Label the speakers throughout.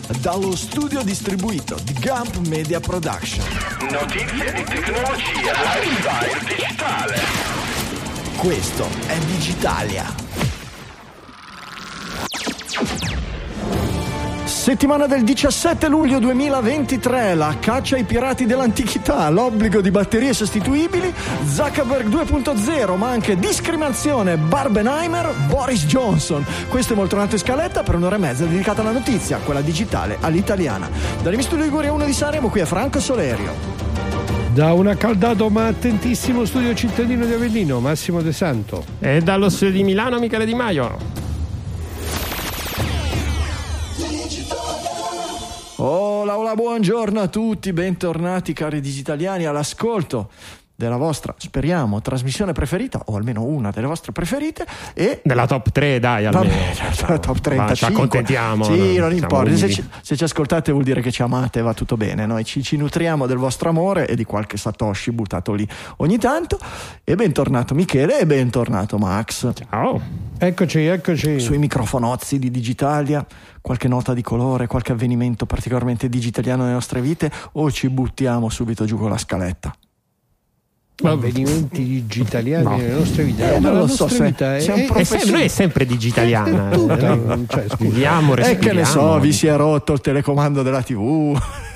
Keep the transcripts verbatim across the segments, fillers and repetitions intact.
Speaker 1: dallo studio distribuito di Gump Media Production.
Speaker 2: Notizie di tecnologia, lifestyle digitale.
Speaker 1: Questo è Digitalia. Settimana del diciassette luglio duemilaventitré, la caccia ai pirati dell'antichità, l'obbligo di batterie sostituibili, Zuckerberg due punto zero, ma anche discriminazione, Barbenheimer, Boris Johnson. Questo è Moltonato in scaletta per un'ora e mezza dedicata alla notizia, quella digitale all'italiana. Dagli miei studi Liguria uno di Sanremo, qui è Franco Solerio.
Speaker 3: Da un accaldato ma attentissimo studio cittadino di Avellino, Massimo De Santo.
Speaker 4: E dallo studio di Milano, Michele Di Maio.
Speaker 1: Hola, hola, buongiorno a tutti, bentornati cari digitaliani all'ascolto della vostra, speriamo, trasmissione preferita, o almeno una delle vostre preferite, e
Speaker 4: nella top tre, dai, almeno.
Speaker 1: Vabbè, certo, top trentacinque.
Speaker 4: Ci accontentiamo.
Speaker 1: Sì, non, non importa, se
Speaker 4: ci,
Speaker 1: ci, se ci ascoltate vuol dire che ci amate, va tutto bene. Noi ci, ci nutriamo del vostro amore e di qualche satoshi buttato lì ogni tanto. E bentornato Michele e bentornato Max.
Speaker 4: Ciao.
Speaker 3: Eccoci, eccoci.
Speaker 1: Sui microfonozzi di Digitalia, qualche nota di colore, qualche avvenimento particolarmente digitaliano nelle nostre vite, o ci buttiamo subito giù con la scaletta?
Speaker 3: Avvenimenti digitaliani no. nelle nostre vite.
Speaker 1: Eh, non lo so se
Speaker 3: vita è,
Speaker 1: è,
Speaker 4: è sempre, noi è sempre digitaliana.
Speaker 3: Eh, cioè,
Speaker 4: Viviamo,
Speaker 1: e che ne so, vi si è rotto il telecomando della tivù.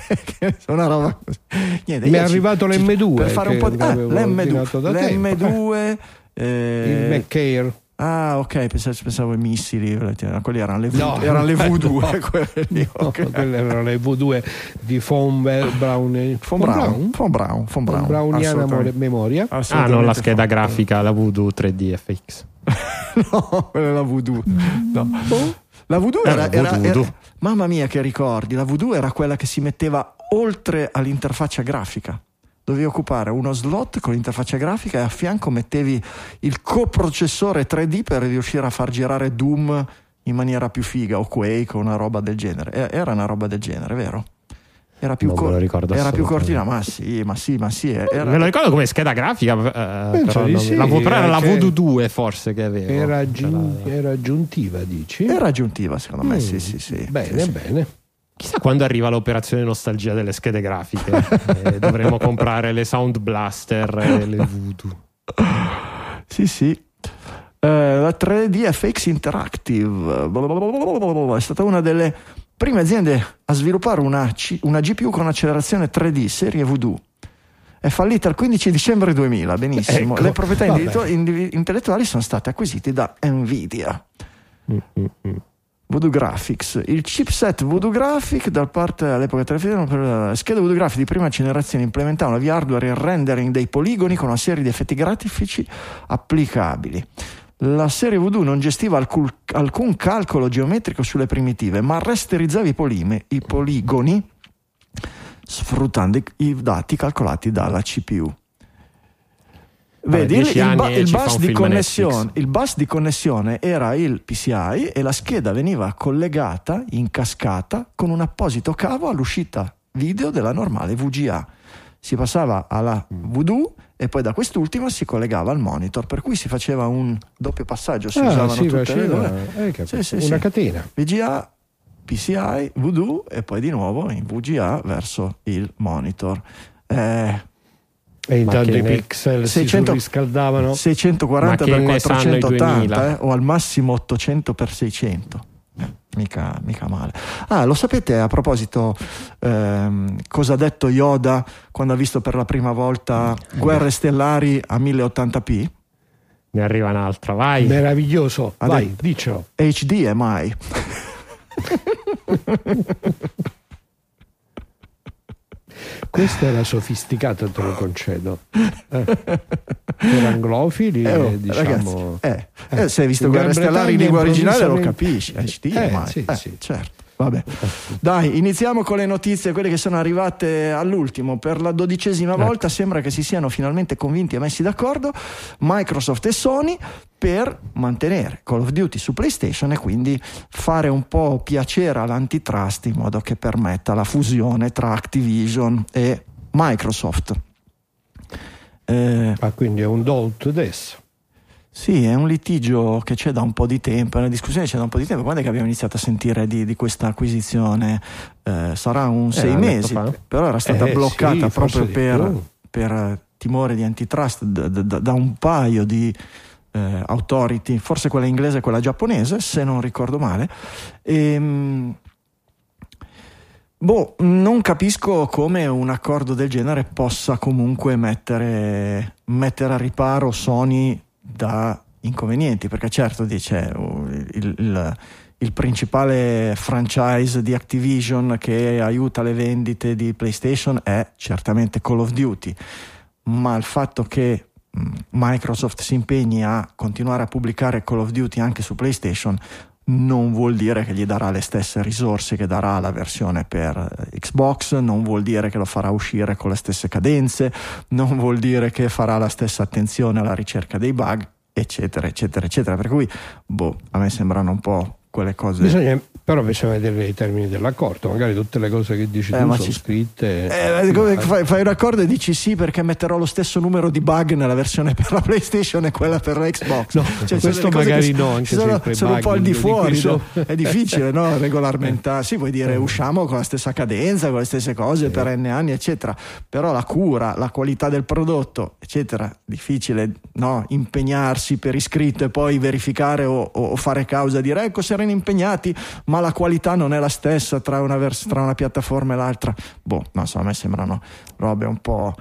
Speaker 1: Una roba così. Niente,
Speaker 3: mi è arrivato
Speaker 1: ci,
Speaker 3: l'emme due
Speaker 1: per fare un po' di ah, l'emme due, l'emme due
Speaker 3: eh, il McCare.
Speaker 1: Ah, ok, pensavo, pensavo ai missili, quelli erano le, v,
Speaker 3: no,
Speaker 1: erano le vu due,
Speaker 3: no,
Speaker 1: quelli,
Speaker 3: no,
Speaker 1: okay.
Speaker 3: Quelle erano le vu due di Von Braun,
Speaker 1: Von Braun, Von Braun, Von Braun,
Speaker 3: Browniana memoria.
Speaker 4: Ah, non la scheda grafica, la Voodoo tre D F X.
Speaker 1: No, quella è la Voodoo. No. La Voodoo era, era, era, era, mamma mia che ricordi, la Voodoo era quella che si metteva oltre all'interfaccia grafica. Dovevi occupare uno slot con l'interfaccia grafica e a fianco mettevi il coprocessore tre D per riuscire a far girare Doom in maniera più figa, o Quake o una roba del genere. Era una roba del genere, vero? Era più, co- era più cortina, ma sì, ma sì, ma sì. Era...
Speaker 4: Me lo ricordo come scheda grafica, eh, però non,
Speaker 3: sì,
Speaker 4: la, però era la
Speaker 3: che...
Speaker 4: Voodoo due forse che avevo.
Speaker 3: Era, aggiun- era aggiuntiva, dici?
Speaker 1: Era aggiuntiva, secondo me, mm. sì, sì, sì.
Speaker 3: Bene,
Speaker 1: sì,
Speaker 3: bene.
Speaker 1: Sì.
Speaker 4: Chissà quando arriva l'operazione nostalgia delle schede grafiche. eh, dovremo comprare le Sound Blaster e le Voodoo.
Speaker 1: Sì, sì. Eh, la tre D F X Interactive è stata una delle prime aziende a sviluppare una, C- una G P U con accelerazione tre D serie Voodoo. È fallita il quindici dicembre duemila, benissimo.
Speaker 3: Ecco,
Speaker 1: le proprietà individu- intellettuali sono state acquisite da Nvidia.
Speaker 4: Mm-mm.
Speaker 1: Voodoo Graphics, il chipset Voodoo Graphic da parte all'epoca telefonica, le schede Voodoo Graphic di prima generazione implementavano via hardware il rendering dei poligoni con una serie di effetti grafici applicabili. La serie Voodoo non gestiva alcun, alcun calcolo geometrico sulle primitive, ma rasterizzava i, polime, i poligoni sfruttando i, i dati calcolati dalla C P U. Vedi, il, il, ba- il, bus di connessione, il bus di connessione era il P C I e la scheda veniva collegata in cascata con un apposito cavo all'uscita video della normale V G A. Si passava alla Voodoo e poi da quest'ultima si collegava al monitor, per cui si faceva un doppio passaggio, si
Speaker 3: ah,
Speaker 1: usavano
Speaker 3: sì,
Speaker 1: tutte
Speaker 3: faceva,
Speaker 1: le
Speaker 3: eh,
Speaker 1: sì, sì,
Speaker 3: una
Speaker 1: sì.
Speaker 3: catena
Speaker 1: V G A, P C I, Voodoo e poi di nuovo in V G A verso il monitor. Eh,
Speaker 3: E intanto
Speaker 4: ma
Speaker 3: i
Speaker 4: ne...
Speaker 3: pixel
Speaker 1: seicento,
Speaker 3: si riscaldavano
Speaker 1: seicentoquaranta per quattrocentottanta eh, o al massimo ottocento per seicento. Eh, mica, mica male. Ah, lo sapete a proposito ehm, cosa ha detto Yoda quando ha visto per la prima volta Guerre Stellari a mille ottanta p?
Speaker 4: Ne arriva un'altra, vai.
Speaker 3: Meraviglioso,
Speaker 1: ha
Speaker 3: vai,
Speaker 1: detto,
Speaker 3: dicelo.
Speaker 1: H D M I.
Speaker 3: Questo era sofisticato, te lo concedo. Eh. Per anglofili,
Speaker 1: eh, oh,
Speaker 3: diciamo.
Speaker 1: Ragazzi, eh, eh, se hai visto Guerre Stellari in lingua originale lo capisci. H D M I,
Speaker 3: eh, sì,
Speaker 1: eh,
Speaker 3: sì.
Speaker 1: certo. Vabbè. Dai, iniziamo con le notizie, quelle che sono arrivate all'ultimo. Per la dodicesima
Speaker 3: ecco.
Speaker 1: volta sembra che si siano finalmente convinti e messi d'accordo Microsoft e Sony per mantenere Call of Duty su PlayStation e quindi fare un po' piacere all'antitrust in modo che permetta la fusione tra Activision e Microsoft.
Speaker 3: Eh, ah, quindi è un do to this.
Speaker 1: Sì, è un litigio che c'è da un po' di tempo, è una discussione che c'è da un po' di tempo. Quando è che abbiamo iniziato a sentire di, di questa acquisizione? Eh, sarà un
Speaker 4: eh,
Speaker 1: sei mesi, però era stata
Speaker 3: eh,
Speaker 1: bloccata
Speaker 3: sì,
Speaker 1: proprio per,
Speaker 3: di
Speaker 1: per timore di antitrust da, da, da un paio di eh, authority, forse quella inglese e quella giapponese, se non ricordo male. E, boh, non capisco come un accordo del genere possa comunque mettere, mettere a riparo Sony da inconvenienti, perché certo dice il, il, il principale franchise di Activision che aiuta le vendite di PlayStation è certamente Call of Duty, ma il fatto che Microsoft si impegni a continuare a pubblicare Call of Duty anche su PlayStation non vuol dire che gli darà le stesse risorse che darà la versione per Xbox, non vuol dire che lo farà uscire con le stesse cadenze, non vuol dire che farà la stessa attenzione alla ricerca dei bug, eccetera eccetera eccetera, per cui boh, a me sembrano un po' quelle cose.
Speaker 3: Bisogna, però bisogna vedere i termini dell'accordo, magari tutte le cose che dici
Speaker 1: eh,
Speaker 3: tu
Speaker 1: ma
Speaker 3: sono
Speaker 1: ci...
Speaker 3: scritte.
Speaker 1: Eh, come fai, fai un accordo e dici sì perché metterò lo stesso numero di bug nella versione per la PlayStation e quella per la Xbox.
Speaker 3: No,
Speaker 1: cioè,
Speaker 3: questo magari
Speaker 1: che
Speaker 3: no, anche
Speaker 1: sono,
Speaker 3: se
Speaker 1: sono un po' al di fuori,
Speaker 3: sono...
Speaker 1: è difficile, no? Regolamentare. Sì, vuoi dire usciamo con la stessa cadenza, con le stesse cose sì. per n anni, eccetera. Però la cura, la qualità del prodotto, eccetera, difficile, no? Impegnarsi per iscritto e poi verificare o, o fare causa, dire ecco si erano impegnati ma la qualità non è la stessa tra una, vers- tra una piattaforma e l'altra. Boh, non so, a me sembrano robe un po'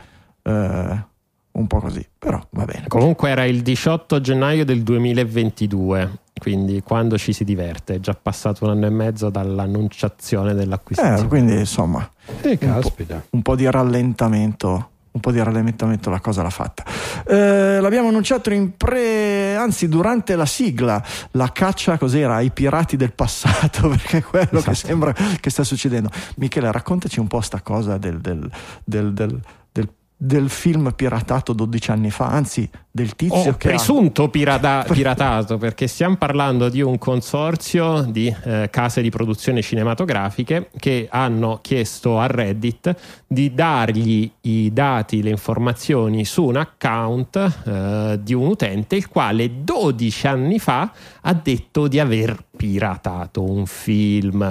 Speaker 1: eh, un po' così, però va bene.
Speaker 4: Comunque era il diciotto gennaio del duemilaventidue, quindi quando ci si diverte, è già passato un anno e mezzo dall'annunciazione dell'acquisizione.
Speaker 1: Eh, quindi insomma
Speaker 3: eh,
Speaker 1: un, po', un po' di rallentamento un po' di rallentamento la cosa l'ha fatta. Eh, l'abbiamo annunciato in pre, anzi durante la sigla, la caccia cos'era ai pirati del passato, perché è quello esatto. che sembra che sta succedendo. Michele, raccontaci un po' sta cosa del, del, del, del, del del film piratato dodici anni fa, anzi del tizio
Speaker 4: oh,
Speaker 1: che
Speaker 4: presunto
Speaker 1: ha...
Speaker 4: pirata, piratato, perché stiamo parlando di un consorzio di eh, case di produzione cinematografiche che hanno chiesto a Reddit di dargli i dati, le informazioni su un account eh, di un utente il quale dodici anni fa ha detto di aver piratato un film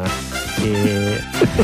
Speaker 4: e...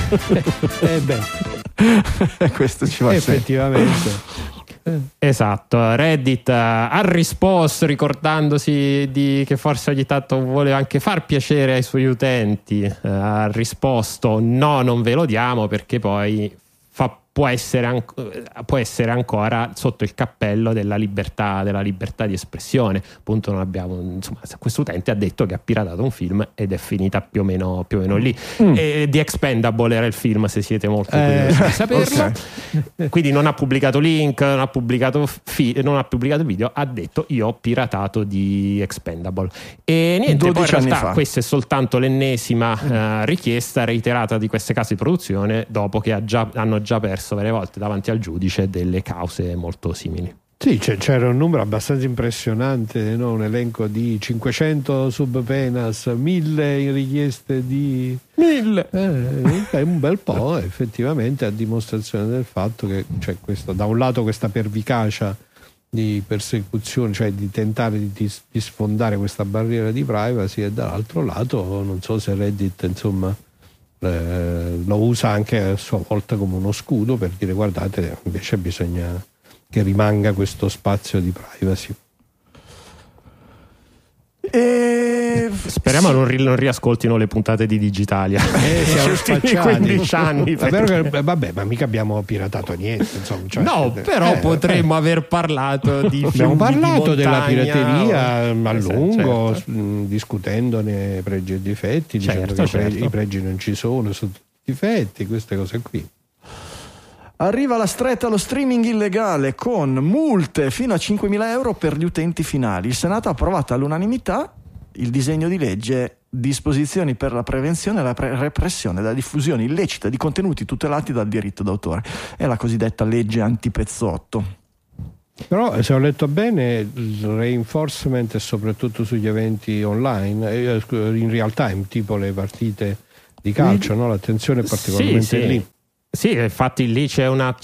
Speaker 3: eh beh
Speaker 1: questo ci va
Speaker 3: effettivamente
Speaker 4: esatto. Reddit ha risposto ricordandosi di che forse ogni tanto vuole anche far piacere ai suoi utenti, ha risposto no, non ve lo diamo perché poi fa, può essere, an- può essere ancora sotto il cappello della libertà, della libertà di espressione. Appunto non abbiamo, insomma, questo utente ha detto che ha piratato un film ed è finita più o meno, più o meno lì. Mm. E The Expendable era il film, se siete molto curiosi eh, di saperlo. Okay. Quindi non ha pubblicato link, non ha pubblicato, fi- non ha pubblicato video, ha detto io ho piratato The Expendable. E niente, poi in realtà fa. Questa è soltanto l'ennesima mm. uh, richiesta reiterata di queste case di produzione dopo che ha già, hanno già perso varie volte davanti al giudice delle cause molto simili.
Speaker 3: Sì, c'era un numero abbastanza impressionante, no? Un elenco di cinquecento subpenas, mille richieste di...
Speaker 4: Mille!
Speaker 3: Eh, un bel po', effettivamente, a dimostrazione del fatto che c'è questo, da un lato questa pervicacia di persecuzione, cioè di tentare di, di sfondare questa barriera di privacy, e dall'altro lato non so se Reddit, insomma, Eh, lo usa anche a sua volta come uno scudo per dire guardate, invece bisogna che rimanga questo spazio di privacy.
Speaker 1: E...
Speaker 4: speriamo sì. non, ri- non riascoltino le puntate di Digitalia
Speaker 3: eh, siamo spacciati
Speaker 4: quindici anni
Speaker 3: perché... che, vabbè, ma mica abbiamo piratato niente, insomma, cioè,
Speaker 4: no
Speaker 3: eh,
Speaker 4: però
Speaker 3: eh,
Speaker 4: potremmo
Speaker 3: eh.
Speaker 4: aver parlato di
Speaker 3: abbiamo parlato
Speaker 4: di
Speaker 3: della pirateria
Speaker 4: o...
Speaker 3: a lungo,
Speaker 4: certo.
Speaker 3: discutendone pregi e difetti,
Speaker 4: certo,
Speaker 3: dicendo che
Speaker 4: certo.
Speaker 3: i, pregi, i pregi non ci sono, sono tutti difetti, queste cose qui.
Speaker 1: Arriva la stretta allo streaming illegale con multe fino a cinquemila euro per gli utenti finali. Il Senato ha approvato all'unanimità il disegno di legge disposizioni per la prevenzione e la pre- repressione della diffusione illecita di contenuti tutelati dal diritto d'autore. È la cosiddetta legge antipezzotto.
Speaker 3: Però se ho letto bene il reinforcement è soprattutto sugli eventi online, in real time, tipo le partite di calcio, no? L'attenzione è particolarmente
Speaker 4: sì, sì.
Speaker 3: lì.
Speaker 4: Sì, infatti lì c'è una c'è,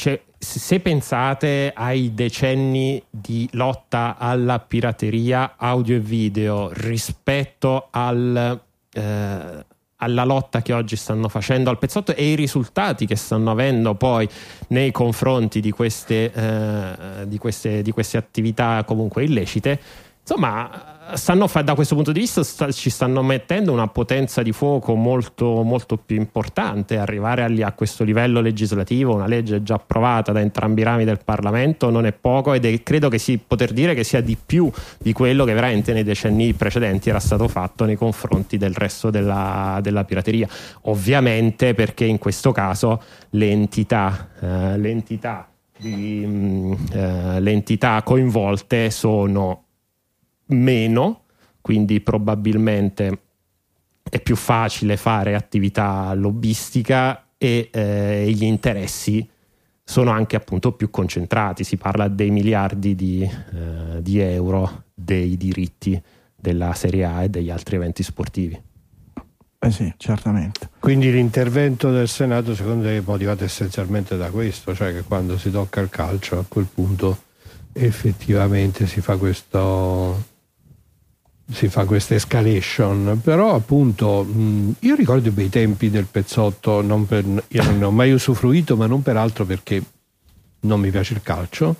Speaker 4: se pensate ai decenni di lotta alla pirateria audio e video rispetto al, eh, alla lotta che oggi stanno facendo al pezzotto e i risultati che stanno avendo poi nei confronti di queste, eh, di queste, di queste attività comunque illecite, insomma stanno fa- da questo punto di vista sta- ci stanno mettendo una potenza di fuoco molto, molto più importante. Arrivare a, a questo livello legislativo, una legge già approvata da entrambi i rami del Parlamento, non è poco, ed è, credo che si poter dire che sia di più di quello che veramente nei decenni precedenti era stato fatto nei confronti del resto della, della pirateria. Ovviamente perché in questo caso le entità, eh, le entità, di, mh, eh, le entità coinvolte sono meno, quindi probabilmente è più facile fare attività lobbistica e eh, gli interessi sono anche appunto più concentrati. Si parla dei miliardi di, eh, di euro dei diritti della Serie A e degli altri eventi sportivi.
Speaker 1: Eh sì, certamente.
Speaker 3: Quindi l'intervento del Senato secondo te è motivato essenzialmente da questo, cioè che quando si tocca il calcio a quel punto effettivamente si fa questo si fa questa escalation. Però appunto mh, io ricordo i bei tempi del pezzotto, non per, io non ne ho mai usufruito, ma non peraltro perché non mi piace il calcio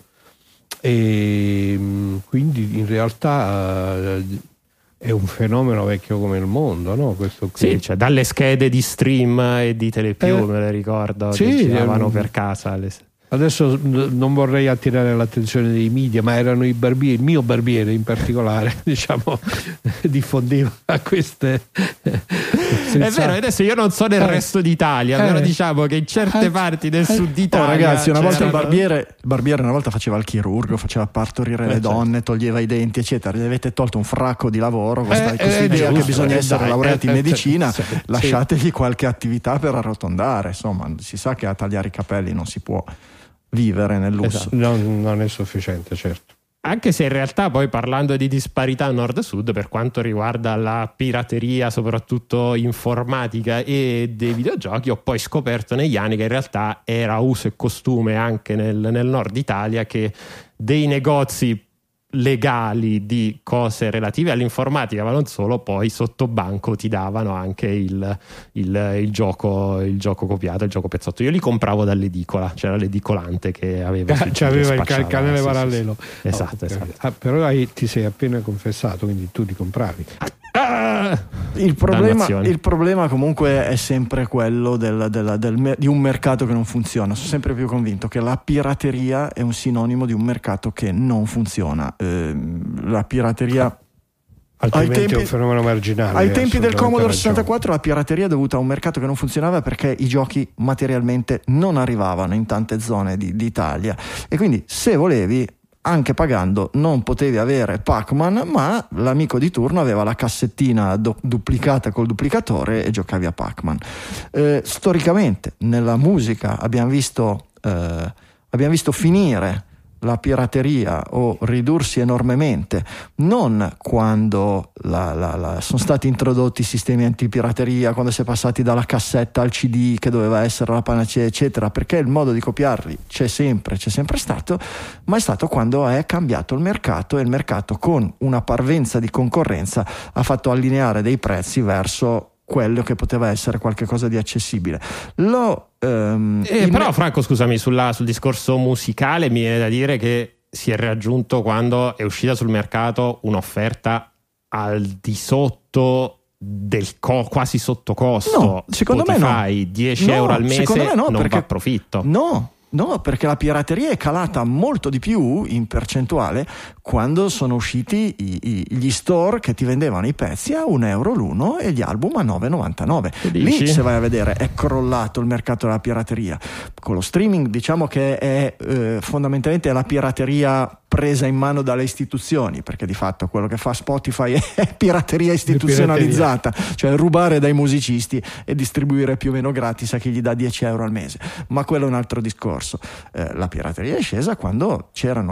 Speaker 3: e mh, quindi in realtà uh, è un fenomeno vecchio come il mondo, no? Questo qui.
Speaker 4: Sì, cioè dalle schede di Stream e di Telepiù, eh, me le ricordo, sì, che giravano per casa le...
Speaker 3: Adesso non vorrei attirare l'attenzione dei media, ma erano i barbieri, il mio barbiere in particolare, diciamo, diffondeva queste.
Speaker 4: Senza... È vero, adesso io non so nel eh, resto d'Italia, eh, però diciamo che in certe eh, parti del eh, sud Italia.
Speaker 1: Oh, ragazzi, una volta
Speaker 4: c'era...
Speaker 1: il barbiere, il barbiere una volta faceva il chirurgo, faceva partorire eh, le donne, certo. Toglieva i denti, eccetera. Gli avete tolto un fracco di lavoro, questa eh, idea eh, che bisogna essere dai, laureati eh, in medicina, sì, lasciategli sì. qualche attività per arrotondare. Insomma, si sa che a tagliare i capelli non si può vivere nel lusso.
Speaker 3: Esatto. Non, non è sufficiente, certo.
Speaker 4: Anche se in realtà poi parlando di disparità nord-sud per quanto riguarda la pirateria soprattutto informatica e dei videogiochi, ho poi scoperto negli anni che in realtà era uso e costume anche nel, nel nord Italia che dei negozi legali di cose relative all'informatica, ma non solo, poi sotto banco ti davano anche il, il, il gioco il gioco copiato, il gioco pezzotto. Io li compravo dall'edicola, c'era l'edicolante che aveva
Speaker 3: cioè aveva il can- canale sì, parallelo
Speaker 4: sì, sì. Esatto, oh, esatto.
Speaker 3: Ah, però hai, ti sei appena confessato, quindi tu li compravi.
Speaker 1: Ah, il, problema, il problema comunque è sempre quello del, del, del, di un mercato che non funziona. Sono sempre più convinto che la pirateria è un sinonimo di un mercato che non funziona. Eh, la pirateria
Speaker 3: altrimenti tempi, è un fenomeno marginale.
Speaker 1: Ai tempi del Commodore sessantaquattro la pirateria è dovuta a un mercato che non funzionava perché i giochi materialmente non arrivavano in tante zone di, d'Italia e quindi se volevi, anche pagando, non potevi avere Pac-Man, ma l'amico di turno aveva la cassettina do- duplicata col duplicatore e giocavi a Pac-Man. Eh, storicamente nella musica abbiamo visto eh, abbiamo visto finire la pirateria o ridursi enormemente non quando la, la, la, sono stati introdotti i sistemi antipirateria, quando si è passati dalla cassetta al C D che doveva essere la panacea eccetera, perché il modo di copiarli c'è sempre, c'è sempre stato, ma è stato quando è cambiato il mercato e il mercato con una parvenza di concorrenza ha fatto allineare dei prezzi verso quello che poteva essere qualche cosa di accessibile. Lo, um,
Speaker 4: eh, però Franco scusami sulla, sul discorso musicale mi viene da dire che si è raggiunto quando è uscita sul mercato un'offerta al di sotto del co- quasi sotto costo.
Speaker 1: No, secondo
Speaker 4: Spotify,
Speaker 1: me no.
Speaker 4: dieci
Speaker 1: no,
Speaker 4: euro al mese
Speaker 1: no,
Speaker 4: non
Speaker 1: perché,
Speaker 4: va a profitto.
Speaker 1: No. No, perché la pirateria è calata molto di più in percentuale quando sono usciti i, i, gli store che ti vendevano i pezzi a un euro l'uno e gli album a nove e novantanove. Lì, se vai a vedere, è crollato il mercato della pirateria. Con lo streaming diciamo che è eh, fondamentalmente la pirateria presa in mano dalle istituzioni, perché di fatto quello che fa Spotify è pirateria istituzionalizzata, pirateria. Cioè rubare dai musicisti e distribuire più o meno gratis a chi gli dà dieci euro al mese, ma quello è un altro discorso. Eh, la pirateria è scesa quando c'erano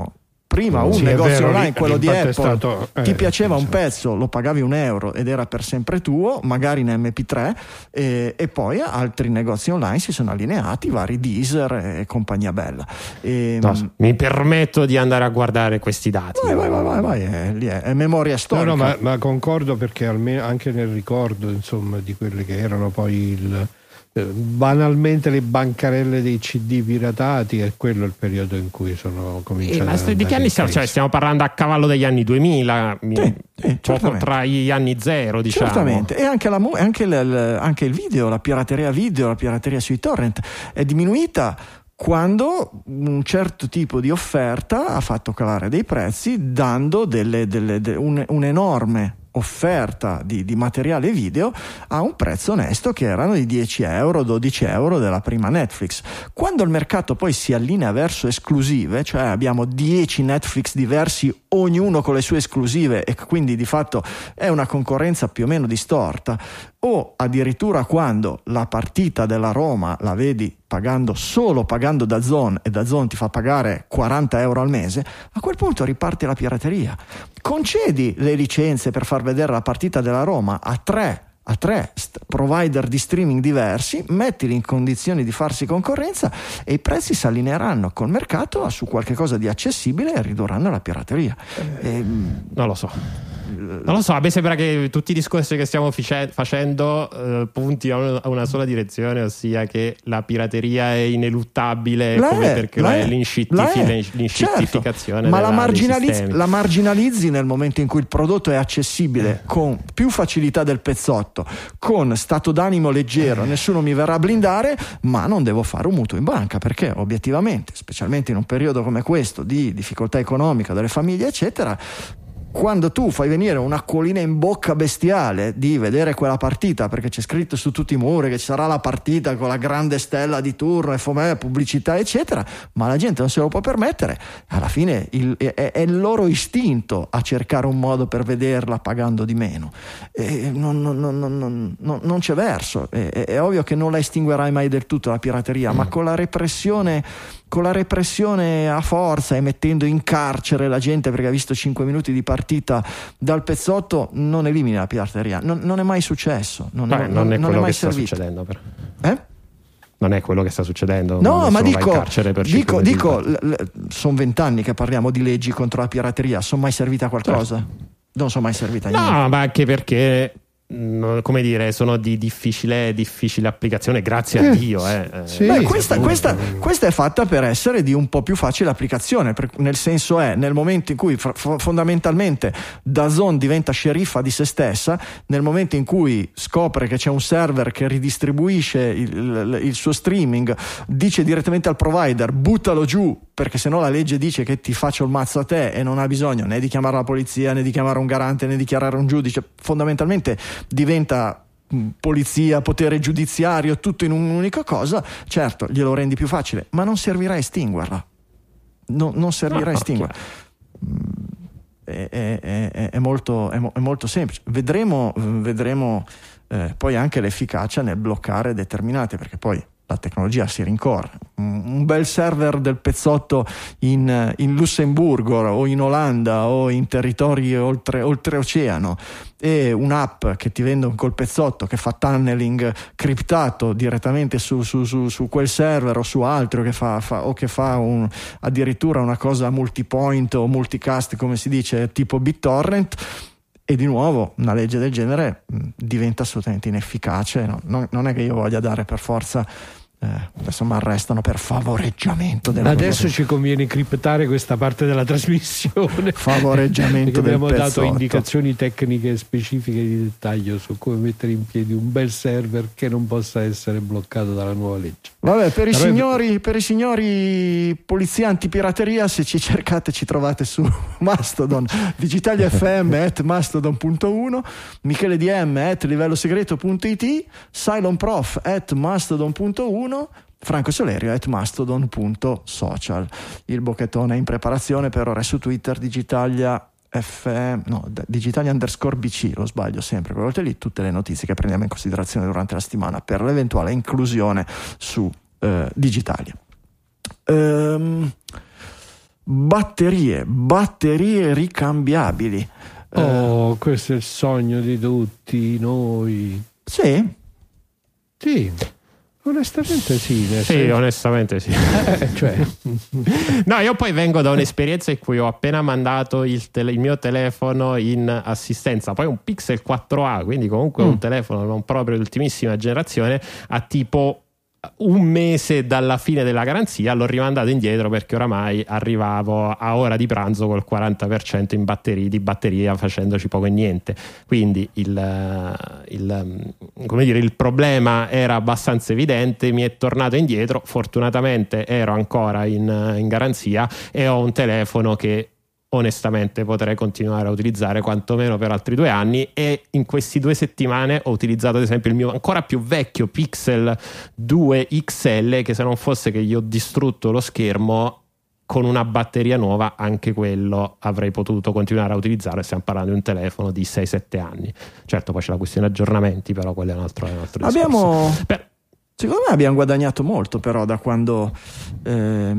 Speaker 1: prima un
Speaker 3: sì,
Speaker 1: negozio
Speaker 3: vero,
Speaker 1: online, quello di Apple,
Speaker 3: stato, eh,
Speaker 1: ti piaceva
Speaker 3: sì.
Speaker 1: un pezzo, lo pagavi un euro ed era per sempre tuo, magari in emme pi tre, e, e poi altri negozi online si sono allineati, vari Deezer e compagnia bella. E,
Speaker 4: no, mi permetto di andare a guardare questi dati.
Speaker 1: vai vai vai, vai, vai è, è, è memoria storica.
Speaker 3: No, no, ma, ma concordo, perché almeno anche nel ricordo, insomma, di quelle che erano poi il banalmente le bancarelle dei C D piratati, è quello il periodo in cui sono cominciati.
Speaker 4: Eh, di che anni stiamo? Cioè, stiamo parlando a cavallo degli anni duemila,
Speaker 1: sì, sì,
Speaker 4: poco tra gli anni zero, diciamo.
Speaker 1: Certamente, e anche, la, anche, il, anche il video, la pirateria video, la pirateria sui torrent è diminuita quando un certo tipo di offerta ha fatto calare dei prezzi, dando delle, delle, de, un, un enorme offerta di, di materiale video a un prezzo onesto, che erano di dieci euro, dodici euro della prima Netflix. Quando il mercato poi si allinea verso esclusive, cioè abbiamo dieci Netflix diversi, ognuno con le sue esclusive, e quindi di fatto è una concorrenza più o meno distorta, o addirittura quando la partita della Roma la vedi pagando solo pagando DAZN e DAZN ti fa pagare quaranta euro al mese, a quel punto riparte la pirateria. Concedi le licenze per far vedere la partita della Roma a tre a tre provider di streaming diversi, mettili in condizioni di farsi concorrenza e i prezzi si allineeranno col mercato su qualche cosa di accessibile e ridurranno la pirateria. E,
Speaker 4: non lo so non lo so, a me sembra che tutti i discorsi che stiamo fice- facendo eh, punti a una, a una sola direzione, ossia che la pirateria è ineluttabile,
Speaker 1: la
Speaker 4: come
Speaker 1: è,
Speaker 4: perché
Speaker 1: la
Speaker 4: è
Speaker 1: è,
Speaker 4: l'inscittifi-
Speaker 1: la è.
Speaker 4: l'inscittificazione,
Speaker 1: certo, ma
Speaker 4: della,
Speaker 1: la, marginalizzi,
Speaker 4: dei
Speaker 1: la marginalizzi nel momento in cui il prodotto è accessibile, con più facilità del pezzotto, con stato d'animo leggero, nessuno mi verrà a blindare, ma non devo fare un mutuo in banca, perché obiettivamente, specialmente in un periodo come questo di difficoltà economica delle famiglie eccetera, quando tu fai venire un'acquolina in bocca bestiale di vedere quella partita, perché c'è scritto su tutti i muri che ci sarà la partita con la grande stella di turno e fome, pubblicità eccetera, ma la gente non se lo può permettere, alla fine il, è, è il loro istinto a cercare un modo per vederla pagando di meno, e non, non, non, non, non, non c'è verso. È, è, è ovvio che non la estinguerai mai del tutto la pirateria, mm. ma con la repressione con la repressione a forza e mettendo in carcere la gente perché ha visto cinque minuti di partita dal pezzotto, non elimina la pirateria. Non, non è mai successo. Non,
Speaker 4: Beh,
Speaker 1: è,
Speaker 4: non, non è
Speaker 1: non
Speaker 4: quello
Speaker 1: è mai
Speaker 4: che
Speaker 1: servito.
Speaker 4: sta succedendo, però.
Speaker 1: Eh?
Speaker 4: Non è quello che sta succedendo.
Speaker 1: No, ma dico, dico,
Speaker 4: dico
Speaker 1: dico sono vent'anni che parliamo di leggi contro la pirateria. Sono mai servita a qualcosa? Certo. Non sono mai servita a niente.
Speaker 4: No, ma anche perché, come dire, sono di difficile, difficile applicazione, grazie
Speaker 1: eh,
Speaker 4: a Dio. Eh.
Speaker 1: Sì, Beh, questa, questa, questa è fatta per essere di un po' più facile applicazione, per, nel senso è nel momento in cui f- fondamentalmente DAZN diventa sceriffa di se stessa, nel momento in cui scopre che c'è un server che ridistribuisce il, il, il suo streaming, dice direttamente al provider buttalo giù, perché sennò la legge dice che ti faccio il mazzo a te e non ha bisogno né di chiamare la polizia né di chiamare un garante né di chiamare un giudice, fondamentalmente diventa polizia, potere giudiziario, tutto in un'unica cosa. Certo, glielo rendi più facile, ma non servirà a estinguerla. No, non servirà no, a estinguerla. È, è, è, è, molto, è, è molto semplice. Vedremo, vedremo eh, poi anche l'efficacia nel bloccare determinate, perché poi la tecnologia si rincorre. Un bel server del pezzotto in, in Lussemburgo o in Olanda o in territori oltre, oltreoceano, e un'app che ti vendono col pezzotto che fa tunneling criptato direttamente su, su, su, su quel server o su altro, che fa, fa, o che fa un, addirittura una cosa multipoint o multicast, come si dice, tipo BitTorrent. E di nuovo una legge del genere mh, diventa assolutamente inefficace. No? Non, non è che io voglia dare per forza eh, adesso mi arrestano per favoreggiamento della
Speaker 3: adesso ci conviene criptare questa parte della trasmissione,
Speaker 1: favoreggiamento del
Speaker 3: abbiamo
Speaker 1: pezzotto.
Speaker 3: dato indicazioni tecniche specifiche di dettaglio su come mettere in piedi un bel server che non possa essere bloccato dalla nuova legge.
Speaker 1: Vabbè, per i
Speaker 3: Vabbè.
Speaker 1: signori per i signori polizia antipirateria, se ci cercate ci trovate su Mastodon, Digitalia F M at mastodon punto uno, Michele D M at livello segreto punto it, Cylonprof at mastodon punto uno, Franco Solerio at mastodon punto social. Il bocchettone è in preparazione, per ora è su Twitter Digitalia F M, no, Digitalia underscore B C, lo sbaglio sempre, quelle volte lì, tutte le notizie che prendiamo in considerazione durante la settimana per l'eventuale inclusione su eh, Digitalia. Ehm, batterie, batterie ricambiabili.
Speaker 3: Oh, eh, questo è il sogno di tutti noi.
Speaker 1: Sì?
Speaker 3: Sì. Onestamente sì,
Speaker 4: sì,
Speaker 3: senso...
Speaker 4: onestamente sì.
Speaker 3: Eh, cioè.
Speaker 4: No, io poi vengo da un'esperienza in cui ho appena mandato il, tele- il mio telefono in assistenza, poi un Pixel quattro A, quindi comunque mm. un telefono non proprio di ultimissima generazione, a tipo un mese dalla fine della garanzia. L'ho rimandato indietro perché oramai arrivavo a ora di pranzo col quaranta per cento in batteria, di batteria, facendoci poco e niente. Quindi il, il, come dire, il problema era abbastanza evidente. Mi è tornato indietro, fortunatamente ero ancora in, in garanzia e ho un telefono che onestamente potrei continuare a utilizzare quantomeno per altri due anni, e in questi due settimane ho utilizzato ad esempio il mio ancora più vecchio Pixel due X L, che se non fosse che gli ho distrutto lo schermo, con una batteria nuova anche quello avrei potuto continuare a utilizzare. Stiamo parlando di un telefono di sei sette anni. Certo, poi c'è la questione aggiornamenti, però quello è un altro, è un altro discorso.
Speaker 1: Abbiamo,
Speaker 4: per...
Speaker 1: secondo me abbiamo guadagnato molto però da quando eh...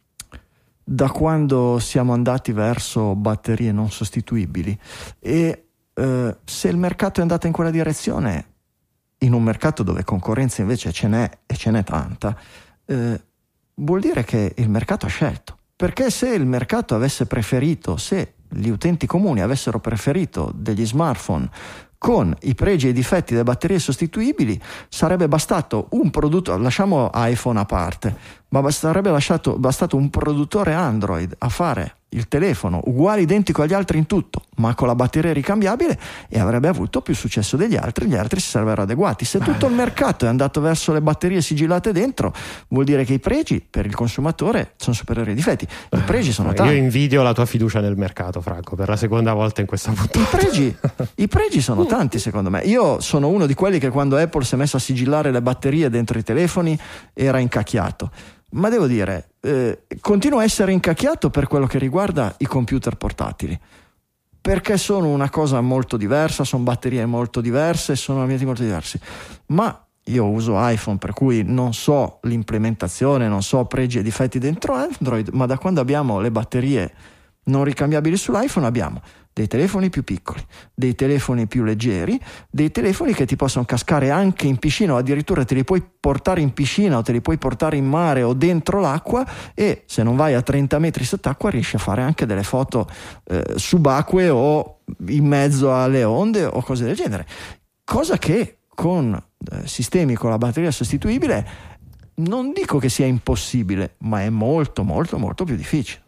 Speaker 1: da quando siamo andati verso batterie non sostituibili, e eh, se il mercato è andato in quella direzione, in un mercato dove concorrenza invece ce n'è e ce n'è tanta, eh, vuol dire che il mercato ha scelto. Perché se il mercato avesse preferito, se gli utenti comuni avessero preferito degli smartphone con i pregi e i difetti delle batterie sostituibili, sarebbe bastato un prodotto, lasciamo iPhone a parte, ma sarebbe lasciato, bastato un produttore Android a fare il telefono uguale, identico agli altri in tutto, ma con la batteria ricambiabile, e avrebbe avuto più successo degli altri. Gli altri si sarebbero adeguati. Se tutto il mercato è andato verso le batterie sigillate dentro, vuol dire che i pregi per il consumatore sono superiori ai difetti. I pregi sono tanti.
Speaker 4: Io invidio la tua fiducia nel mercato, Franco, per la seconda volta in questa puntata.
Speaker 1: I pregi, i pregi sono tanti, secondo me. Io sono uno di quelli che quando Apple si è messo a sigillare le batterie dentro i telefoni era incacchiato. Ma devo dire, eh, continuo a essere incacchiato per quello che riguarda i computer portatili, perché sono una cosa molto diversa, sono batterie molto diverse, sono ambienti molto diversi. Ma io uso iPhone, per cui non so l'implementazione, non so pregi e difetti dentro Android, ma da quando abbiamo le batterie non ricambiabili sull'iPhone abbiamo dei telefoni più piccoli, dei telefoni più leggeri, dei telefoni che ti possono cascare anche in piscina, o addirittura te li puoi portare in piscina o te li puoi portare in mare o dentro l'acqua, e se non vai a trenta metri sott'acqua riesci a fare anche delle foto eh, subacquee o in mezzo alle onde o cose del genere, cosa che con eh, sistemi con la batteria sostituibile non dico che sia impossibile, ma è molto molto molto più difficile.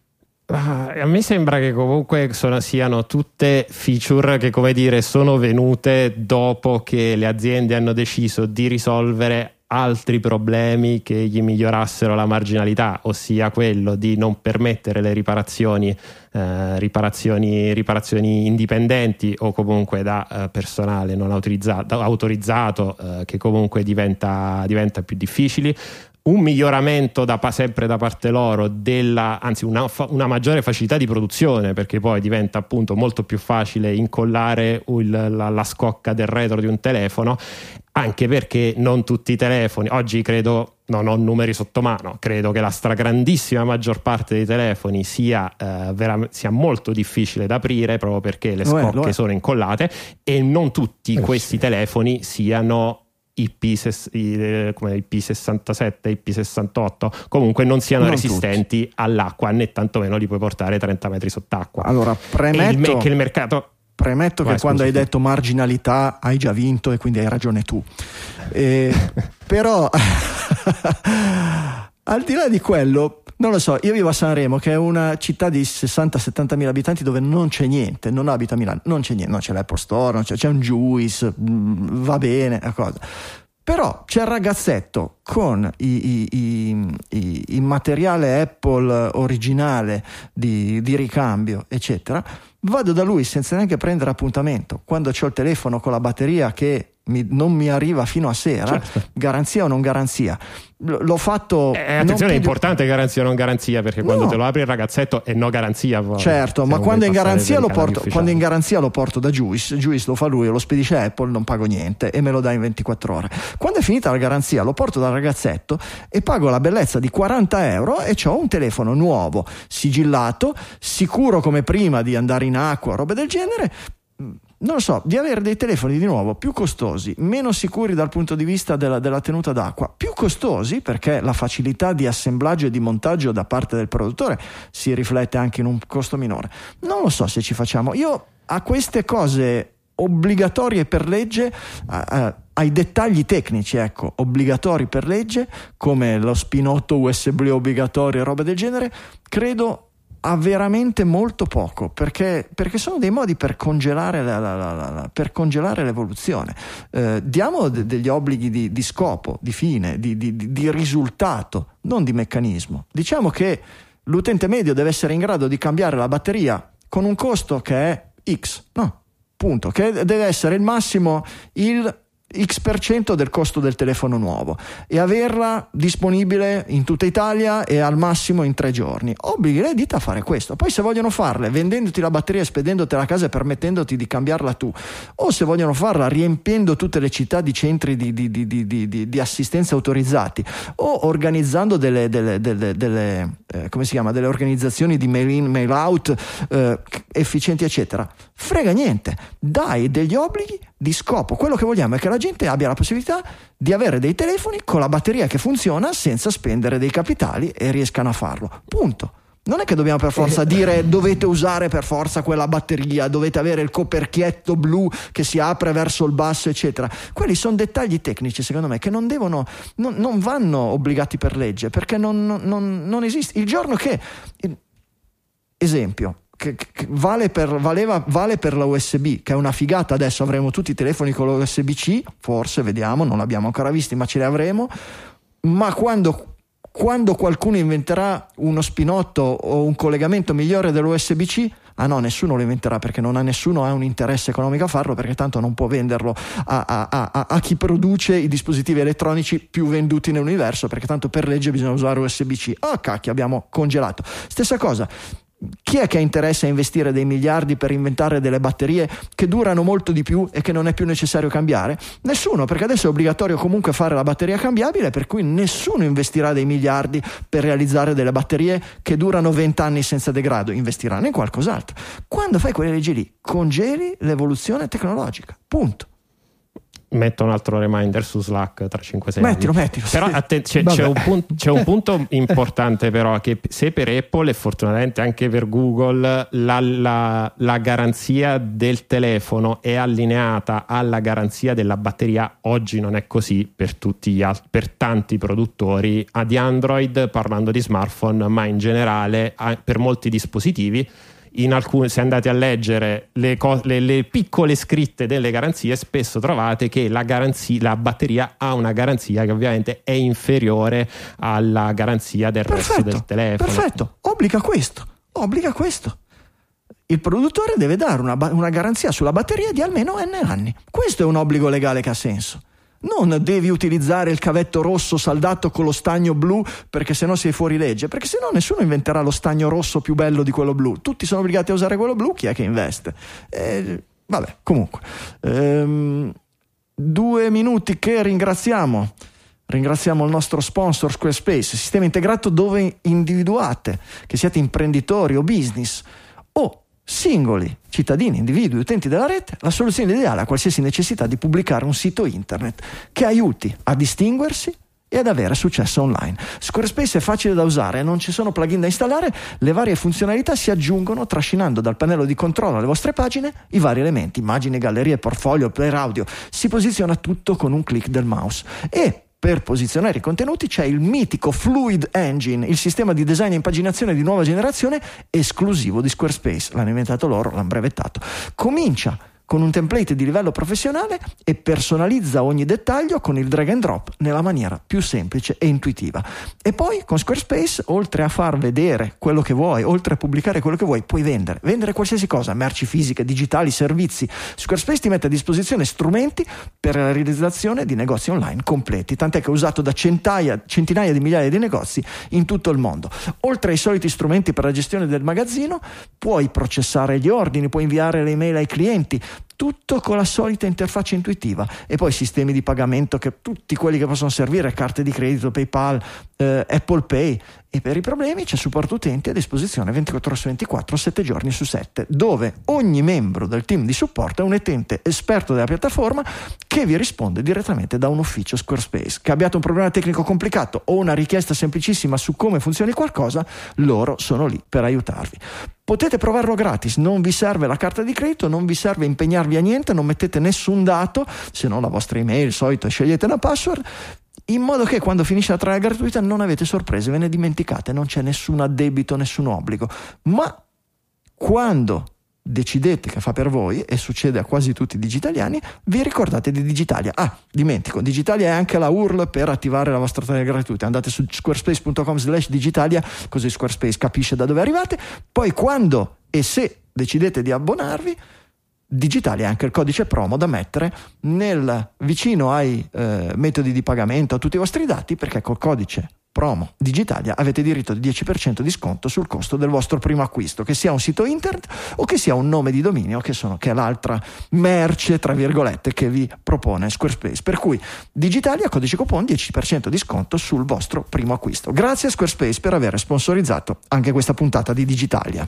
Speaker 4: A me sembra che comunque sono, siano tutte feature che, come dire, sono venute dopo che le aziende hanno deciso di risolvere altri problemi che gli migliorassero la marginalità, ossia quello di non permettere le riparazioni eh, riparazioni, riparazioni indipendenti o comunque da eh, personale non autorizzato, autorizzato eh, che comunque diventa, diventa più difficili. Un miglioramento da, sempre da parte loro della, anzi una, una maggiore facilità di produzione, perché poi diventa appunto molto più facile incollare il, la, la scocca del retro di un telefono, anche perché non tutti i telefoni oggi, credo, non ho numeri sotto mano, credo che la stragrandissima maggior parte dei telefoni sia, eh, vera, sia molto difficile da aprire, proprio perché le scocche lo è, lo è. sono incollate, e non tutti eh, questi sì. telefoni siano I P, come I P sessantasette, I P sessantotto, comunque non siano non resistenti tutti. all'acqua, né tantomeno li puoi portare trenta metri sott'acqua.
Speaker 1: Allora, premetto
Speaker 4: il, che il mercato
Speaker 1: premetto Vai, che quando scusa. hai detto marginalità hai già vinto, e quindi hai ragione tu. Eh, però al di là di quello, non lo so, io vivo a Sanremo, che è una città di sessanta settantamila mila abitanti, dove non c'è niente, non abita a Milano, non c'è niente, non c'è l'Apple Store, non c'è, c'è un Juice, va bene, è cosa. Però c'è il ragazzetto con i, i, i, i, il materiale Apple originale di, di ricambio, eccetera. Vado da lui senza neanche prendere appuntamento, quando c'ho il telefono con la batteria che mi, non mi arriva fino a sera,
Speaker 4: certo.
Speaker 1: Garanzia o non garanzia? L'ho fatto.
Speaker 4: Eh, attenzione, è importante
Speaker 1: di...
Speaker 4: garanzia o non garanzia, perché quando
Speaker 1: no.
Speaker 4: te lo apri il ragazzetto è no garanzia. Poi,
Speaker 1: certo, ma quando è in garanzia lo porto, quando è in garanzia lo porto da Juice, Juice lo fa lui, lo spedisce Apple, non pago niente e me lo dà in ventiquattro ore. Quando è finita la garanzia lo porto dal ragazzetto e pago la bellezza di quaranta euro e ho un telefono nuovo, sigillato, sicuro come prima di andare in acqua, robe del genere. Non lo so, di avere dei telefoni di nuovo più costosi, meno sicuri dal punto di vista della, della tenuta d'acqua, più costosi perché la facilità di assemblaggio e di montaggio da parte del produttore si riflette anche in un costo minore. Non lo so se ci facciamo. Io a queste cose obbligatorie per legge, a, a, ai dettagli tecnici, ecco, obbligatori per legge, come lo spinotto U S B obbligatorio e roba del genere, credo ha veramente molto poco, perché, perché sono dei modi per congelare la, la, la, la, per congelare l'evoluzione. Eh, diamo de, degli obblighi di, di scopo, di fine, di, di, di risultato, non di meccanismo. Diciamo che l'utente medio deve essere in grado di cambiare la batteria con un costo che è X, no, punto, che deve essere il massimo il X per cento del costo del telefono nuovo e averla disponibile in tutta Italia e al massimo in tre giorni. Obblighi le ditte a fare questo. Poi se vogliono farle vendendoti la batteria e spedendotela a casa e permettendoti di cambiarla tu, o se vogliono farla riempiendo tutte le città di centri di, di, di, di, di, di assistenza autorizzati, o organizzando delle, delle, delle, delle eh, come si chiama, delle organizzazioni di mail in, mail out eh, efficienti eccetera, frega niente, dai degli obblighi di scopo. Quello che vogliamo è che la gente abbia la possibilità di avere dei telefoni con la batteria che funziona senza spendere dei capitali e riescano a farlo, punto. Non è che dobbiamo per forza dire dovete usare per forza quella batteria, dovete avere il coperchietto blu che si apre verso il basso eccetera. Quelli sono dettagli tecnici secondo me che non devono, non, non vanno obbligati per legge, perché non, non, non esiste. Il giorno che, esempio, Che, che vale, per, valeva, vale per la U S B, che è una figata. Adesso avremo tutti i telefoni con la U S B C, forse, vediamo, non l'abbiamo ancora visti, ma ce li avremo. Ma quando, quando qualcuno inventerà uno spinotto o un collegamento migliore dell'U S B C, ah no, nessuno lo inventerà, perché non ha nessuno ha un interesse economico a farlo, perché tanto non può venderlo a, a, a, a chi produce i dispositivi elettronici più venduti nell'universo, perché tanto per legge bisogna usare U S B C. Ah, cacchio, abbiamo congelato. Stessa cosa. Chi è che ha interesse a investire dei miliardi per inventare delle batterie che durano molto di più e che non è più necessario cambiare? Nessuno, perché adesso è obbligatorio comunque fare la batteria cambiabile, per cui nessuno investirà dei miliardi per realizzare delle batterie che durano venti anni senza degrado, investiranno in qualcos'altro. Quando fai quelle leggi lì, congeli l'evoluzione tecnologica, punto.
Speaker 4: Metto un altro reminder su Slack tra cinque sei
Speaker 1: mettilo,
Speaker 4: anni.
Speaker 1: mettilo,
Speaker 4: però
Speaker 1: sì.
Speaker 4: atten- c'è, c'è, un punto, c'è un punto importante però, che se per Apple e fortunatamente anche per Google la, la, la garanzia del telefono è allineata alla garanzia della batteria, oggi non è così per tutti gli altri, per tanti produttori di Android, parlando di smartphone, ma in generale per molti dispositivi. In alcune, se andate a leggere le, co- le, le piccole scritte delle garanzie, spesso trovate che la, garanzia, la batteria ha una garanzia che ovviamente è inferiore alla garanzia del
Speaker 1: perfetto,
Speaker 4: resto del telefono.
Speaker 1: Perfetto, obbliga questo, obbliga questo. Il produttore deve dare una, una garanzia sulla batteria di almeno N anni. Questo è un obbligo legale che ha senso. Non devi utilizzare il cavetto rosso saldato con lo stagno blu perché sennò sei fuori legge, perché sennò nessuno inventerà lo stagno rosso più bello di quello blu. Tutti sono obbligati a usare quello blu, chi è che investe? Eh, vabbè, comunque ehm, due minuti che ringraziamo ringraziamo il nostro sponsor Squarespace, sistema integrato dove individuate, che siate imprenditori o business o singoli cittadini, individui, utenti della rete, la soluzione ideale a qualsiasi necessità di pubblicare un sito internet che aiuti a distinguersi e ad avere successo online. Squarespace è facile da usare, non ci sono plugin da installare, le varie funzionalità si aggiungono trascinando dal pannello di controllo alle vostre pagine i vari elementi, immagini, gallerie, portfolio, player audio. Si posiziona tutto con un click del mouse e per posizionare i contenuti c'è il mitico Fluid Engine, il sistema di design e impaginazione di nuova generazione esclusivo di Squarespace. L'hanno inventato loro, l'hanno brevettato. Comincia con un template di livello professionale e personalizza ogni dettaglio con il drag and drop nella maniera più semplice e intuitiva. E poi con Squarespace, oltre a far vedere quello che vuoi, oltre a pubblicare quello che vuoi, puoi vendere, vendere qualsiasi cosa, merci fisiche, digitali, servizi. Squarespace ti mette a disposizione strumenti per la realizzazione di negozi online completi, tant'è che è usato da centinaia, centinaia di migliaia di negozi in tutto il mondo. Oltre ai soliti strumenti per la gestione del magazzino, puoi processare gli ordini, puoi inviare le email ai clienti, tutto con la solita interfaccia intuitiva, e poi sistemi di pagamento che tutti quelli che possono servire, carte di credito, PayPal, eh, Apple Pay. E per i problemi c'è supporto utenti a disposizione ventiquattro ore su ventiquattro, sette giorni su sette, dove ogni membro del team di supporto è un utente esperto della piattaforma che vi risponde direttamente da un ufficio Squarespace. Che abbiate un problema tecnico complicato o una richiesta semplicissima su come funzioni qualcosa, loro sono lì per aiutarvi. Potete provarlo gratis, non vi serve la carta di credito, non vi serve impegnarvi a niente, non mettete nessun dato, se non la vostra email, il solito, scegliete una password, in modo che quando finisce la trial gratuita non avete sorprese, ve ne dimenticate, non c'è nessun addebito, nessun obbligo. Ma quando decidete che fa per voi, e succede a quasi tutti i digitaliani, vi ricordate di Digitalia. Ah, dimentico, Digitalia è anche la U R L per attivare la vostra trial gratuita. Andate su squarespace punto com slash digitalia, così Squarespace capisce da dove arrivate. Poi quando e se decidete di abbonarvi, Digitalia è anche il codice promo da mettere nel vicino ai eh, metodi di pagamento, a tutti i vostri dati, perché col codice promo Digitalia avete diritto di dieci per cento di sconto sul costo del vostro primo acquisto, che sia un sito internet o che sia un nome di dominio, che, sono, che è l'altra merce tra virgolette che vi propone Squarespace. Per cui Digitalia, codice coupon dieci per cento di sconto sul vostro primo acquisto. Grazie a Squarespace per aver sponsorizzato anche questa puntata di Digitalia.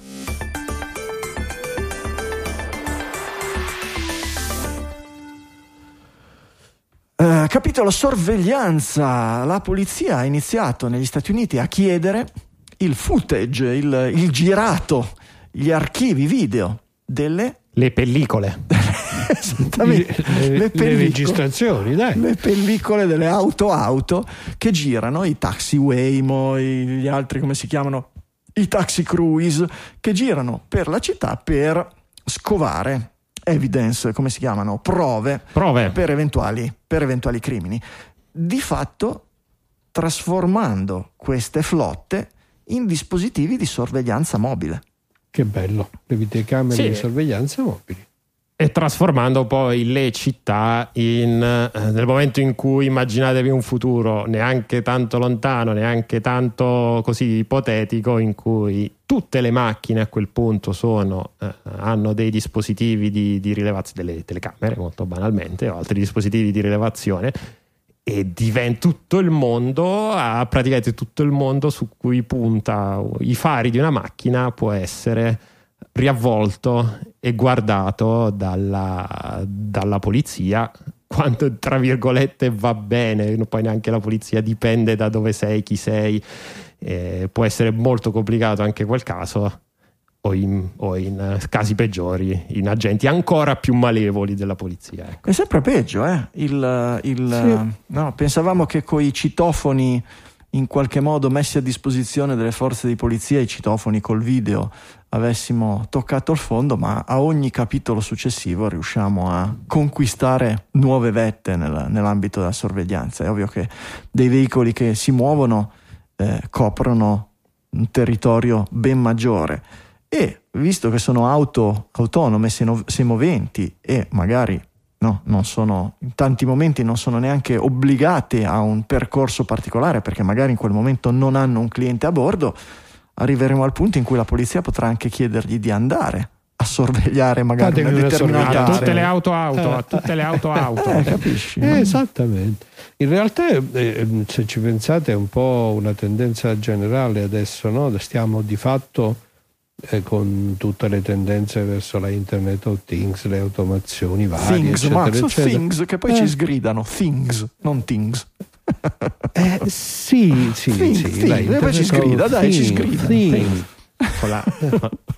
Speaker 1: Uh, capitolo sorveglianza. La polizia ha iniziato negli Stati Uniti a chiedere il footage, il, il girato, gli archivi video delle
Speaker 4: le pellicole
Speaker 1: esattamente
Speaker 3: le, le,
Speaker 1: le,
Speaker 3: le registrazioni, dai,
Speaker 1: le pellicole delle auto auto che girano, i taxi Waymo, gli altri come si chiamano, i taxi cruise, che girano per la città per scovare evidence, come si chiamano, prove,
Speaker 4: prove.
Speaker 1: Per, eventuali, per eventuali crimini, di fatto trasformando queste flotte in dispositivi di sorveglianza mobile.
Speaker 3: Che bello, le videocamere
Speaker 4: sì.
Speaker 3: di sorveglianza mobili.
Speaker 4: E trasformando poi le città in, eh, nel momento in cui immaginatevi un futuro neanche tanto lontano, neanche tanto così ipotetico, in cui tutte le macchine a quel punto sono, eh, hanno dei dispositivi di, di rilevazione, delle telecamere molto banalmente, o altri dispositivi di rilevazione, e diventa tutto il mondo, a praticamente tutto il mondo su cui punta i fari di una macchina può essere riavvolto e guardato dalla, dalla polizia, quando tra virgolette va bene. Poi neanche la polizia, dipende da dove sei, chi sei, eh, può essere molto complicato anche quel caso, o in, o in casi peggiori in agenti ancora più malevoli della polizia, ecco.
Speaker 1: È sempre peggio, eh? il, il, sì. No, pensavamo che coi citofoni in qualche modo messi a disposizione delle forze di polizia, i citofoni col video, avessimo toccato il fondo, ma a ogni capitolo successivo riusciamo a conquistare nuove vette nel, nell'ambito della sorveglianza. È ovvio che dei veicoli che si muovono eh, coprono un territorio ben maggiore, e visto che sono auto autonome, semoventi, e magari no, non sono, in tanti momenti non sono neanche obbligate a un percorso particolare, perché magari in quel momento non hanno un cliente a bordo, arriveremo al punto in cui la polizia potrà anche chiedergli di andare a sorvegliare magari
Speaker 3: Fate
Speaker 1: una determinata
Speaker 4: a
Speaker 1: area.
Speaker 4: tutte le auto auto, a tutte le auto auto.
Speaker 1: Eh, capisci?
Speaker 3: Eh, esattamente. In realtà, eh, se ci pensate, è un po' una tendenza generale adesso, no? Stiamo di fatto eh, con tutte le tendenze verso la Internet of Things, le automazioni varie,
Speaker 1: Things,
Speaker 3: eccetera,
Speaker 1: Max,
Speaker 3: eccetera.
Speaker 1: things, che poi
Speaker 3: eh.
Speaker 1: ci sgridano. Things, non things.
Speaker 3: Eh, sì, sì,
Speaker 1: Thing,
Speaker 3: sì.
Speaker 1: thing,
Speaker 3: dai,
Speaker 1: e poi ci sgrida, dai, ci
Speaker 3: thing,
Speaker 1: sgrida.
Speaker 3: thing.
Speaker 4: Con la,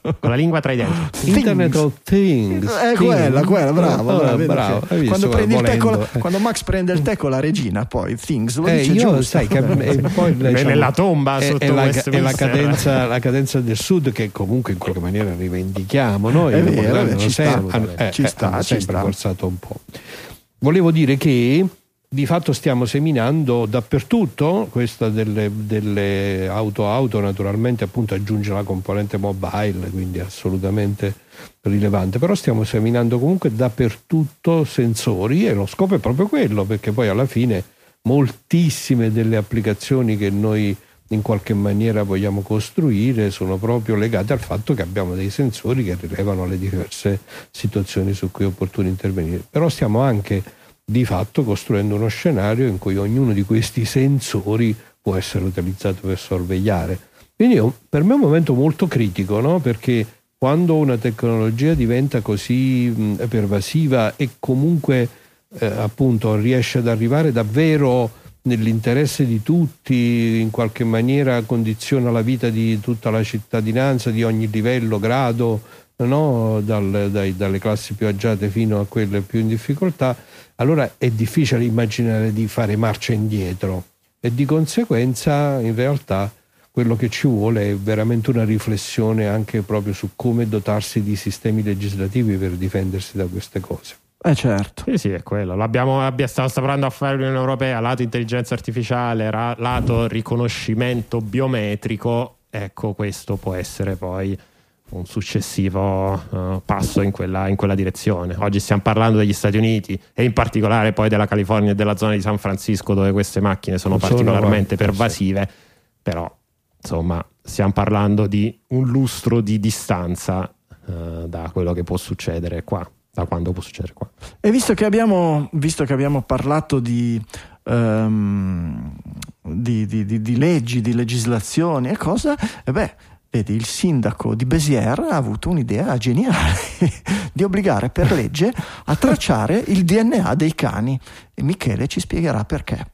Speaker 4: con la lingua tra i denti.
Speaker 3: Internet of Things.
Speaker 1: È quella, quella, bravo.
Speaker 3: Oh,
Speaker 1: bravo,
Speaker 3: bravo. Visto,
Speaker 1: quando, prendi il tè con la,
Speaker 3: eh.
Speaker 1: quando Max prende il tè con la regina, poi Things lo
Speaker 3: eh,
Speaker 1: dice
Speaker 3: io,
Speaker 1: giusto.
Speaker 3: sai, che, e poi, diciamo,
Speaker 4: nella tomba
Speaker 3: è,
Speaker 4: sotto
Speaker 3: è, la, è la, cadenza, la cadenza del Sud che comunque in qualche maniera rivendichiamo noi.
Speaker 1: È vero, è
Speaker 3: ci
Speaker 1: sempre,
Speaker 3: sta, hanno, eh,
Speaker 1: ci sta,
Speaker 3: hanno
Speaker 1: ci
Speaker 3: sempre
Speaker 1: sta.
Speaker 3: forzato un po'. Volevo dire che di fatto stiamo seminando dappertutto questa delle, delle auto auto naturalmente appunto aggiunge la componente mobile, quindi assolutamente rilevante, però stiamo seminando comunque dappertutto sensori e lo scopo è proprio quello, perché poi alla fine moltissime delle applicazioni che noi in qualche maniera vogliamo costruire sono proprio legate al fatto che abbiamo dei sensori che rilevano le diverse situazioni su cui è opportuno intervenire, però stiamo anche di fatto costruendo uno scenario in cui ognuno di questi sensori può essere utilizzato per sorvegliare. Quindi per me è un momento molto critico, no? Perché quando una tecnologia diventa così mh, pervasiva e comunque eh, appunto riesce ad arrivare davvero nell'interesse di tutti, in qualche maniera condiziona la vita di tutta la cittadinanza di ogni livello, grado, no? Dal, dai, dalle classi più agiate fino a quelle più in difficoltà, allora è difficile immaginare di fare marcia indietro e di conseguenza in realtà quello che ci vuole è veramente una riflessione anche proprio su come dotarsi di sistemi legislativi per difendersi da queste cose.
Speaker 1: Eh certo.
Speaker 4: Sì, sì, è quello. L'abbiamo, abbiamo, stiamo provando a fare l'Unione Europea, lato intelligenza artificiale, ra, lato riconoscimento biometrico. Ecco, questo può essere poi un successivo uh, passo in quella, in quella direzione. Oggi stiamo parlando degli Stati Uniti e in particolare poi della California e della zona di San Francisco, dove queste macchine sono, sono particolarmente quante, pervasive, sì. Però insomma stiamo parlando di un lustro di distanza uh, da quello che può succedere qua, da quando può succedere qua.
Speaker 1: E visto che abbiamo, visto che abbiamo parlato di, um, di, di, di, di leggi, di legislazioni e cosa, e beh, vedi, il sindaco di Béziers ha avuto un'idea geniale di obbligare per legge a tracciare il D N A dei cani e Michele ci spiegherà perché.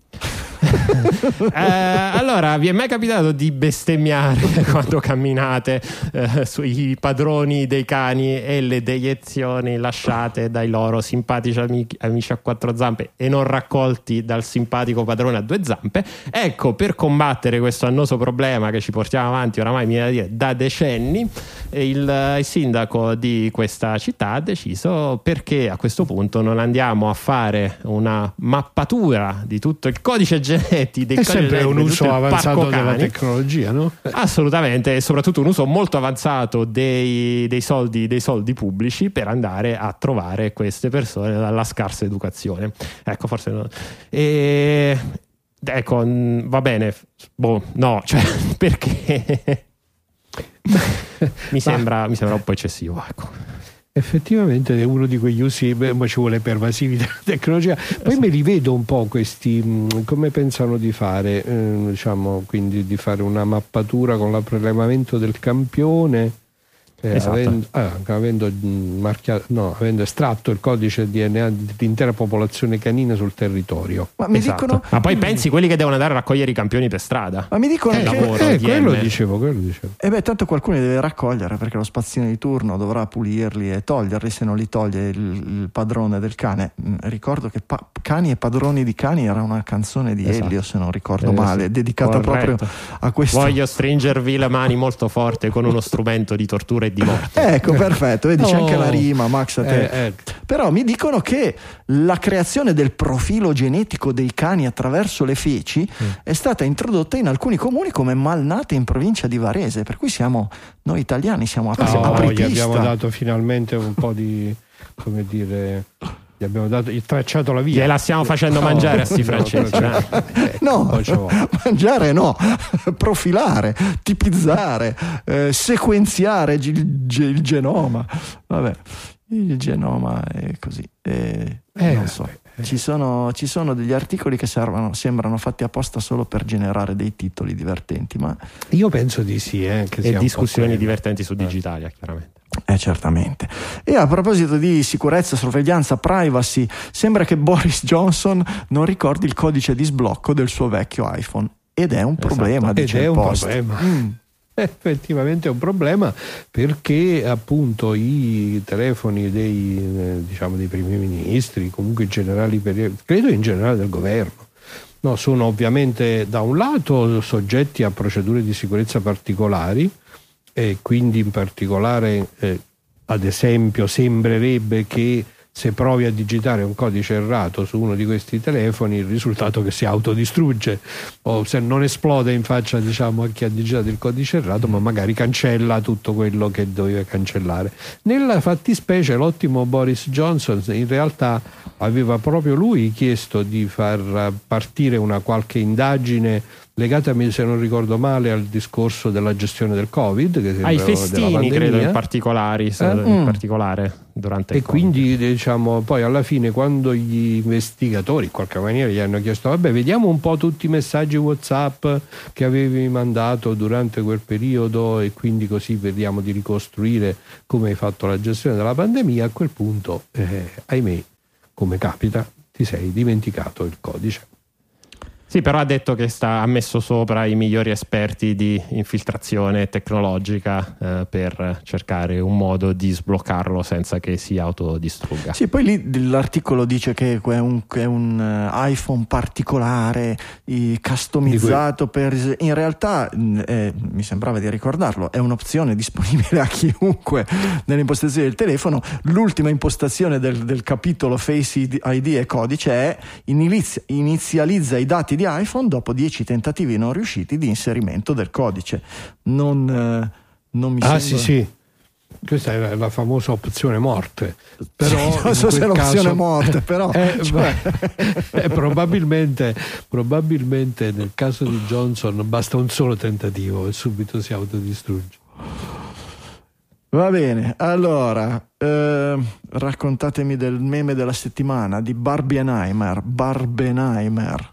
Speaker 4: eh, allora, vi è mai capitato di bestemmiare quando camminate eh, sui padroni dei cani e le deiezioni lasciate dai loro simpatici amici, amici a quattro zampe e non raccolti dal simpatico padrone a due zampe? Ecco, per combattere questo annoso problema che ci portiamo avanti oramai, mi viene da dire, da decenni, il, il sindaco di questa città ha deciso: perché a questo punto non andiamo a fare una mappatura di tutto il codice genetico dei
Speaker 3: è sempre un uso avanzato della tecnologia, no?
Speaker 4: Assolutamente, e soprattutto un uso molto avanzato dei, dei soldi dei soldi pubblici per andare a trovare queste persone dalla scarsa educazione. Ecco, forse no. E ecco, va bene, boh, no, cioè perché mi sembra mi sembra un po' eccessivo, ecco.
Speaker 3: Effettivamente è uno di quegli usi, beh, ma ci vuole pervasivi della tecnologia. Poi me li vedo un po' questi, mh, come pensano di fare, eh, diciamo, quindi di fare una mappatura con il prelevamento del campione, eh,
Speaker 4: esatto.
Speaker 3: avendo, ah, avendo, marchiato, no, avendo estratto il codice D N A dell'intera popolazione canina sul territorio.
Speaker 1: Ma mi
Speaker 4: esatto.
Speaker 1: dicono,
Speaker 4: ma poi pensi quelli che devono andare a raccogliere i campioni per strada.
Speaker 1: Ma mi dicono
Speaker 4: che
Speaker 1: che
Speaker 4: lavoro,
Speaker 3: eh,
Speaker 4: D M.
Speaker 3: quello dicevo, quello dicevo.
Speaker 1: E beh, tanto qualcuno li deve raccogliere, perché lo spazzino di turno dovrà pulirli e toglierli se non li toglie il, il padrone del cane. Ricordo che pa- Cani e padroni di cani era una canzone di
Speaker 4: esatto.
Speaker 1: Elio, se non ricordo
Speaker 4: eh,
Speaker 1: male,
Speaker 4: sì.
Speaker 1: dedicata
Speaker 4: Corretto.
Speaker 1: proprio a questo.
Speaker 4: Voglio stringervi le mani molto forte con uno strumento di tortura e di morte.
Speaker 1: Ecco, perfetto, vedi, c'è
Speaker 3: Oh.
Speaker 1: anche la rima, Max. A te.
Speaker 3: Eh, eh.
Speaker 1: Però mi dicono che la creazione del profilo genetico dei cani attraverso le feci mm. è stata introdotta in alcuni comuni come Malnate in provincia di Varese, per cui siamo noi italiani siamo a
Speaker 3: Oh,
Speaker 1: apripista.
Speaker 3: gli abbiamo dato finalmente un po' di, come dire, gli abbiamo dato, gli tracciato la via.
Speaker 4: Gliela stiamo facendo
Speaker 3: no,
Speaker 4: mangiare a sti francesi.
Speaker 3: no,
Speaker 4: eh.
Speaker 1: No, mangiare no, profilare, tipizzare, eh, sequenziare il, il genoma. Vabbè, il genoma è così. Eh,
Speaker 3: eh,
Speaker 1: non so. Ci sono, ci sono degli articoli che servono, sembrano fatti apposta solo per generare dei titoli divertenti, ma
Speaker 3: io penso di sì, eh, che sia
Speaker 4: e discussioni
Speaker 3: un po'
Speaker 4: divertenti su Digitalia, chiaramente.
Speaker 1: Eh, certamente. E a proposito di sicurezza, sorveglianza, privacy, sembra che Boris Johnson non ricordi il codice di sblocco del suo vecchio iPhone ed è un problema,
Speaker 3: esatto.
Speaker 1: dice
Speaker 3: ed è
Speaker 1: il
Speaker 3: un
Speaker 1: Post.
Speaker 3: problema.
Speaker 1: Mm.
Speaker 3: effettivamente è un problema, perché appunto i telefoni dei, eh, diciamo, dei primi ministri, comunque in generale, credo in generale del governo, no, sono ovviamente da un lato soggetti a procedure di sicurezza particolari, e quindi in particolare eh, ad esempio sembrerebbe che se provi a digitare un codice errato su uno di questi telefoni, il risultato è che si autodistrugge, o se non esplode in faccia, diciamo, a chi ha digitato il codice errato, ma magari cancella tutto quello che doveva cancellare. Nella fattispecie l'ottimo Boris Johnson in realtà aveva proprio lui chiesto di far partire una qualche indagine legata, se non ricordo male, al discorso della gestione del Covid, che
Speaker 4: ai festini, credo, in particolare, eh? in mm. particolare durante il
Speaker 3: e
Speaker 4: Covid.
Speaker 3: Quindi diciamo poi alla fine, quando gli investigatori in qualche maniera gli hanno chiesto vabbè, vediamo un po' tutti i messaggi WhatsApp che avevi mandato durante quel periodo e quindi così vediamo di ricostruire come hai fatto la gestione della pandemia, a quel punto eh, ahimè, come capita, ti sei dimenticato il codice.
Speaker 4: Sì, però ha detto che sta, ha messo sopra i migliori esperti di infiltrazione tecnologica eh, per cercare un modo di sbloccarlo senza che si autodistrugga.
Speaker 1: Sì, poi lì l'articolo dice che è un, che è un iPhone particolare, customizzato per... In realtà, eh, mi sembrava di ricordarlo, è un'opzione disponibile a chiunque nelle impostazioni del telefono. L'ultima impostazione del, del capitolo Face I D e codice è inizia, inizializza i dati di iPhone dopo dieci tentativi non riusciti di inserimento del codice. Non, eh, non mi
Speaker 3: ah
Speaker 1: sembra...
Speaker 3: sì sì, questa è la famosa opzione morte, però
Speaker 1: sì, non so se è l'opzione
Speaker 3: caso,
Speaker 1: morte, però
Speaker 3: eh,
Speaker 1: cioè...
Speaker 3: eh, probabilmente probabilmente nel caso di Johnson basta un solo tentativo e subito si autodistrugge.
Speaker 1: Va bene, allora eh, raccontatemi del meme della settimana di Barbenheimer. Barbenheimer.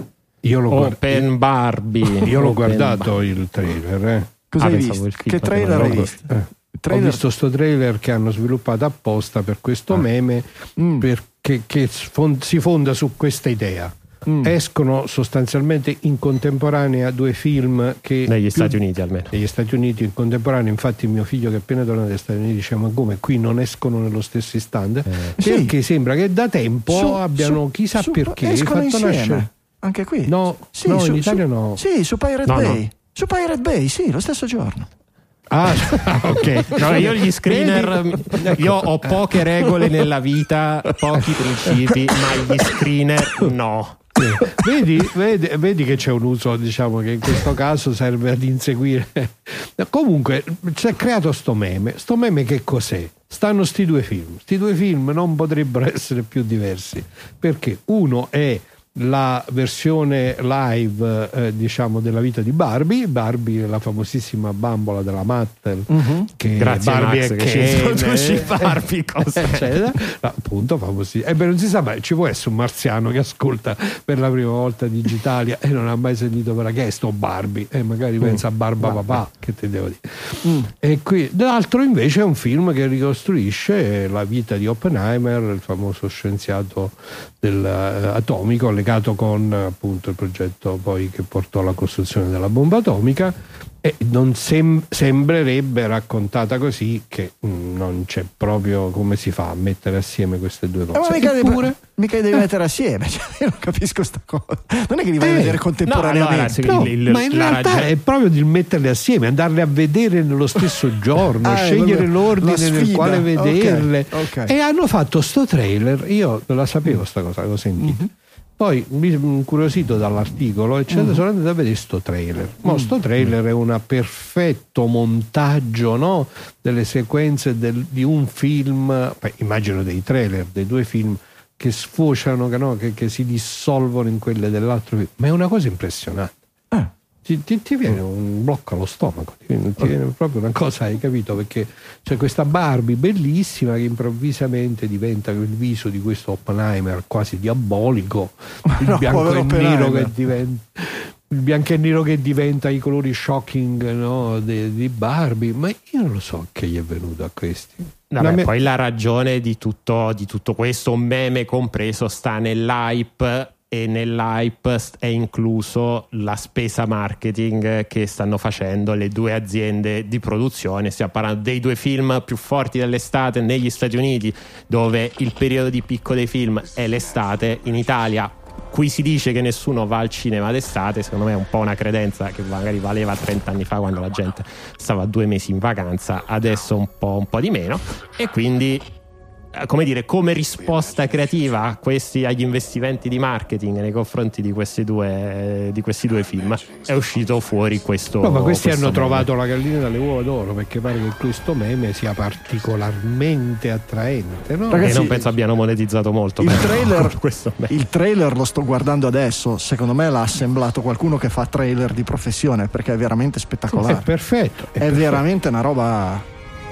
Speaker 3: Io l'ho
Speaker 4: Open guard- Barbie.
Speaker 3: Io l'ho
Speaker 4: Open
Speaker 3: guardato
Speaker 4: Bar-
Speaker 3: il trailer. Eh.
Speaker 1: Cosa
Speaker 4: ah,
Speaker 1: hai visto? Che trailer hai visto?
Speaker 3: Eh.
Speaker 1: Trailer...
Speaker 3: Ho visto sto trailer che hanno sviluppato apposta per questo ah. meme, mm. perché che si fonda su questa idea. Mm. Escono sostanzialmente in contemporanea due film che
Speaker 4: negli
Speaker 3: più,
Speaker 4: Stati Uniti almeno
Speaker 3: negli Stati Uniti in contemporanea. Infatti mio figlio, che è appena tornato dagli Stati Uniti, dice ma come qui non escono nello stesso istante, eh. perché sì. sembra che da tempo su, abbiano su, chissà
Speaker 1: su,
Speaker 3: perché
Speaker 1: escono
Speaker 3: fatto
Speaker 1: insieme
Speaker 3: nascere...
Speaker 1: anche qui
Speaker 3: no,
Speaker 1: sì,
Speaker 3: no
Speaker 1: su,
Speaker 3: in Italia
Speaker 1: su,
Speaker 3: no
Speaker 1: sì, su Pirate
Speaker 4: no,
Speaker 1: Bay
Speaker 4: no.
Speaker 1: su Pirate Bay sì, lo stesso giorno.
Speaker 3: Ah, ok.
Speaker 4: No, io gli screener, io ho poche regole nella vita, pochi principi, ma gli screener no.
Speaker 3: Vedi, vedi, vedi che c'è un uso, diciamo, che in questo caso serve ad inseguire. Comunque si è creato sto meme. Sto meme che cos'è? Stanno sti due film. Sti due film non potrebbero essere più diversi, perché uno è la versione live eh, diciamo della vita di Barbie. Barbie è la famosissima bambola della Mattel, uh-huh. che
Speaker 4: grazie
Speaker 3: Barbie
Speaker 4: Max,
Speaker 3: è
Speaker 4: che ci introduci Barbie eccetera.
Speaker 1: appunto
Speaker 3: famosissima. E beh, non si sa mai, ci può essere un marziano che ascolta per la prima volta Digitalia e non ha mai sentito per la che è sto Barbie e magari mm. pensa a Barba Vabbè. Papà, che te devo dire. Mm. E qui l'altro invece è un film che ricostruisce la vita di Oppenheimer, il famoso scienziato del, uh, atomico, legato con appunto il progetto poi che portò alla costruzione della bomba atomica, e non sem- sembrerebbe raccontata così che mh, non c'è proprio come si fa a mettere assieme queste due cose.
Speaker 1: Eh, ma mica, Eppure... devi, mica devi mettere assieme, cioè, io non capisco sta cosa, non è che li vai eh, a vedere contemporaneamente,
Speaker 3: no, allora, no, il, il, ma in realtà ragione... è proprio di metterle assieme, andarle a vedere nello stesso giorno, ah, scegliere l'ordine nel quale vederle. Okay, okay. E hanno fatto sto trailer, io non la sapevo sta cosa, l'ho sentita. Mm-hmm. Poi mi sono incuriosito dall'articolo eccetera, mm. sono andato a vedere sto trailer. Ma mm. sto trailer è un perfetto montaggio, no? Delle sequenze del, di un film, beh, immagino dei trailer, dei due film che sfociano, no? che, che si dissolvono in quelle dell'altro film. Ma è una cosa impressionante. Ah. Ti, ti, ti viene un blocco allo stomaco, ti viene, ti viene proprio una cosa, hai capito? Perché c'è questa Barbie bellissima che improvvisamente diventa il viso di questo Oppenheimer quasi diabolico, il no, bianco e nero che diventa il bianco e nero che diventa i colori shocking, no? di, di Barbie. Ma io non lo so che gli è venuto a questi.
Speaker 4: Vabbè, me... Poi la ragione di tutto, di tutto questo meme compreso sta nell'hype e nell'hype è incluso la spesa marketing che stanno facendo le due aziende di produzione. Stiamo parlando dei due film più forti dell'estate negli Stati Uniti, dove il periodo di picco dei film è l'estate. In Italia, qui si dice che nessuno va al cinema d'estate, secondo me è un po' una credenza che magari valeva trenta anni fa, quando la gente stava due mesi in vacanza, adesso un po', un po' di meno, e quindi, come dire, come risposta creativa a questi, agli investimenti di marketing nei confronti di questi due, di questi due film, è uscito fuori questo.
Speaker 3: No, ma questi
Speaker 4: questo
Speaker 3: hanno
Speaker 4: meme.
Speaker 3: trovato la gallina dalle uova d'oro, perché pare che questo meme sia particolarmente attraente, no?
Speaker 1: Ragazzi,
Speaker 4: e non penso abbiano monetizzato molto
Speaker 1: il
Speaker 4: per
Speaker 1: trailer,
Speaker 4: questo meme.
Speaker 1: il trailer lo sto guardando adesso, secondo me l'ha assemblato qualcuno che fa trailer di professione, perché è veramente spettacolare.
Speaker 3: È perfetto,
Speaker 1: è,
Speaker 3: è perfetto.
Speaker 1: veramente una roba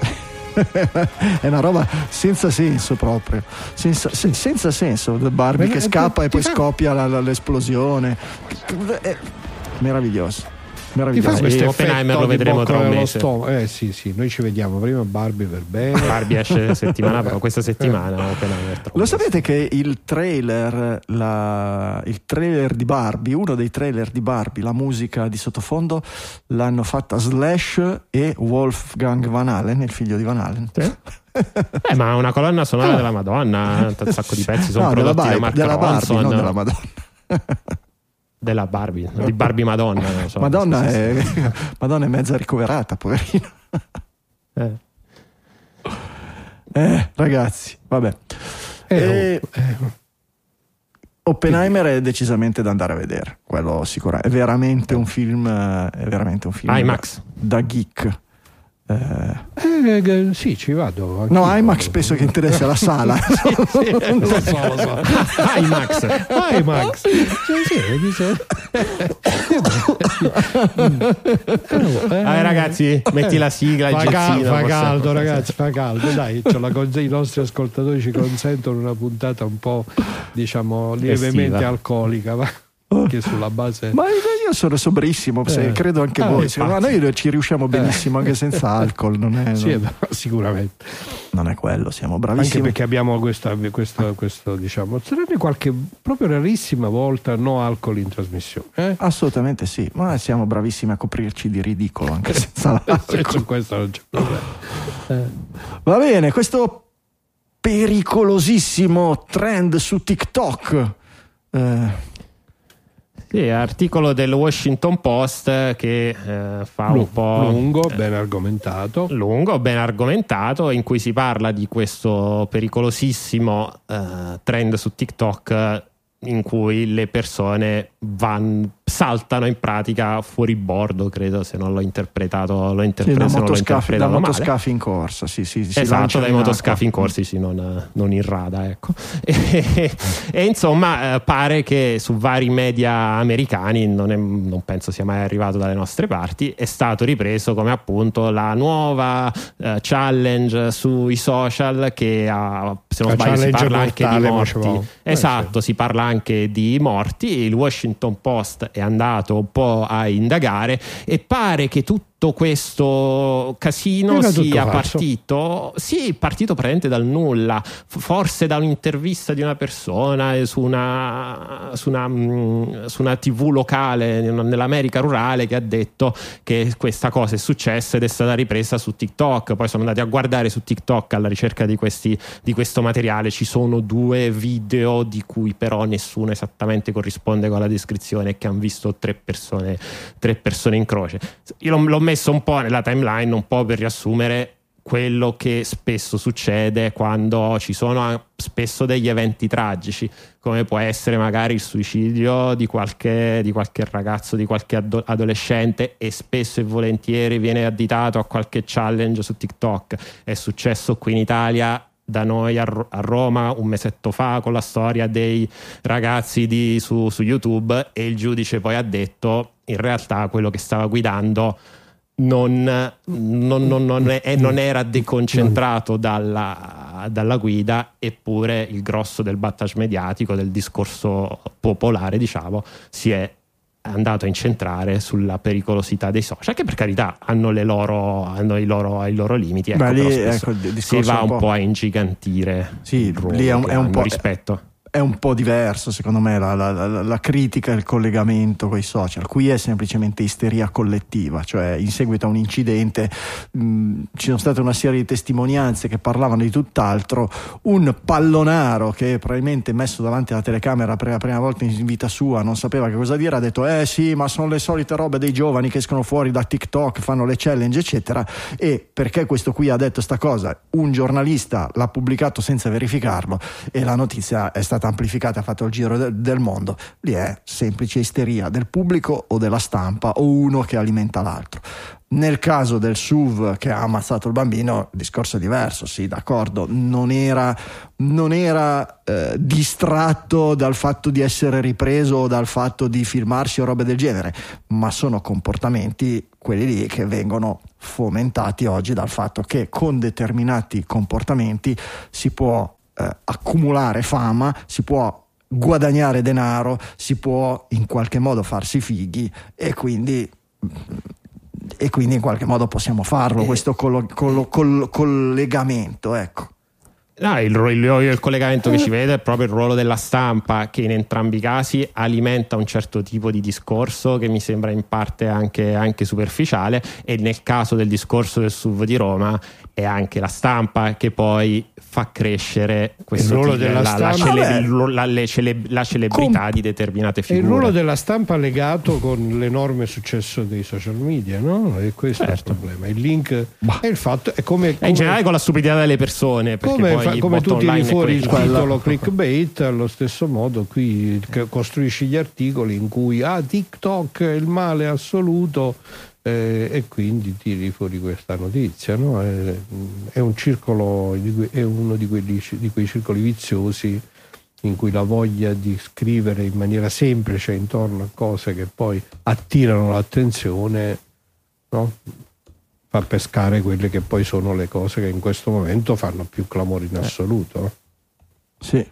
Speaker 1: è una roba senza senso, proprio senza, se, senza senso. Barbie
Speaker 3: Ma-
Speaker 1: che scappa
Speaker 3: ti
Speaker 1: e poi
Speaker 3: fa-
Speaker 1: scoppia la, la, l'esplosione, è meraviglioso,
Speaker 3: Ti fa
Speaker 1: meraviglioso.
Speaker 4: Sì,
Speaker 3: questo
Speaker 4: Oppenheimer
Speaker 3: effetto
Speaker 4: lo
Speaker 3: di
Speaker 4: vedremo
Speaker 3: bocca
Speaker 4: tra un
Speaker 3: nello
Speaker 4: mese.
Speaker 3: stomaco. Eh sì, sì, noi ci vediamo prima Barbie per bene.
Speaker 4: Barbie esce settimana, però questa settimana Oppenheimer tra un
Speaker 1: Lo
Speaker 4: mese.
Speaker 1: sapete che il trailer la, il trailer di Barbie, uno dei trailer di Barbie, la musica di sottofondo l'hanno fatta Slash e Wolfgang Van Halen, il figlio di Van Halen.
Speaker 4: Sì. Eh, ma una colonna sonora della Madonna, un sacco di pezzi sono
Speaker 1: No, della,
Speaker 4: prodotti da
Speaker 1: Barbie,
Speaker 4: Mark
Speaker 1: della Barbie,
Speaker 4: Ronson,
Speaker 1: non della Madonna.
Speaker 4: della Barbie, di Barbie Madonna, non so.
Speaker 1: Madonna è, Madonna è mezza ricoverata, poverina.
Speaker 4: Eh.
Speaker 1: Eh, ragazzi, vabbè.
Speaker 3: Eh,
Speaker 1: Eh,
Speaker 3: oh, eh.
Speaker 1: Oppenheimer è decisamente da andare a vedere, quello sicuramente. È veramente un film, eh, è veramente un film
Speaker 4: IMAX.
Speaker 1: da, da geek. Eh,
Speaker 3: Eh, eh, sì, ci vado.
Speaker 1: no,
Speaker 3: anch'io.
Speaker 1: IMAX penso che interessa la sala.
Speaker 3: Lo so, lo so.
Speaker 4: IMAX.
Speaker 3: IMAX. Sì, sì, dice- Eh,
Speaker 4: Dai ragazzi, metti la sigla, il
Speaker 3: Fa, cal-
Speaker 4: jazzino,
Speaker 3: fa
Speaker 4: forse.
Speaker 3: caldo, ragazzi, fa caldo. Dai, ce la con- i nostri ascoltatori ci consentono una puntata un po', diciamo, lievemente
Speaker 4: Estiva.
Speaker 3: alcolica, ma che sulla base.
Speaker 1: Ma io sono sobrissimo, se-
Speaker 3: Eh.
Speaker 1: credo anche
Speaker 3: Ah,
Speaker 1: voi.
Speaker 3: infatti.
Speaker 1: Secondo me noi ci riusciamo benissimo anche senza alcol, non è,
Speaker 3: Sì,
Speaker 1: non,
Speaker 3: no, sicuramente.
Speaker 1: non è quello, siamo
Speaker 3: Anche
Speaker 1: bravissimi.
Speaker 3: perché abbiamo questa, questo, questo, diciamo, tranne qualche proprio rarissima volta no alcol in trasmissione. Eh?
Speaker 1: Assolutamente sì, ma siamo bravissimi a coprirci di ridicolo anche senza l'alcol.
Speaker 3: Su questo non c'è problema. Eh.
Speaker 1: Va bene, questo pericolosissimo trend su TikTok. Eh,
Speaker 4: Sì, articolo del Washington Post che eh, fa un po'
Speaker 3: lungo, ben argomentato.
Speaker 4: lungo, ben argomentato, in cui si parla di questo pericolosissimo eh, trend su TikTok in cui le persone van, saltano in pratica fuori bordo, credo, se non l'ho interpretato, l'ho
Speaker 1: sì,
Speaker 4: interpretato,
Speaker 1: da
Speaker 4: se non l'ho
Speaker 1: motoscafi, da
Speaker 4: interpretato male.
Speaker 1: motoscafi in corsa, sì, sì, si
Speaker 4: Esatto,
Speaker 1: lanciano
Speaker 4: dai
Speaker 1: in
Speaker 4: motoscafi
Speaker 1: acqua.
Speaker 4: in corsi, sì, non, non in rada, ecco. E, e insomma, eh, pare che su vari media americani, non, è, non penso sia mai arrivato dalle nostre parti, è stato ripreso come appunto la nuova eh, challenge sui social, che ha, se non
Speaker 3: La
Speaker 4: sbaglio, si
Speaker 3: challenge
Speaker 4: parla anche di
Speaker 3: mortale,
Speaker 4: morti.
Speaker 3: facevamo. Eh,
Speaker 4: Esatto, si parla anche di morti. Il Washington Post è andato un po' a indagare e pare che tutto questo casino
Speaker 3: Era tutto
Speaker 4: sia
Speaker 3: falso.
Speaker 4: partito sì, partito praticamente dal nulla, F- forse da un'intervista di una persona eh, su una, su una, mh, su una tivù locale nell'America rurale, che ha detto che questa cosa è successa ed è stata ripresa su TikTok. Poi sono andati a guardare su TikTok alla ricerca di, questi, di questo materiale, ci sono due video di cui però nessuno esattamente corrisponde con la descrizione, che hanno visto tre persone, tre persone in croce. Io l'ho, l'ho messo un po' nella timeline, un po' per riassumere quello che spesso succede quando ci sono spesso degli eventi tragici, come può essere magari il suicidio di qualche, di qualche ragazzo, di qualche ado- adolescente, e spesso e volentieri viene additato a qualche challenge su TikTok. È successo qui in Italia, da noi a, Ro- a Roma un mesetto fa, con la storia dei ragazzi di, su, su YouTube, e il giudice poi ha detto in realtà quello che stava guidando non, non, non, non, è, non era deconcentrato dalla, dalla guida, eppure il grosso del battage mediatico, del discorso popolare, diciamo, si è andato a incentrare sulla pericolosità dei social, che per carità hanno, le loro, hanno i, loro, i loro limiti, ecco.
Speaker 1: Beh, lì,
Speaker 4: però spesso
Speaker 1: ecco, il
Speaker 4: si
Speaker 1: discorso
Speaker 4: va
Speaker 1: è
Speaker 4: un
Speaker 1: un
Speaker 4: po'
Speaker 1: po'
Speaker 4: a ingigantire
Speaker 1: Sì,
Speaker 4: il ruolo
Speaker 1: lì è un-
Speaker 4: che
Speaker 1: è un
Speaker 4: hanno
Speaker 1: po'-
Speaker 4: rispetto.
Speaker 1: è un po' diverso secondo me la, la, la, la critica e il collegamento con i social. Qui è semplicemente isteria collettiva, cioè in seguito a un incidente mh, ci sono state una serie di testimonianze che parlavano di tutt'altro. Un pallonaro che probabilmente messo davanti alla telecamera per la prima volta in vita sua non sapeva che cosa dire, ha detto eh sì ma sono le solite robe dei giovani che escono fuori da TikTok, fanno le challenge eccetera. E perché questo qui ha detto sta cosa, un giornalista l'ha pubblicato senza verificarlo e la notizia è stata amplificata, ha fatto il giro de- del mondo. Lì è semplice isteria del pubblico o della stampa o uno che alimenta l'altro. Nel caso del S U V che ha ammazzato il bambino il discorso è diverso, sì d'accordo, non era, non era eh, distratto dal fatto di essere ripreso o dal fatto di filmarsi o robe del genere, ma sono comportamenti quelli lì che vengono fomentati oggi dal fatto che con determinati comportamenti si può Eh, accumulare fama, si può guadagnare denaro, si può in qualche modo farsi fighi e quindi e quindi in qualche modo possiamo farlo, eh, questo collo, collo, collo, collegamento, ecco.
Speaker 4: No, il, il, il collegamento che ci vede è proprio il ruolo della stampa, che in entrambi i casi alimenta un certo tipo di discorso che mi sembra in parte anche, anche superficiale, e nel caso del discorso del S U V di Roma è anche la stampa che poi fa crescere questo
Speaker 3: il ruolo
Speaker 4: tipo,
Speaker 3: della
Speaker 4: la,
Speaker 3: stampa,
Speaker 4: la, cele, la, le cele, la celebrità Com- di determinate figure.
Speaker 3: E il ruolo della stampa legato con l'enorme successo dei social media, no? E questo certo. È il problema. Il link bah. È il fatto è come, come
Speaker 4: in generale con la stupidità delle persone, perché
Speaker 3: come,
Speaker 4: poi
Speaker 3: fa, come tu tiri fuori il
Speaker 1: quella.
Speaker 3: titolo clickbait, allo stesso modo qui costruisci gli articoli in cui ah TikTok è il male assoluto. Eh, e quindi tiri fuori questa notizia, no? È, è un circolo, è uno di, quelli, di quei circoli viziosi in cui la voglia di scrivere in maniera semplice intorno a cose che poi attirano l'attenzione, no? Fa pescare quelle che poi sono le cose che in questo momento fanno più clamore in assoluto.
Speaker 1: Eh. Sì.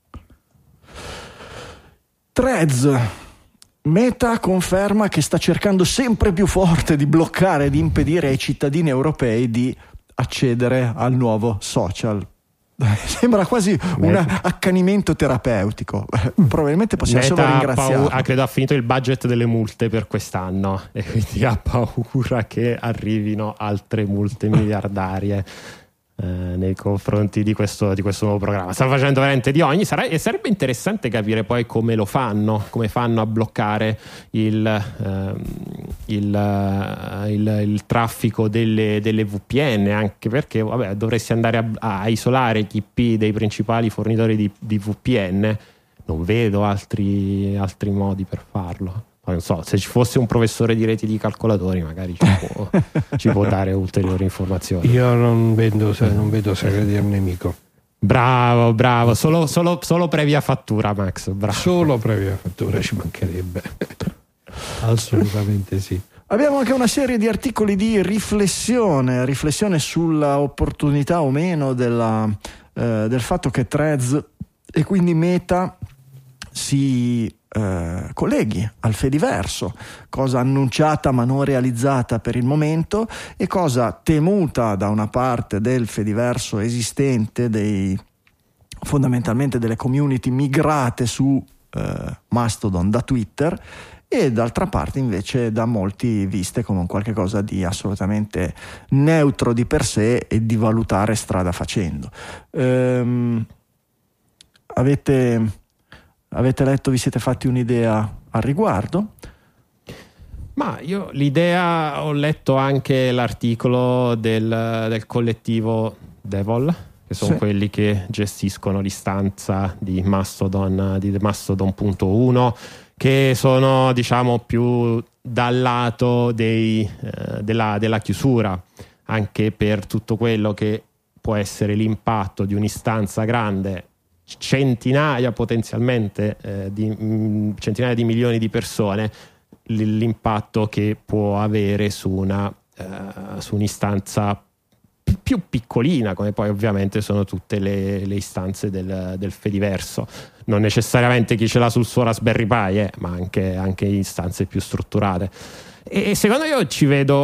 Speaker 1: Threads. Meta conferma che sta cercando sempre più forte di bloccare e di impedire ai cittadini europei di accedere al nuovo social. Sembra quasi Meta. Un accanimento terapeutico. Probabilmente possiamo
Speaker 4: Meta
Speaker 1: solo ringraziarlo.
Speaker 4: Ha, credo ha finito il budget delle multe per quest'anno e quindi ha paura che arrivino altre multe miliardarie Eh, nei confronti di questo, di questo nuovo programma. Stanno facendo veramente di ogni, sarà, e sarebbe interessante capire poi come lo fanno, come fanno a bloccare il, ehm, il, il, il traffico delle, delle V P N, anche perché vabbè, dovresti andare a, a isolare chi pi dei principali fornitori di, di V P N. Non vedo altri, altri modi per farlo. Non so, se ci fosse un professore di reti di calcolatori magari ci può, ci può dare ulteriori informazioni.
Speaker 3: Io non vedo, non vedo segreti al nemico.
Speaker 4: Bravo, bravo, solo, solo, solo previa fattura, Max. Bravo.
Speaker 3: Solo previa fattura, ci mancherebbe. Assolutamente sì.
Speaker 1: Abbiamo anche una serie di articoli di riflessione, riflessione sulla opportunità o meno della, eh, del fatto che Threads e quindi Meta si eh, colleghi al Fediverso, cosa annunciata ma non realizzata per il momento e cosa temuta da una parte del Fediverso esistente, dei, fondamentalmente delle community migrate su eh, Mastodon da Twitter, e d'altra parte invece da molti viste come un qualche cosa di assolutamente neutro di per sé e di valutare strada facendo. Ehm, avete Avete letto, vi siete fatti un'idea al riguardo?
Speaker 4: Ma io l'idea, ho letto anche l'articolo del, del collettivo Devol, che sono sì. quelli che gestiscono l'istanza di Mastodon, di Mastodon punto uno, che sono diciamo più dal lato dei, eh, della, della chiusura, anche per tutto quello che può essere l'impatto di un'istanza grande, centinaia potenzialmente eh, di mh, centinaia di milioni di persone, l'impatto che può avere su una uh, su un'istanza p- più piccolina, come poi ovviamente sono tutte le, le istanze del, del Fediverso, non necessariamente chi ce l'ha sul suo Raspberry Pi, eh, ma anche, anche istanze più strutturate. E secondo io ci vedo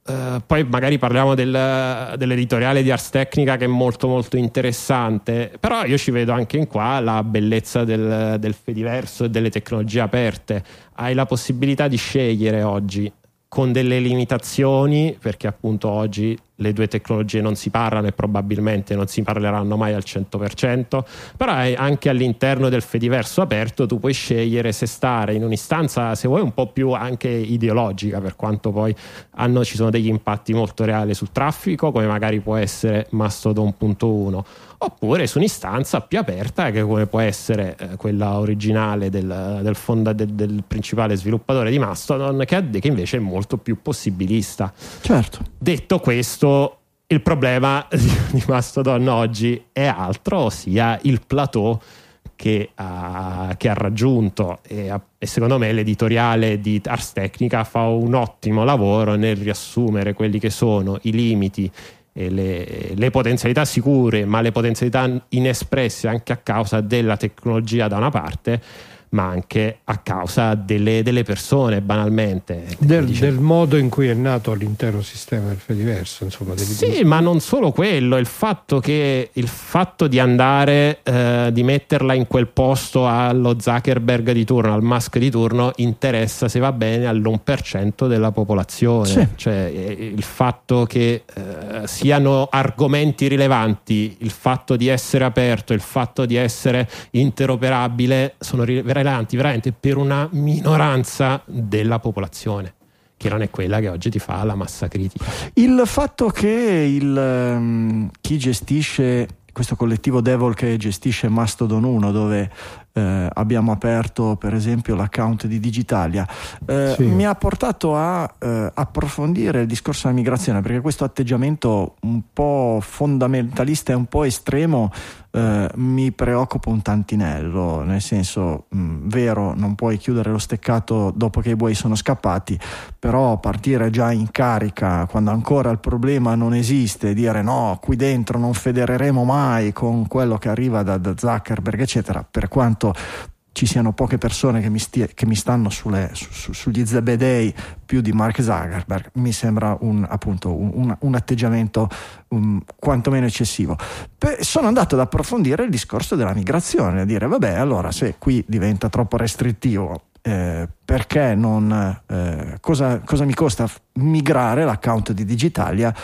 Speaker 4: Uh, poi magari parliamo del, dell'editoriale di Ars Technica, che è molto molto interessante, però io ci vedo anche in qua la bellezza del, del Fediverso e delle tecnologie aperte. Hai la possibilità di scegliere oggi, con delle limitazioni, perché appunto oggi le due tecnologie non si parlano e probabilmente non si parleranno mai al cento per cento, però anche all'interno del Fediverso aperto tu puoi scegliere se stare in un'istanza, se vuoi, un po' più anche ideologica, per quanto poi hanno, ci sono degli impatti molto reali sul traffico, come magari può essere Mastodon punto uno, oppure su un'istanza più aperta, che come può essere eh, quella originale del, del, fonda, del, del principale sviluppatore di Mastodon, che, che invece è molto più possibilista.
Speaker 1: Certo.
Speaker 4: Detto questo, il problema di Mastodon oggi è altro, ossia il plateau che ha, che ha raggiunto, e, e secondo me l'editoriale di Ars Technica fa un ottimo lavoro nel riassumere quelli che sono i limiti e le, le potenzialità sicure, ma le potenzialità inespresse anche a causa della tecnologia da una parte, ma anche a causa delle, delle persone, banalmente.
Speaker 3: Del, del modo in cui è nato l'intero sistema del Fediverso, insomma.
Speaker 4: Sì, ma non solo quello, il fatto che il fatto di andare, eh, di metterla in quel posto allo Zuckerberg di turno, al Musk di turno, interessa, se va bene, all'uno per cento della popolazione.
Speaker 1: Sì.
Speaker 4: Cioè, il fatto che eh, siano argomenti rilevanti, il fatto di essere aperto, il fatto di essere interoperabile, sono rilevanti veramente per una minoranza della popolazione, che non è quella che oggi ti fa la massa critica.
Speaker 1: Il fatto che il, um, chi gestisce questo collettivo Devil, che gestisce Mastodon uno, dove eh, abbiamo aperto per esempio l'account di Digitalia, eh, sì. mi ha portato a eh, approfondire il discorso della migrazione, perché questo atteggiamento un po' fondamentalista e un po' estremo eh, mi preoccupa un tantinello, nel senso, mh, vero, non puoi chiudere lo steccato dopo che i buoi sono scappati, però partire già in carica quando ancora il problema non esiste, dire no, qui dentro non federeremo mai con quello che arriva da, da Zuckerberg eccetera, per quanto ci siano poche persone che mi, stia, che mi stanno sulle, su, su, sugli zebedei più di Mark Zuckerberg, mi sembra un, appunto, un, un atteggiamento um, quantomeno eccessivo. Beh, sono andato ad approfondire il discorso della migrazione, a dire vabbè, allora se qui diventa troppo restrittivo, eh, perché non eh, cosa, cosa mi costa migrare l'account di Digitalia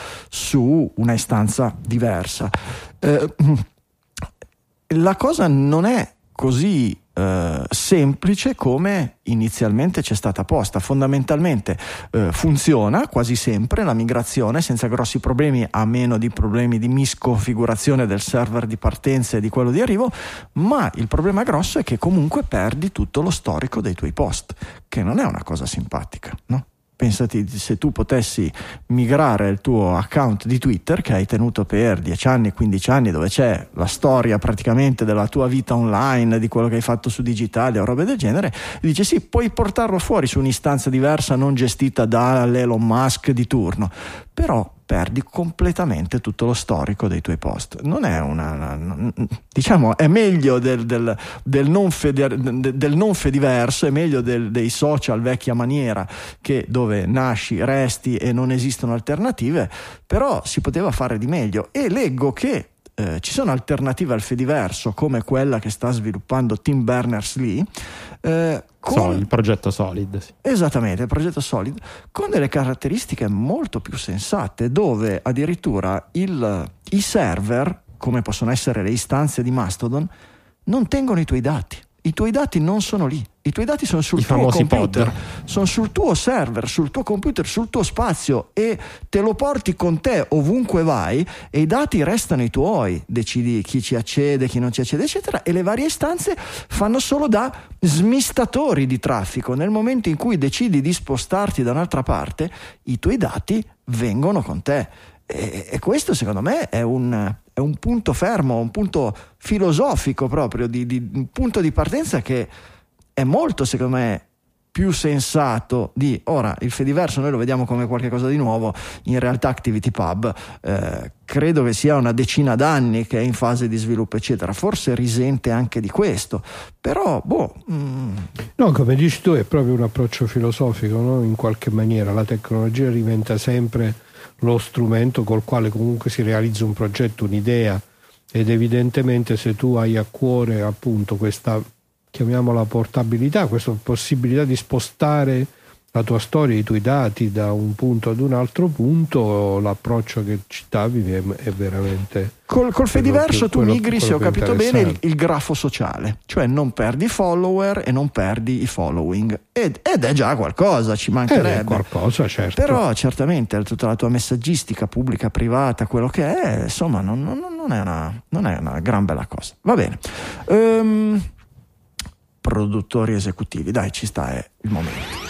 Speaker 1: su una istanza diversa? Eh, la cosa non è così eh, semplice come inizialmente c'è stata posta. Fondamentalmente eh, funziona quasi sempre la migrazione senza grossi problemi, a meno di problemi di misconfigurazione del server di partenza e di quello di arrivo, ma il problema grosso è che comunque perdi tutto lo storico dei tuoi post, che non è una cosa simpatica, no? Pensati se tu potessi migrare il tuo account di Twitter che hai tenuto per dieci anni, quindici anni, dove c'è la storia praticamente della tua vita online, di quello che hai fatto su Digitalia o robe del genere, e dici sì, puoi portarlo fuori su un'istanza diversa non gestita dall'Elon Musk di turno, però perdi completamente tutto lo storico dei tuoi post. Non è una, una diciamo, è meglio del, del, del, non feder, del non fediverso, è meglio del, dei social vecchia maniera, che dove nasci, resti e non esistono alternative, però si poteva fare di meglio. E leggo che Eh, ci sono alternative al Fediverso, come quella che sta sviluppando Tim Berners-Lee, eh, con...
Speaker 4: so, il progetto Solid, sì.
Speaker 1: Esattamente, il progetto Solid, con delle caratteristiche molto più sensate, dove addirittura il, i server, come possono essere le istanze di Mastodon, non tengono i tuoi dati. I tuoi dati non sono lì, i tuoi dati sono sul
Speaker 4: I
Speaker 1: tuo computer,
Speaker 4: pod.
Speaker 1: sono sul tuo server, sul tuo computer, sul tuo spazio, e te lo porti con te ovunque vai, e i dati restano i tuoi, decidi chi ci accede, chi non ci accede eccetera, e le varie istanze fanno solo da smistatori di traffico. Nel momento in cui decidi di spostarti da un'altra parte, i tuoi dati vengono con te. E, e questo secondo me è un, è un punto fermo, un punto filosofico proprio, di, di, un punto di partenza che è molto, secondo me, più sensato di ora il Fediverso noi lo vediamo come qualcosa di nuovo, in realtà Activity Pub eh, credo che sia una decina d'anni che è in fase di sviluppo eccetera, forse risente anche di questo, però boh mm.
Speaker 3: no, come dici tu è proprio un approccio filosofico, no? In qualche maniera la tecnologia diventa sempre lo strumento col quale comunque si realizza un progetto, un'idea, ed evidentemente se tu hai a cuore appunto questa, chiamiamola portabilità, questa possibilità di spostare la tua storia, i tuoi dati da un punto ad un altro punto, l'approccio che citavi è, è veramente
Speaker 1: col, col Fediverso tu
Speaker 3: quello,
Speaker 1: migri,
Speaker 3: quello
Speaker 1: se ho capito bene, il, il grafo sociale, cioè non perdi follower e non perdi i following, ed, ed è già qualcosa, ci mancherebbe,
Speaker 3: è qualcosa, certo.
Speaker 1: Però certamente tutta la tua messaggistica pubblica, privata, quello che è, insomma non, non, non, è, una, non è una gran bella cosa. Va bene. Um, produttori esecutivi, dai, ci sta, è il momento.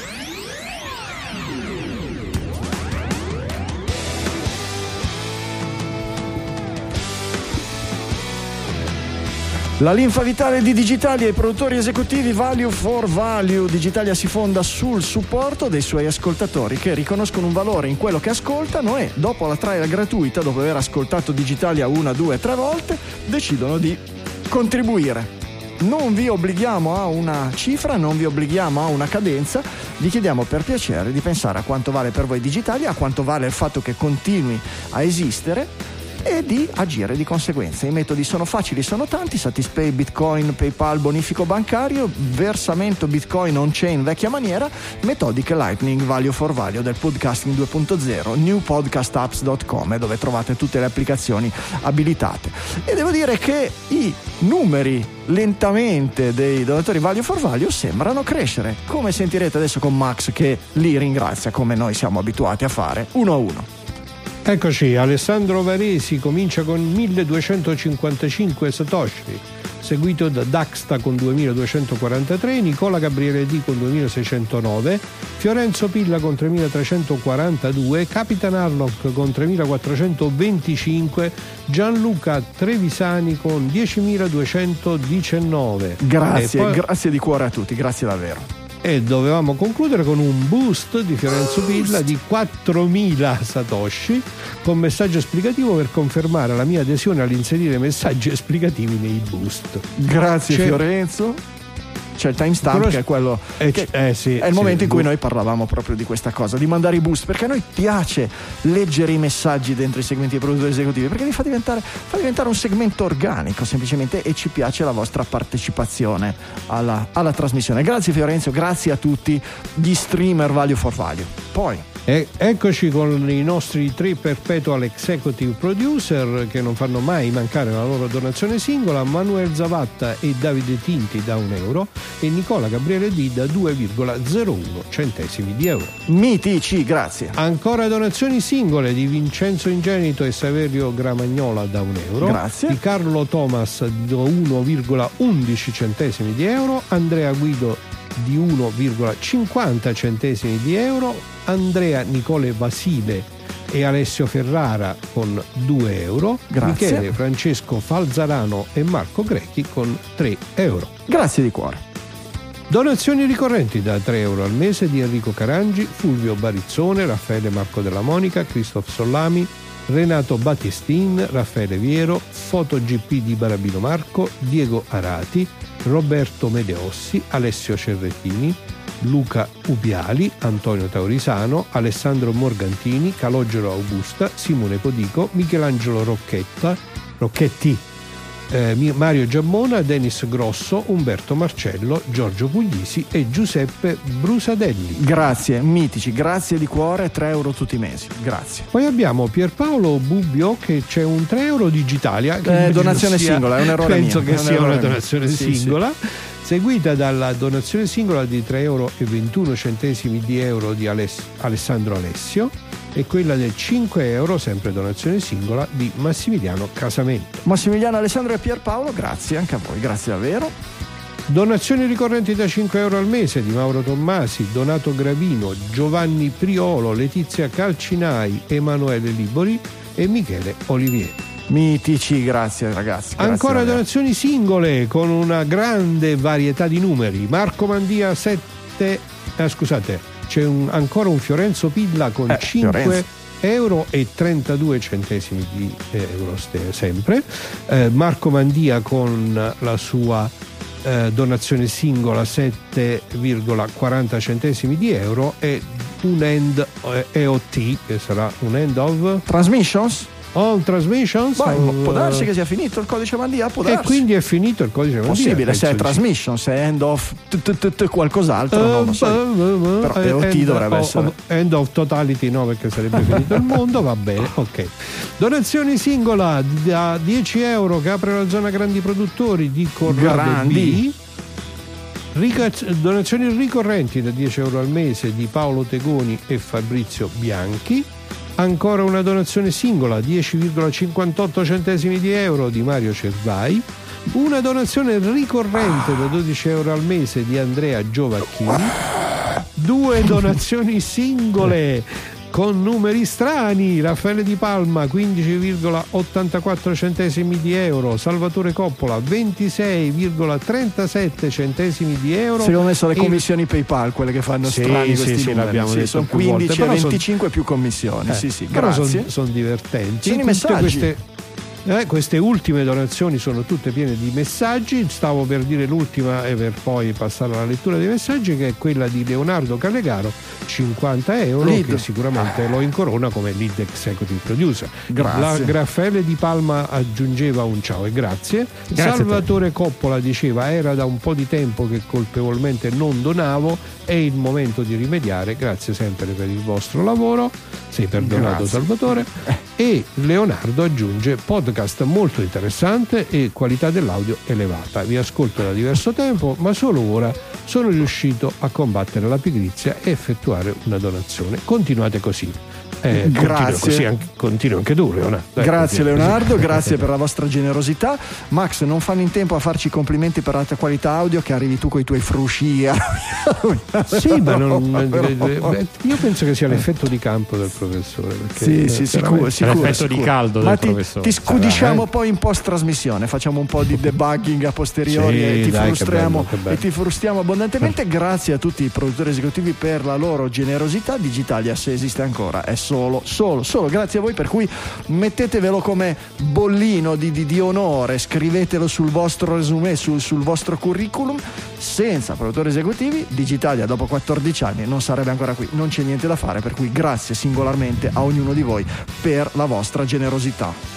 Speaker 1: La linfa vitale di Digitalia e i produttori esecutivi Value for Value. Digitalia si fonda sul supporto dei suoi ascoltatori che riconoscono un valore in quello che ascoltano e dopo la trial gratuita, dopo aver ascoltato Digitalia una, due, tre volte, decidono di contribuire. Non vi obblighiamo a una cifra, non vi obblighiamo a una cadenza, vi chiediamo per piacere di pensare a quanto vale per voi Digitalia, a quanto vale il fatto che continui a esistere e di agire di conseguenza. I metodi sono facili, sono tanti: Satispay, Bitcoin, PayPal, bonifico bancario, versamento Bitcoin on-chain vecchia maniera, metodiche Lightning, Value for Value del podcasting due punto zero, new podcast apps dot com, dove trovate tutte le applicazioni abilitate. E devo dire che i numeri lentamente dei donatori Value for Value sembrano crescere, come sentirete adesso con Max che li ringrazia come noi siamo abituati a fare, uno a uno.
Speaker 3: Eccoci, Alessandro Varesi comincia con milleduecentocinquantacinque satoshi, seguito da Daxta con duemiladuecentoquarantatré, Nicola Gabriele D con duemilaseicentonove, Fiorenzo Pilla con tremilatrecentoquarantadue, Capitan Harlock con tremilaquattrocentoventicinque, Gianluca Trevisani con diecimiladuecentodiciannove.
Speaker 1: Grazie,
Speaker 3: poi...
Speaker 1: grazie di cuore a tutti, grazie davvero.
Speaker 3: E dovevamo concludere con un boost di Fiorenzo Pilla di quattromila satoshi con messaggio esplicativo per confermare la mia adesione all'inserire messaggi esplicativi nei boost.
Speaker 1: Grazie
Speaker 3: C'è...
Speaker 1: Fiorenzo. C'è il timestamp che è quello
Speaker 3: eh,
Speaker 1: che
Speaker 3: eh, sì,
Speaker 1: è il
Speaker 3: sì,
Speaker 1: momento in cui
Speaker 3: bu-
Speaker 1: noi parlavamo proprio di questa cosa, di mandare i boost, perché a noi piace leggere i messaggi dentro i segmenti dei produttori esecutivi, perché li fa diventare, fa diventare un segmento organico semplicemente, e ci piace la vostra partecipazione alla, alla trasmissione. Grazie Fiorenzo, grazie a tutti gli streamer Value for Value. Poi
Speaker 3: E eccoci con i nostri tre perpetual executive producer che non fanno mai mancare la loro donazione singola: Manuel Zavatta e Davide Tinti da un euro e Nicola Gabriele D da due virgola zero uno centesimi di euro.
Speaker 1: Mitici, grazie.
Speaker 3: Ancora donazioni singole di Vincenzo Ingenito e Saverio Gramagnola da un euro.
Speaker 1: Grazie.
Speaker 3: Di Carlo Thomas da uno virgola undici centesimi di euro, Andrea Guido di uno virgola cinquanta centesimi di euro, Andrea Nicole Basile e Alessio Ferrara con due euro,
Speaker 1: Grazie.
Speaker 3: Michele Francesco Falzarano e Marco Grechi con tre euro.
Speaker 1: Grazie di cuore.
Speaker 3: Donazioni ricorrenti da tre euro al mese di Enrico Carangi, Fulvio Barizzone, Raffaele Marco della Monica, Christoph Sollami, Renato Battestin, Raffaele Viero, FotoGP di Barabino Marco, Diego Arati, Roberto Medeossi, Alessio Cerretini, Luca Ubiali, Antonio Taurisano, Alessandro Morgantini, Calogero Augusta, Simone Podico, Michelangelo Rocchetta, Rocchetti, eh, Mario Giammona, Denis Grosso, Umberto Marcello, Giorgio Puglisi e Giuseppe Brusadelli.
Speaker 1: Grazie, mitici, grazie di cuore, tre euro tutti i mesi, grazie.
Speaker 3: Poi abbiamo Pierpaolo Bubbio che c'è un tre euro Digitalia. Che
Speaker 1: eh, donazione sia, singola, è un errore
Speaker 3: penso
Speaker 1: mio.
Speaker 3: che sia una donazione
Speaker 1: sì,
Speaker 3: singola.
Speaker 1: Sì.
Speaker 3: Seguita dalla donazione singola di tre euro e ventuno centesimi di euro di Aless- Alessandro Alessio e quella del cinque euro, sempre donazione singola, di Massimiliano Casamento.
Speaker 1: Massimiliano, Alessandro e Pierpaolo, grazie anche a voi, grazie davvero.
Speaker 3: Donazioni ricorrenti da cinque euro al mese di Mauro Tommasi, Donato Gravino, Giovanni Priolo, Letizia Calcinai, Emanuele Libori e Michele Olivieri.
Speaker 1: Mitici, grazie ragazzi. Grazie
Speaker 3: Ancora
Speaker 1: ragazzi.
Speaker 3: Donazioni singole con una grande varietà di numeri: Marco Mandia sette eh, scusate, c'è un, ancora un Fiorenzo Pilla con
Speaker 1: eh,
Speaker 3: cinque
Speaker 1: Fiorenzo.
Speaker 3: euro e trentadue centesimi di euro ste, sempre. eh, Marco Mandia con la sua eh, donazione singola sette virgola quaranta centesimi di euro e un end eh, E O T, che sarà un end of
Speaker 1: Transmissions?
Speaker 3: all transmissions.
Speaker 1: Beh,
Speaker 3: of,
Speaker 1: può darsi che sia finito il codice Mandia, può
Speaker 3: e
Speaker 1: darsi.
Speaker 3: quindi è finito il codice Mandia.
Speaker 1: Possibile, se è
Speaker 3: penso di sì.
Speaker 1: transmission, se è end of t- t- t- t- qualcos'altro, non lo so. Però E O T
Speaker 3: End
Speaker 1: dovrebbe
Speaker 3: of-
Speaker 1: essere.
Speaker 3: End of totality no, perché sarebbe finito il mondo, va bene, ok. Donazioni singola da dieci euro che apre la zona grandi produttori di Corrado
Speaker 1: Grandi.
Speaker 3: B. Rica- donazioni ricorrenti da dieci euro al mese di Paolo Tegoni e Fabrizio Bianchi. Ancora una donazione singola, dieci virgola cinquantotto centesimi di euro di Mario Cervai. Una donazione ricorrente da dodici euro al mese di Andrea Giovacchini. Due donazioni singole con numeri strani: Raffaele Di Palma quindici virgola ottantaquattro centesimi di euro, Salvatore Coppola ventisei virgola trentasette centesimi di euro.
Speaker 1: Secondo me sono le
Speaker 3: E-
Speaker 1: commissioni PayPal quelle che fanno
Speaker 3: Sì,
Speaker 1: strani
Speaker 3: sì,
Speaker 1: questi
Speaker 3: sì,
Speaker 1: numeri.
Speaker 3: l'abbiamo
Speaker 1: Sì,
Speaker 3: detto
Speaker 1: sono
Speaker 3: più
Speaker 1: quindici
Speaker 3: volte,
Speaker 1: e
Speaker 3: però son-
Speaker 1: venticinque più commissioni.
Speaker 3: Eh,
Speaker 1: sì, sì,
Speaker 3: però
Speaker 1: grazie.
Speaker 3: Sono son divertenti.
Speaker 1: Sono i
Speaker 3: Tutte
Speaker 1: messaggi.
Speaker 3: Queste, eh, queste ultime donazioni sono tutte piene di messaggi. Stavo per dire l'ultima e per poi passare alla lettura dei messaggi, che è quella di Leonardo Callegaro, cinquanta euro,
Speaker 1: Lead.
Speaker 3: che sicuramente lo incorona come lead executive producer.
Speaker 1: Grazie.
Speaker 3: La Raffaele Di Palma aggiungeva un ciao e grazie.
Speaker 4: Grazie a te.
Speaker 3: Salvatore Coppola diceva: era da un po' di tempo che colpevolmente non donavo, è il momento di rimediare, grazie sempre per il vostro lavoro. Sei perdonato,
Speaker 1: Grazie.
Speaker 3: Salvatore. E Leonardo aggiunge: podcast molto interessante e qualità dell'audio elevata, vi ascolto da diverso tempo, ma solo ora sono riuscito a combattere la pigrizia e effettuare una donazione. Continuate così. Eh, continua
Speaker 1: Grazie.
Speaker 3: così anche, continua anche tu, Leonardo. Dai,
Speaker 1: Grazie
Speaker 3: continua
Speaker 1: Leonardo,
Speaker 3: così.
Speaker 1: grazie per la vostra generosità. Max, non fanno in tempo a farci i complimenti per l'alta qualità audio, che arrivi tu con i tuoi frusci.
Speaker 3: Sì, ma non,
Speaker 1: Però-
Speaker 3: io penso che sia l'effetto di campo del professore. Perché
Speaker 1: Sì, sì, sicuro,
Speaker 3: veramente-
Speaker 1: sicuro,
Speaker 4: l'effetto di
Speaker 1: sicuro.
Speaker 4: caldo
Speaker 1: Ma
Speaker 4: del
Speaker 1: ti,
Speaker 4: professore.
Speaker 1: ti scudisciamo
Speaker 3: Sarà, eh?
Speaker 1: poi in post trasmissione, facciamo un po' di debugging a posteriori
Speaker 3: Sì,
Speaker 1: e ti
Speaker 3: dai, che
Speaker 1: frustriamo
Speaker 3: bello, che bello.
Speaker 1: e ti frustiamo abbondantemente. Grazie a tutti i produttori esecutivi per la loro generosità. Digitalia, se esiste ancora, è solo, solo, solo grazie a voi, per cui mettetevelo come bollino di, di, di onore, scrivetelo sul vostro resume, sul, sul vostro curriculum. Senza produttori esecutivi, Digitalia dopo quattordici anni non sarebbe ancora qui, non c'è niente da fare, per cui grazie singolarmente a ognuno di voi per la vostra generosità.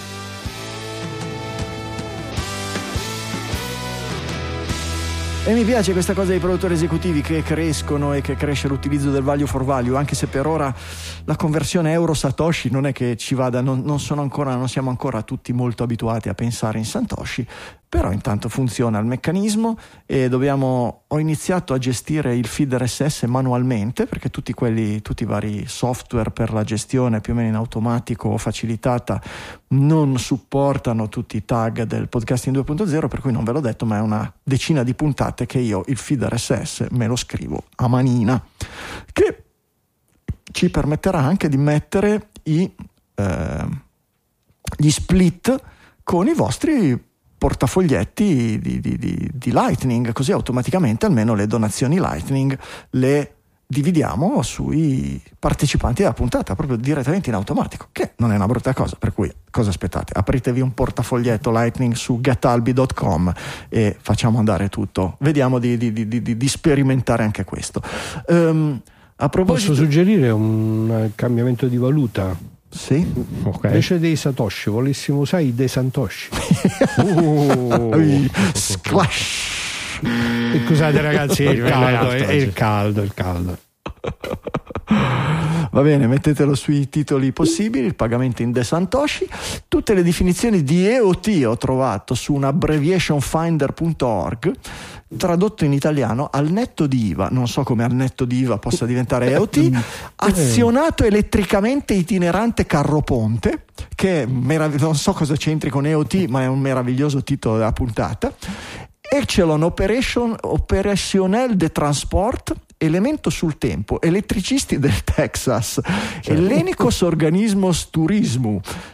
Speaker 1: E mi piace questa cosa dei produttori esecutivi che crescono e che cresce l'utilizzo del value for value, anche se per ora la conversione euro-satoshi non è che ci vada, non, non sono ancora, non siamo ancora tutti molto abituati a pensare in satoshi, però intanto funziona il meccanismo e dobbiamo, ho iniziato a gestire il feed R S S manualmente, perché tutti quelli, tutti i vari software per la gestione più o meno in automatico o facilitata non supportano tutti i tag del podcasting due punto zero, per cui non ve l'ho detto, ma è una decina di puntate che io il feed R S S me lo scrivo a manina, che ci permetterà anche di mettere i, eh, gli split con i vostri portafoglietti di, di, di, di Lightning, così automaticamente almeno le donazioni Lightning le dividiamo sui partecipanti della puntata, proprio direttamente in automatico, che non è una brutta cosa, per cui cosa aspettate? Apritevi un portafoglietto Lightning su getalbi punto com e facciamo andare tutto, vediamo di, di, di, di, di sperimentare anche questo. Um, a proposito...
Speaker 3: Posso suggerire un cambiamento di valuta?
Speaker 1: Sì?
Speaker 4: Ok.
Speaker 3: Invece dei Satoshi volessimo usare i dei Santoshi.
Speaker 1: uh. Squash!
Speaker 3: E scusate ragazzi, è il caldo, è, è il caldo, il caldo.
Speaker 1: Va bene, mettetelo sui titoli possibili, il pagamento in De Santoshi. Tutte le definizioni di E O T ho trovato su un abbreviation finder punto org, tradotto in italiano: al netto di I V A, non so come al netto di I V A possa diventare E O T, azionato electricamente itinerante carro ponte, che merav- non so cosa c'entri con E O T, ma è un meraviglioso titolo della puntata. Echelon Operation Opérationnel de Transport, elemento sul tempo, elettricisti del Texas,
Speaker 3: Certo.
Speaker 1: Hellenicos Organismos Turismo,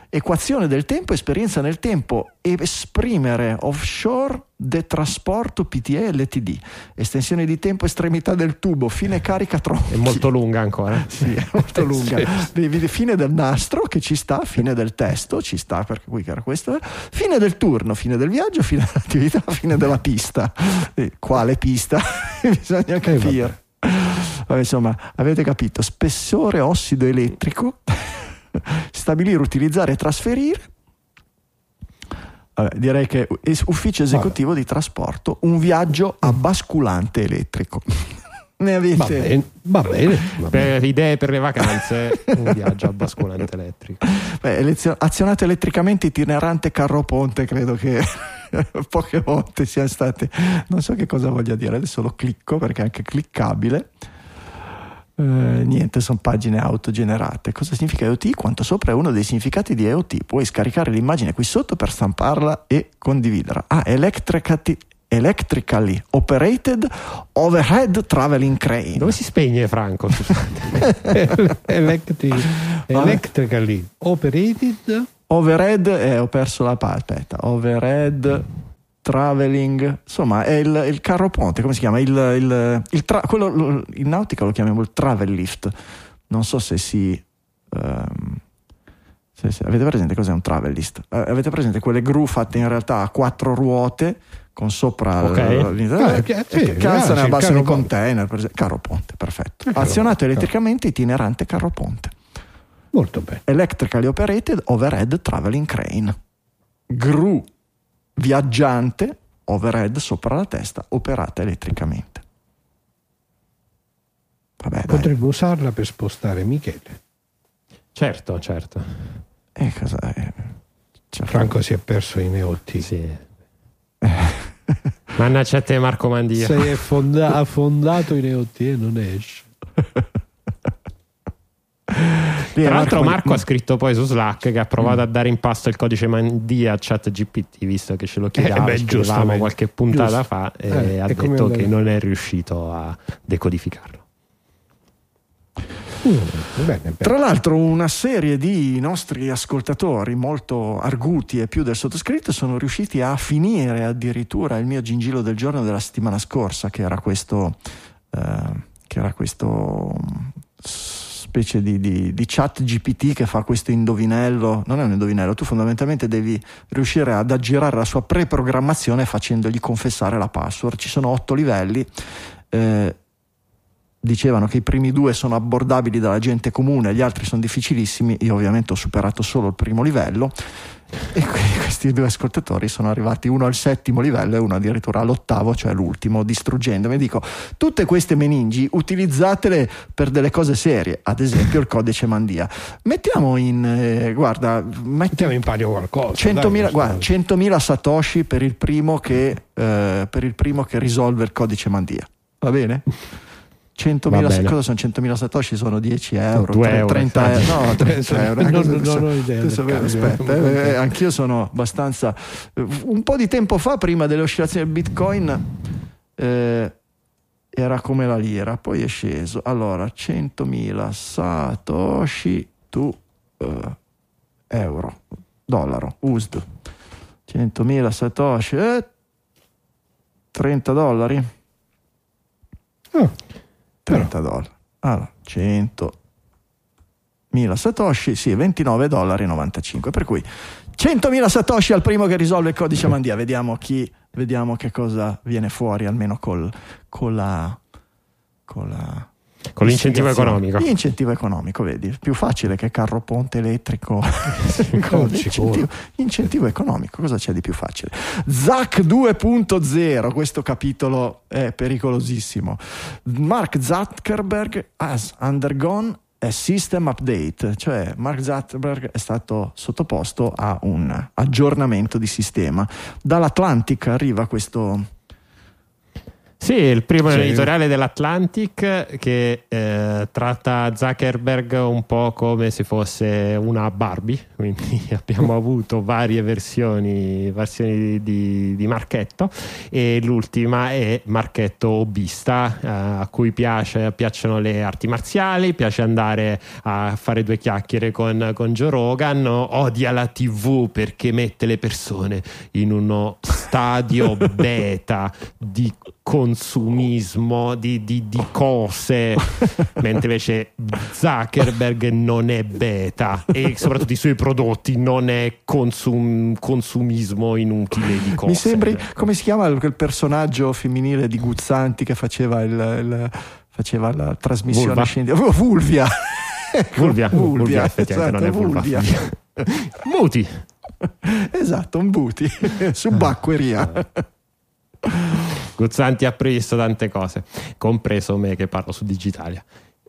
Speaker 1: equazione del tempo, esperienza nel tempo, esprimere offshore de trasporto P T E L T D, estensione di tempo, estremità del tubo, fine carica tronchi.
Speaker 4: È molto lunga ancora.
Speaker 1: Sì, è molto lunga.
Speaker 3: Sì.
Speaker 1: Fine del nastro, che ci sta, fine del testo, ci sta, perché qui era questo, fine del turno, fine del viaggio, fine dell'attività, fine della pista. Eh, quale pista? Bisogna capire. Vabbè, insomma, avete capito, spessore ossido elettrico, stabilire, utilizzare e trasferire. Vabbè, direi che ufficio esecutivo Vabbè. di trasporto, un viaggio a basculante elettrico. Ne avete?
Speaker 3: Va bene, va bene, va bene.
Speaker 4: Per idee per le vacanze, un viaggio a basculante elettrico.
Speaker 1: Beh, elezio- azionato elettricamente itinerante carro ponte, credo che poche volte siano state, non so che cosa voglia dire, adesso lo clicco perché è anche cliccabile. Eh, niente, sono pagine autogenerate. Cosa significa I O T? Quanto sopra è uno dei significati di I O T. Puoi scaricare l'immagine qui sotto per stamparla e condividerla. Ah, electricati Electrically Operated Overhead Traveling Crane.
Speaker 4: Dove si spegne, Franco?
Speaker 3: Electric, electrically Operated
Speaker 1: Overhead, eh, ho perso la parte, aspetta, Overhead Traveling, insomma è il, il carro ponte, come si chiama? Il, il, il tra, quello, in nautica lo chiamiamo il travel lift, non so se si... Um, se, se, avete presente cos'è un travel lift? Uh, avete presente quelle gru fatte in realtà a quattro ruote con sopra
Speaker 4: okay.
Speaker 1: l-
Speaker 3: ah,
Speaker 1: l-
Speaker 3: che,
Speaker 1: che
Speaker 3: sì,
Speaker 1: calzano e abbassano i container,
Speaker 3: ponte.
Speaker 1: per carro ponte, perfetto.
Speaker 3: Carro
Speaker 1: Azionato
Speaker 3: ponte,
Speaker 1: elettricamente itinerante carro ponte.
Speaker 3: Molto bene.
Speaker 1: Electrically Operated Overhead Traveling Crane. Gru viaggiante overhead sopra la testa, operata elettricamente. Vabbè,
Speaker 3: potremmo usarla per spostare Michele.
Speaker 4: Certo, certo.
Speaker 1: E cosa è? Cioè,
Speaker 3: Franco si è perso in E O T.
Speaker 4: Sì. Mannaggia a te, Marco Mandia.
Speaker 3: Sei affonda- affondato in E O T e non esce.
Speaker 4: Tra l'altro Marco ha scritto poi su Slack che ha provato mm. a dare in pasto il codice Mandia a ChatGPT, visto che ce lo chiedeva,
Speaker 3: eh beh,
Speaker 4: qualche puntata
Speaker 3: giusto.
Speaker 4: fa e
Speaker 3: eh,
Speaker 4: ha
Speaker 3: e
Speaker 4: detto che non è riuscito a decodificarlo.
Speaker 1: Mm, bene, bene. Tra l'altro una serie di nostri ascoltatori molto arguti e più del sottoscritto sono riusciti a finire addirittura il mio gingillo del giorno della settimana scorsa, che era questo eh, che era questo specie di, di, di chat G P T che fa questo indovinello. Non è un indovinello, tu fondamentalmente devi riuscire ad aggirare la sua preprogrammazione facendogli confessare la password. Ci sono otto livelli, eh, dicevano che i primi due sono abbordabili dalla gente comune, gli altri sono difficilissimi. Io ovviamente ho superato solo il primo livello e questi due ascoltatori sono arrivati, uno al settimo livello e uno addirittura all'ottavo, cioè l'ultimo, distruggendomi. Dico, tutte queste meningi utilizzatele per delle cose serie, ad esempio il codice Mandia. Mettiamo in eh, guarda,
Speaker 3: mettiamo in palio qualcosa,
Speaker 1: centomila,
Speaker 3: dai,
Speaker 1: guarda, centomila satoshi per il primo che eh, per il primo che risolve il codice Mandia, va bene? centomila, cosa sono centomila satoshi? Sono dieci euro, trenta euro, no, trenta euro.
Speaker 3: Non, non, non ho idea.
Speaker 1: Aspetta, eh, eh, anch'io sono abbastanza. Un po' di tempo fa, prima delle oscillazioni del Bitcoin, eh, era come la lira, poi è sceso. Allora, centomila satoshi to uh, euro, dollaro, U S D. centomila satoshi, eh, trenta dollari.
Speaker 3: Oh.
Speaker 1: trenta dollari. Allora, centomila satoshi, sì, ventinove dollari e novantacinque. Per cui centomila satoshi al primo che risolve il codice Mandia. Vediamo chi, vediamo che cosa viene fuori, almeno col, con la con la
Speaker 4: con l'incentivo economico.
Speaker 1: L'incentivo economico, vedi, più facile che carro ponte elettrico. Con l'incentivo, incentivo economico, cosa c'è di più facile? Z A C due punto zero, questo capitolo è pericolosissimo. Mark Zuckerberg has undergone a system update, cioè Mark Zuckerberg è stato sottoposto a un aggiornamento di sistema. Dall'Atlantic arriva questo
Speaker 4: Sì, il primo
Speaker 3: Sì.
Speaker 4: editoriale dell'Atlantic che eh, tratta Zuckerberg un po' come se fosse una Barbie, quindi abbiamo avuto varie versioni, versioni di, di Marchetto, e l'ultima è Marchetto hobbista, eh, a cui piace, piacciono le arti marziali, piace andare a fare due chiacchiere con, con Joe Rogan, odia la tivù perché mette le persone in uno stadio beta di consumismo di, di, di cose, mentre invece Zuckerberg non è beta, e soprattutto i suoi prodotti non è consum, consumismo inutile di cose.
Speaker 1: Mi sembri, come si chiama quel personaggio femminile di Guzzanti che faceva il, il faceva la trasmissione
Speaker 4: Vulva.
Speaker 1: scientifica? Oh, Vulvia.
Speaker 4: Vulvia,
Speaker 1: Vulvia,
Speaker 4: Vulvia, effettivamente
Speaker 1: esatto,
Speaker 4: non è vulva.
Speaker 1: Vulvia.
Speaker 4: Muti.
Speaker 1: Esatto, un buti subacqueria.
Speaker 4: Guzzanti ha previsto tante cose, compreso me che parlo su Digitalia.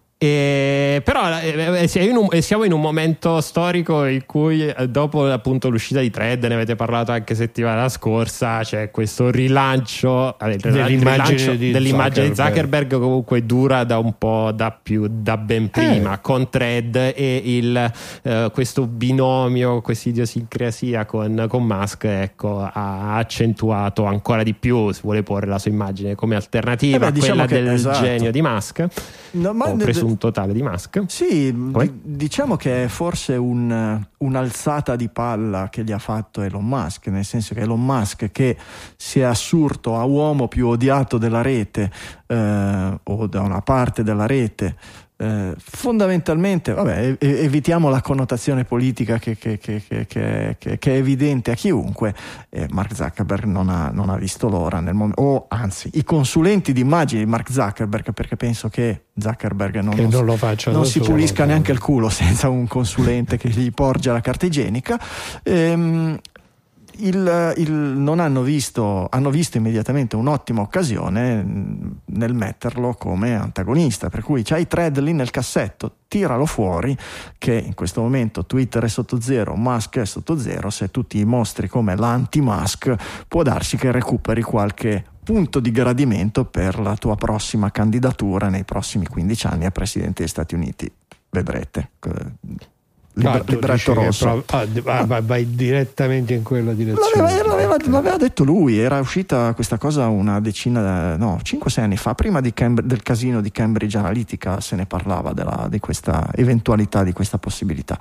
Speaker 4: E, però eh, siamo in un momento storico in cui, eh, dopo appunto l'uscita di Thread, ne avete parlato anche settimana scorsa, c'è questo rilancio, eh,
Speaker 3: Dell'immagine
Speaker 4: rilancio
Speaker 3: di
Speaker 4: dell'immagine di
Speaker 3: Zuckerberg.
Speaker 4: Zuckerberg, comunque dura da un po' da più da ben prima,
Speaker 3: Eh.
Speaker 4: con Thread e il, eh, questo binomio, questa idiosincrasia con, con Musk, ecco, ha accentuato ancora di più, si vuole porre la sua immagine come alternativa
Speaker 1: Eh beh,
Speaker 4: a
Speaker 1: diciamo
Speaker 4: quella
Speaker 1: che-
Speaker 4: del
Speaker 1: esatto.
Speaker 4: genio di Musk,
Speaker 1: No, ma
Speaker 4: o presunto tale di Musk.
Speaker 1: Sì,
Speaker 4: Poi?
Speaker 1: d- diciamo che è forse un, un'alzata di palla che gli ha fatto Elon Musk, nel senso che Elon Musk, che si è assurto a uomo più odiato della rete, eh, o da una parte della rete, eh, fondamentalmente, vabbè, e- evitiamo la connotazione politica che, che, che, che, che, che- che è evidente a chiunque. eh, Mark Zuckerberg non ha, non ha visto l'ora nel momento, o anzi i consulenti d'immagine di Mark Zuckerberg, perché penso che Zuckerberg non,
Speaker 3: Che non lo faccia
Speaker 1: non
Speaker 3: da
Speaker 1: si
Speaker 3: solo,
Speaker 1: pulisca
Speaker 3: no.
Speaker 1: neanche il culo senza un consulente che gli porge la carta igienica. Ehm, il, il, non hanno visto, hanno visto immediatamente un'ottima occasione mh, nel metterlo come antagonista, per cui c'hai Thread lì nel cassetto, tiralo fuori, che in questo momento Twitter è sotto zero, Musk è sotto zero. Se tu ti mostri come l'anti-Musk, può darsi che recuperi qualche punto di gradimento per la tua prossima candidatura nei prossimi quindici anni a presidente degli Stati Uniti. Vedrete. Libra-
Speaker 3: Ah, tu
Speaker 1: libretto
Speaker 3: dici che
Speaker 1: rosso.
Speaker 3: prov- ah, d- ah, vai, vai direttamente in quella direzione.
Speaker 1: L'aveva, l'aveva, l'aveva detto lui, era uscita questa cosa una decina, no, cinque sei anni fa, prima di Cambr- del casino di Cambridge Analytica se ne parlava della, di questa eventualità, di questa possibilità.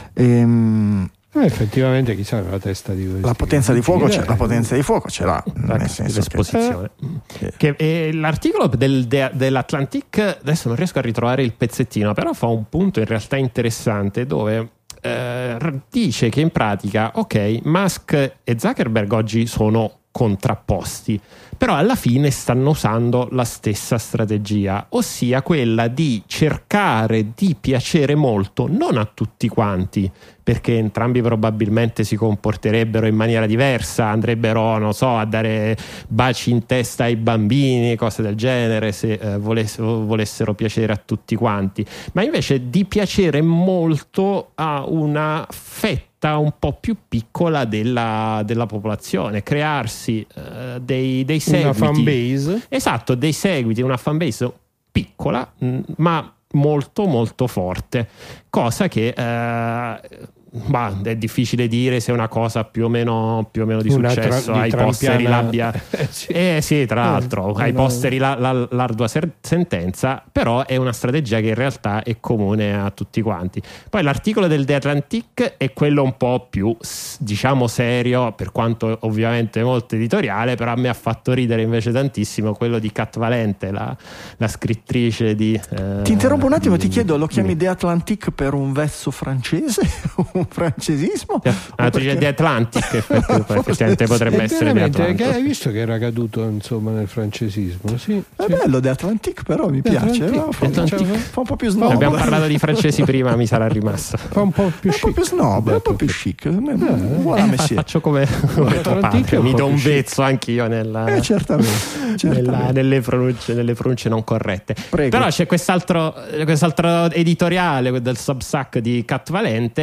Speaker 1: Ehm,
Speaker 3: Eh, effettivamente chissà la testa di questi
Speaker 1: la potenza di fuoco c'è,
Speaker 3: Eh,
Speaker 1: la potenza di fuoco ce l'ha, nel
Speaker 4: Ecco,
Speaker 1: senso che
Speaker 4: l'esposizione.
Speaker 1: Eh.
Speaker 4: Che, eh, l'articolo del, de, dell'Atlantic, adesso non riesco a ritrovare il pezzettino, però fa un punto in realtà interessante dove eh, dice che in pratica, ok, Musk e Zuckerberg oggi sono contrapposti, però alla fine stanno usando la stessa strategia, ossia quella di cercare di piacere molto, non a tutti quanti, perché entrambi probabilmente si comporterebbero in maniera diversa, andrebbero, non so, a dare baci in testa ai bambini, cose del genere, se eh, volessero, volessero piacere a tutti quanti, ma invece di piacere molto a una fetta un po' più piccola della, della popolazione, crearsi eh, dei, dei seguiti,
Speaker 3: una fan base.
Speaker 4: esatto, dei seguiti, una fan base piccola mh, ma molto molto forte, cosa che eh, bah, è difficile dire se una cosa più o meno, più o meno di
Speaker 3: Una
Speaker 4: successo
Speaker 3: tra- di
Speaker 4: ai posteri
Speaker 3: trampiana-
Speaker 4: l'abbia
Speaker 3: Eh, sì.
Speaker 4: eh sì, tra l'altro
Speaker 3: Eh,
Speaker 4: ai
Speaker 3: no.
Speaker 4: posteri la, la, l'ardua ser- sentenza, però è una strategia che in realtà è comune a tutti quanti. Poi l'articolo del The Atlantic è quello un po' più s- diciamo serio, per quanto ovviamente molto editoriale, però a me ha fatto ridere invece tantissimo quello di Kat Valente, la, la scrittrice di eh,
Speaker 1: Ti interrompo un attimo e ti
Speaker 4: di-
Speaker 1: chiedo, lo chiami
Speaker 4: di-
Speaker 1: The Atlantic per un vezzo francese? Un francesismo?
Speaker 4: Ah,
Speaker 1: O
Speaker 4: tu dici
Speaker 1: perché-
Speaker 4: The Atlantic, effettivamente, effettivamente potrebbe
Speaker 3: E
Speaker 4: essere The
Speaker 3: veramente, che
Speaker 4: Atlantic.
Speaker 3: hai visto che era caduto insomma nel francesismo? Sì,
Speaker 1: È
Speaker 3: sì.
Speaker 1: bello The Atlantic, però mi
Speaker 3: The
Speaker 1: piace,
Speaker 3: Atlantic,
Speaker 1: no? fa,
Speaker 4: Atlantic.
Speaker 1: fa un po' più
Speaker 4: Ne
Speaker 1: snob.
Speaker 4: abbiamo parlato di francesi prima, mi sarà rimasto.
Speaker 3: Fa un po' più
Speaker 1: È un po'
Speaker 3: chic.
Speaker 1: più snob, è un po' più
Speaker 3: Detto
Speaker 1: chic. Voilà,
Speaker 4: Eh,
Speaker 1: messie.
Speaker 4: faccio come, come tuo
Speaker 3: Atlantic
Speaker 4: padre,
Speaker 3: è un
Speaker 4: mi
Speaker 3: po'
Speaker 4: do un
Speaker 3: più chic.
Speaker 4: vezzo anch'io nella,
Speaker 1: Eh, certamente,
Speaker 4: nella-
Speaker 1: certamente.
Speaker 4: nelle, pronunce, nelle pronunce non corrette.
Speaker 1: Prego.
Speaker 4: Però c'è quest'altro, quest'altro editoriale del Substack di Kat Valente che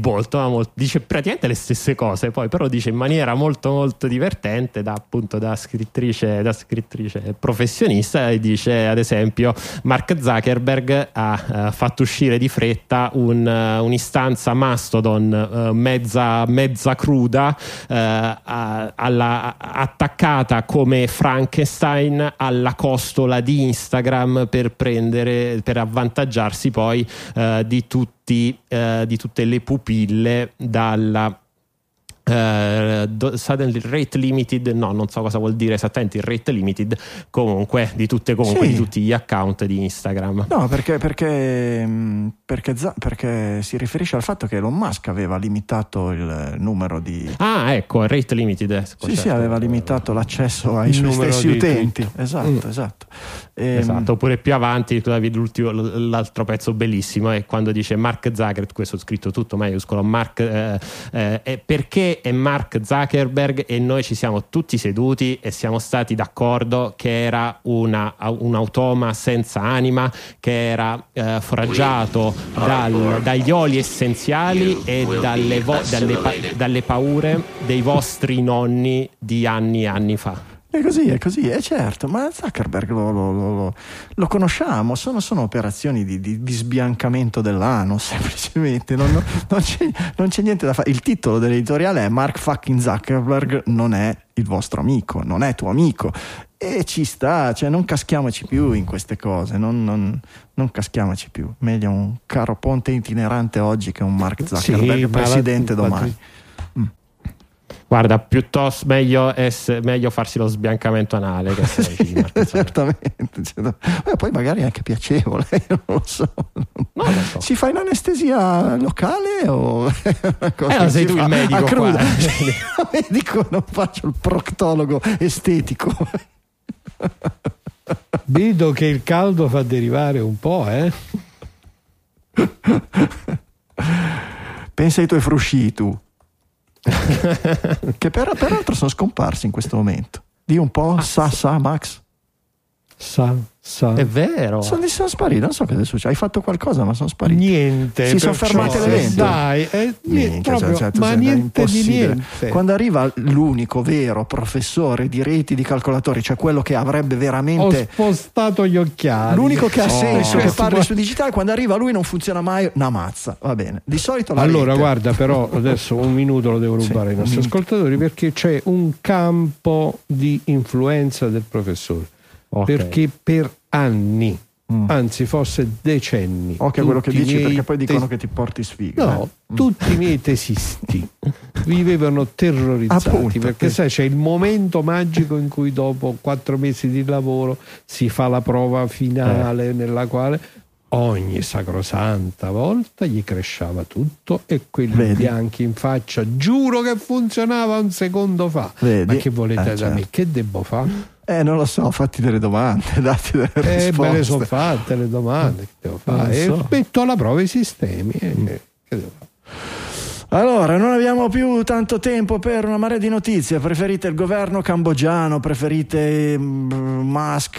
Speaker 4: Bolton molto, dice praticamente le stesse cose, poi però dice in maniera molto molto divertente, da appunto da scrittrice, da scrittrice professionista, e dice ad esempio: Mark Zuckerberg ha uh, fatto uscire di fretta un, uh, un'istanza Mastodon uh, mezza, mezza cruda, uh, a, alla, attaccata come Frankenstein alla costola di Instagram per prendere, per avvantaggiarsi poi uh, di tutti uh, di tutte le pupille dalla Uh, suddenly rate limited, no, non so cosa vuol dire esattamente il rate limited, comunque di tutte comunque
Speaker 1: sì.
Speaker 4: di tutti gli account di Instagram.
Speaker 1: No, perché, perché, perché, perché si riferisce al fatto che Elon Musk aveva limitato il numero di
Speaker 4: ah ecco, rate limited, ecco,
Speaker 1: sì
Speaker 4: certo.
Speaker 1: sì, aveva limitato l'accesso ai suoi stessi utenti, esatto, mm. esatto. E,
Speaker 4: esatto, oppure più avanti l'ultimo, l'altro pezzo bellissimo è quando dice Mark Zuckerberg, questo è scritto tutto maiuscolo, Mark eh, eh, è perché è Mark Zuckerberg, e noi ci siamo tutti seduti e siamo stati d'accordo che era una, un automa senza anima, che era eh, foraggiato dal, dagli oli essenziali e dalle, vo, dalle, pa, dalle paure dei vostri nonni di anni e anni fa.
Speaker 1: È così, è così, è certo, ma Zuckerberg lo, lo, lo, lo conosciamo, sono, sono operazioni di, di, di sbiancamento dell'ano, semplicemente, non, non, non, c'è, non c'è niente da fare. Il titolo dell'editoriale è Mark fucking Zuckerberg non è il vostro amico, non è tuo amico, e ci sta, cioè non caschiamoci più in queste cose, non, non, non caschiamoci più, meglio un caro ponte itinerante oggi che un Mark Zuckerberg sì, presidente la, domani.
Speaker 4: Guarda, piuttosto meglio, essere, meglio farsi lo sbiancamento anale che essere vicino.
Speaker 1: Certamente, beh, poi magari è anche piacevole, non lo so.
Speaker 4: Non lo so.
Speaker 1: Si fa in anestesia locale o una cosa
Speaker 4: eh, sei tu
Speaker 1: fa
Speaker 4: il medico qua.
Speaker 1: Il medico, non faccio il proctologo estetico.
Speaker 3: Vedo che il caldo fa derivare un po', eh?
Speaker 1: Pensa ai tuoi frusci, tu. Che per, peraltro sono scomparsi in questo momento. Di un po', ah, sa, sa, Max.
Speaker 3: Sa, sa.
Speaker 4: È vero.
Speaker 1: Sono, sono spariti, non so cosa è successo. Hai fatto qualcosa, ma sono spariti.
Speaker 3: Niente.
Speaker 1: Si sono fermate le venti.
Speaker 3: Dai, eh, niente, proprio,
Speaker 1: cioè,
Speaker 3: ma niente di niente.
Speaker 1: Quando arriva l'unico vero professore di reti di calcolatori, cioè quello che avrebbe veramente.
Speaker 3: Ho spostato gli occhiali.
Speaker 1: L'unico che ha
Speaker 3: oh,
Speaker 1: senso, che parli su digitale, quando arriva lui non funziona mai una mazza. Va bene. Di solito la
Speaker 3: allora,
Speaker 1: rete.
Speaker 3: guarda, però adesso un minuto lo devo rubare sì, ai nostri ascoltatori, perché c'è un campo di influenza del professore. Okay. Perché per anni, mm. anzi forse decenni,
Speaker 1: occhio a quello che dici, perché poi dicono te... che ti porti sfiga.
Speaker 3: No,
Speaker 1: eh.
Speaker 3: tutti i miei tesisti vivevano terrorizzati. Appunto, perché sì. sai, c'è il momento magico in cui dopo quattro mesi di lavoro si fa la prova finale eh. nella quale ogni sacrosanta volta gli cresciava tutto e quelli Vedi. bianchi in faccia, giuro che funzionava un secondo fa. Vedi? Ma che volete eh, da certo. me? Che devo fare?
Speaker 1: Eh, non lo so, fatti delle domande, datti delle
Speaker 3: eh,
Speaker 1: risposte.
Speaker 3: Me le sono fatte le domande, che devo fare? E so. metto alla prova i sistemi. E, mm. che devo fare?
Speaker 1: Allora, non abbiamo più tanto tempo per una marea di notizie. Preferite il governo cambogiano, preferite Musk,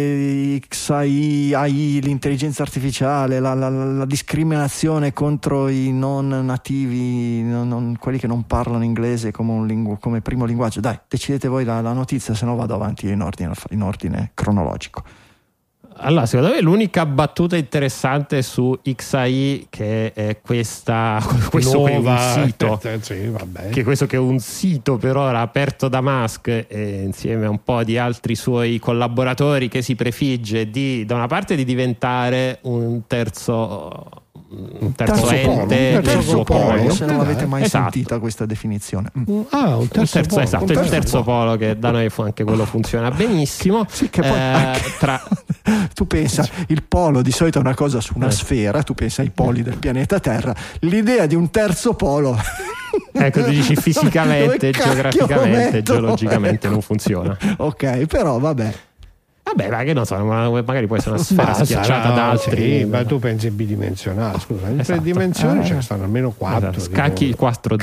Speaker 1: X A I, l'intelligenza artificiale, la, la, la discriminazione contro i non nativi, non, non, quelli che non parlano inglese come, un lingu, come primo linguaggio. Dai, decidete voi la, la notizia, se no vado avanti in ordine, in ordine cronologico.
Speaker 4: Allora, secondo me l'unica battuta interessante su X A I, che è questa, questo Nuova, che è un sito,
Speaker 3: sì, vabbè.
Speaker 4: che questo che è un sito per ora aperto da Musk e insieme a un po' di altri suoi collaboratori, che si prefigge di, da una parte, di diventare un terzo un terzo, terzo ente,
Speaker 1: polo, un terzo polo, polo, se non
Speaker 3: eh,
Speaker 1: l'avete mai
Speaker 4: esatto.
Speaker 1: sentita questa definizione.
Speaker 3: Ah, un terzo,
Speaker 4: un terzo
Speaker 3: polo.
Speaker 4: Esatto, un terzo il terzo polo. polo che da noi anche quello funziona benissimo.
Speaker 1: Sì, che poi
Speaker 4: eh,
Speaker 1: anche,
Speaker 4: tra...
Speaker 1: tu pensa, il polo di solito è una cosa su una eh. sfera, tu pensa ai poli del pianeta Terra, l'idea di un terzo polo
Speaker 4: ecco, tu dici fisicamente, geograficamente, geologicamente ecco. non funziona.
Speaker 1: Ok, però vabbè.
Speaker 4: Vabbè, ma che non so, magari può essere una sfera
Speaker 3: Ma
Speaker 4: schiacciata
Speaker 3: sarà,
Speaker 4: da altri.
Speaker 3: sì, ma tu pensi bidimensionale, scusa, in
Speaker 4: Esatto.
Speaker 3: tre dimensioni
Speaker 1: Eh.
Speaker 3: ce ne stanno almeno quattro.
Speaker 4: Esatto, scacchi
Speaker 3: tipo.
Speaker 4: quattro D.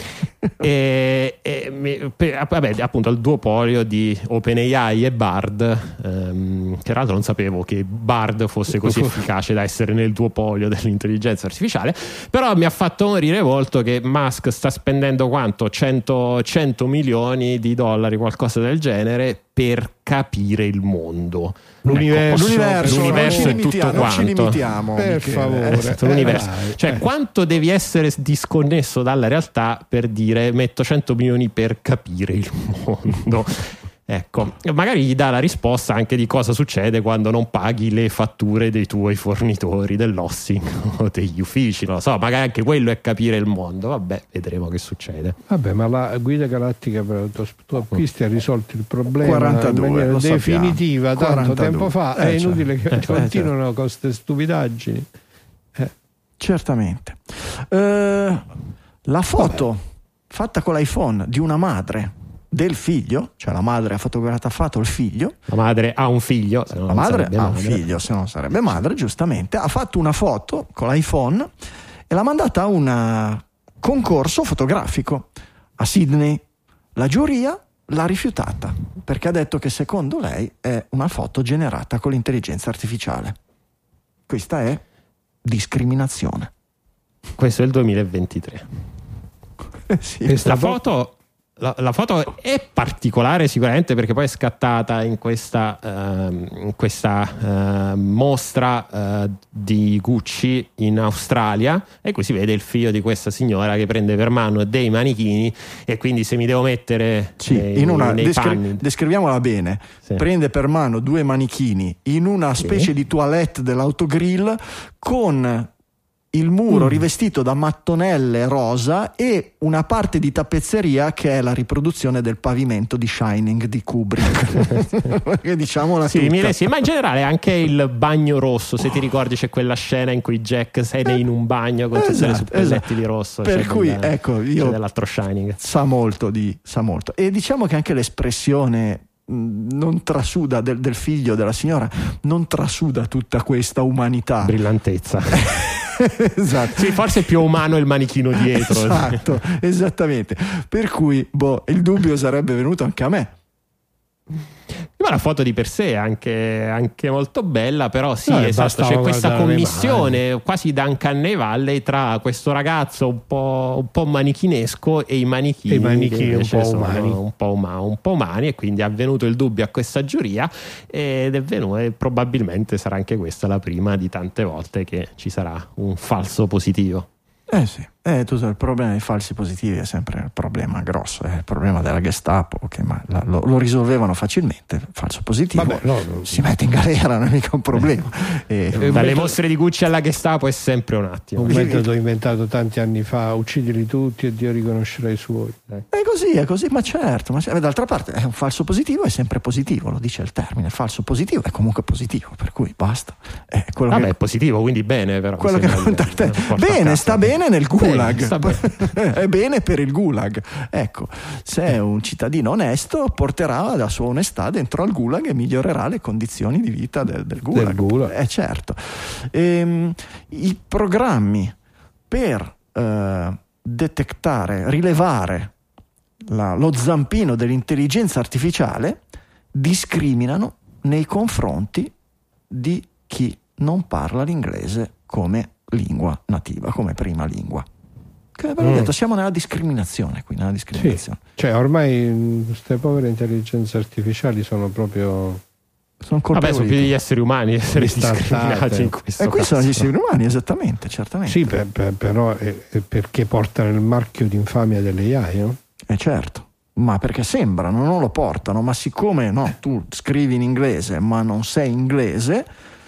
Speaker 4: e, e, mi- per- vabbè, appunto il duopolio di OpenAI e Bard, ehm, che tra l'altro non sapevo che Bard fosse così efficace da essere nel duopolio dell'intelligenza artificiale, però mi ha fatto morire molto che Musk sta spendendo quanto? cento, cento milioni di dollari, qualcosa del genere, per capire il mondo.
Speaker 3: L'universo,
Speaker 1: L'universo,
Speaker 4: l'universo
Speaker 1: non
Speaker 4: è
Speaker 1: ci
Speaker 4: tutto
Speaker 1: limitiamo, non ci
Speaker 4: quanto.
Speaker 1: limitiamo,
Speaker 3: Per
Speaker 1: Michele.
Speaker 3: favore.
Speaker 4: Esatto,
Speaker 3: Eh,
Speaker 4: l'universo.
Speaker 3: dai,
Speaker 4: Cioè,
Speaker 3: eh.
Speaker 4: quanto devi essere disconnesso dalla realtà per dire metto cento milioni per capire il mondo? Ecco, magari gli dà la risposta anche di cosa succede quando non paghi le fatture dei tuoi fornitori dell'hosting o degli uffici, non lo so, magari anche quello è capire il mondo. Vabbè, vedremo che succede.
Speaker 3: Vabbè, ma la guida galattica per autostoppisti ha risolto il problema
Speaker 1: quarantadue,
Speaker 3: in maniera
Speaker 1: lo sappiamo.
Speaker 3: definitiva tanto
Speaker 1: quarantadue.
Speaker 3: tempo fa.
Speaker 1: Eh,
Speaker 3: È inutile
Speaker 1: certo.
Speaker 3: che
Speaker 1: Eh, certo.
Speaker 3: continuino con queste stupidaggini.
Speaker 1: Certamente. Eh, la foto fatta con l'iPhone di una madre del figlio, cioè la madre ha fotografato il figlio,
Speaker 4: La madre ha un figlio, se no
Speaker 1: la
Speaker 4: non
Speaker 1: madre
Speaker 4: sarebbe
Speaker 1: ha un
Speaker 4: madre.
Speaker 1: figlio, se non sarebbe madre, giustamente, ha fatto una foto con l'iPhone e l'ha mandata a un concorso fotografico a Sydney. La giuria l'ha rifiutata perché ha detto che secondo lei è una foto generata con l'intelligenza artificiale. Questa è discriminazione.
Speaker 4: Questo è il duemilaventitré.
Speaker 1: Eh sì.
Speaker 3: Questa
Speaker 4: La
Speaker 3: fo-
Speaker 4: foto, la, la foto è particolare sicuramente perché poi è scattata in questa, ehm, in questa ehm, mostra eh, di Gucci in Australia, e qui si vede il figlio di questa signora che prende per mano dei manichini, e quindi se mi devo mettere
Speaker 1: Sì,
Speaker 4: nei,
Speaker 1: in una,
Speaker 4: nei
Speaker 1: descri-
Speaker 4: panni,
Speaker 1: descriviamola bene.
Speaker 4: Sì.
Speaker 1: Prende per mano due manichini in una
Speaker 4: Sì.
Speaker 1: specie di toilette dell'autogrill con il muro
Speaker 3: Mm.
Speaker 1: rivestito da mattonelle rosa e una parte di tappezzeria che è la riproduzione del pavimento di Shining di Kubrick. Diciamola
Speaker 4: sì,
Speaker 1: tutta.
Speaker 4: mi- sì, ma in generale anche il bagno rosso, se ti ricordi c'è quella scena in cui Jack sei in un bagno con tutte le
Speaker 1: Esatto,
Speaker 4: suppelletti
Speaker 1: esatto.
Speaker 4: di rosso,
Speaker 1: Per
Speaker 4: c'è
Speaker 1: cui
Speaker 4: del-
Speaker 1: ecco,
Speaker 4: c'è
Speaker 1: io
Speaker 4: dell'altro Shining.
Speaker 1: sa molto di sa molto e diciamo che anche l'espressione mh, non trasuda del, del figlio della signora non trasuda tutta questa umanità.
Speaker 4: Brillantezza.
Speaker 1: Esatto.
Speaker 4: Sì, forse è più umano il manichino dietro.
Speaker 1: Esatto, esattamente. Per cui boh, il dubbio sarebbe venuto anche a me.
Speaker 4: Ma la foto di per sé è anche, anche molto bella, però sì,
Speaker 3: Eh,
Speaker 4: esatto,
Speaker 3: bastava
Speaker 4: c'è questa
Speaker 3: guardare le
Speaker 4: commissione quasi da Uncanny Valley tra questo ragazzo un po', un po' manichinesco e i manichini,
Speaker 3: E i manichini
Speaker 4: che invece
Speaker 3: un po'
Speaker 4: sono
Speaker 3: umani.
Speaker 4: un po' uma- un po' umani, e quindi è venuto il dubbio a questa giuria ed è venuto, e probabilmente sarà anche questa la prima di tante volte che ci sarà un falso positivo.
Speaker 1: Eh sì, eh, tu sai, il problema dei falsi positivi è sempre il problema grosso, è il problema della Gestapo, che ma la- lo, lo risolvevano facilmente, falso positivo,
Speaker 3: Vabbè, no, no.
Speaker 1: si mette in galera, non è mica un problema. E-
Speaker 3: Eh,
Speaker 4: Dalle
Speaker 3: metodo-
Speaker 4: mostre di Gucci alla Gestapo è sempre un attimo.
Speaker 3: Un metodo inventato tanti anni fa, uccidili tutti e Dio riconoscerà i suoi. Eh.
Speaker 1: È così, è così, ma certo, ma certo. D'altra parte è un falso positivo è sempre positivo, lo dice il termine, il falso positivo è comunque positivo, per cui basta. È quello
Speaker 4: Vabbè,
Speaker 1: che,
Speaker 4: è positivo, quindi bene, però.
Speaker 1: quello che
Speaker 4: mi sembra
Speaker 1: conta
Speaker 4: di-
Speaker 1: a te.
Speaker 4: porta a
Speaker 1: Bene,
Speaker 4: casa.
Speaker 1: sta bene nel gulag.
Speaker 4: Bene, sta bene.
Speaker 1: È bene per il gulag. Ecco, se è un cittadino onesto, porterà la sua onestà dentro al gulag e migliorerà le condizioni di vita del, del gulag.
Speaker 3: Del gulag.
Speaker 1: Eh, certo. Ehm, I programmi per eh, detectare, rilevare la- lo zampino dell'intelligenza artificiale discriminano nei confronti di chi non parla l'inglese come lingua nativa, come prima lingua. Che abbiamo
Speaker 3: Mm.
Speaker 1: detto, siamo nella discriminazione qui, nella
Speaker 3: Sì,
Speaker 1: discriminazione.
Speaker 3: cioè ormai queste povere intelligenze artificiali sono proprio
Speaker 1: Sono
Speaker 4: Vabbè,
Speaker 1: colpevoli.
Speaker 4: sono più degli esseri umani essere
Speaker 3: Distartate.
Speaker 4: discriminati in questo
Speaker 1: E qui
Speaker 4: caso.
Speaker 1: sono gli esseri umani, esattamente, certamente.
Speaker 3: sì, per- per- però è, è perché portano il marchio di infamia delle A I, no?
Speaker 1: Eh certo, ma perché sembrano, non lo portano, ma siccome no, tu scrivi in inglese ma non sei inglese,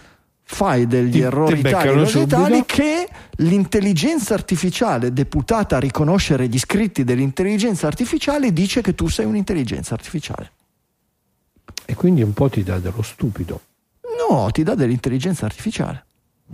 Speaker 1: fai degli
Speaker 3: Ti-
Speaker 1: errori
Speaker 3: ti
Speaker 1: tali
Speaker 3: beccano
Speaker 1: e
Speaker 3: subito.
Speaker 1: tali che l'intelligenza artificiale deputata a riconoscere gli scritti dell'intelligenza artificiale dice che tu sei un'intelligenza artificiale.
Speaker 3: E quindi un po' ti dà dello stupido.
Speaker 1: No, ti dà dell'intelligenza artificiale.
Speaker 4: Che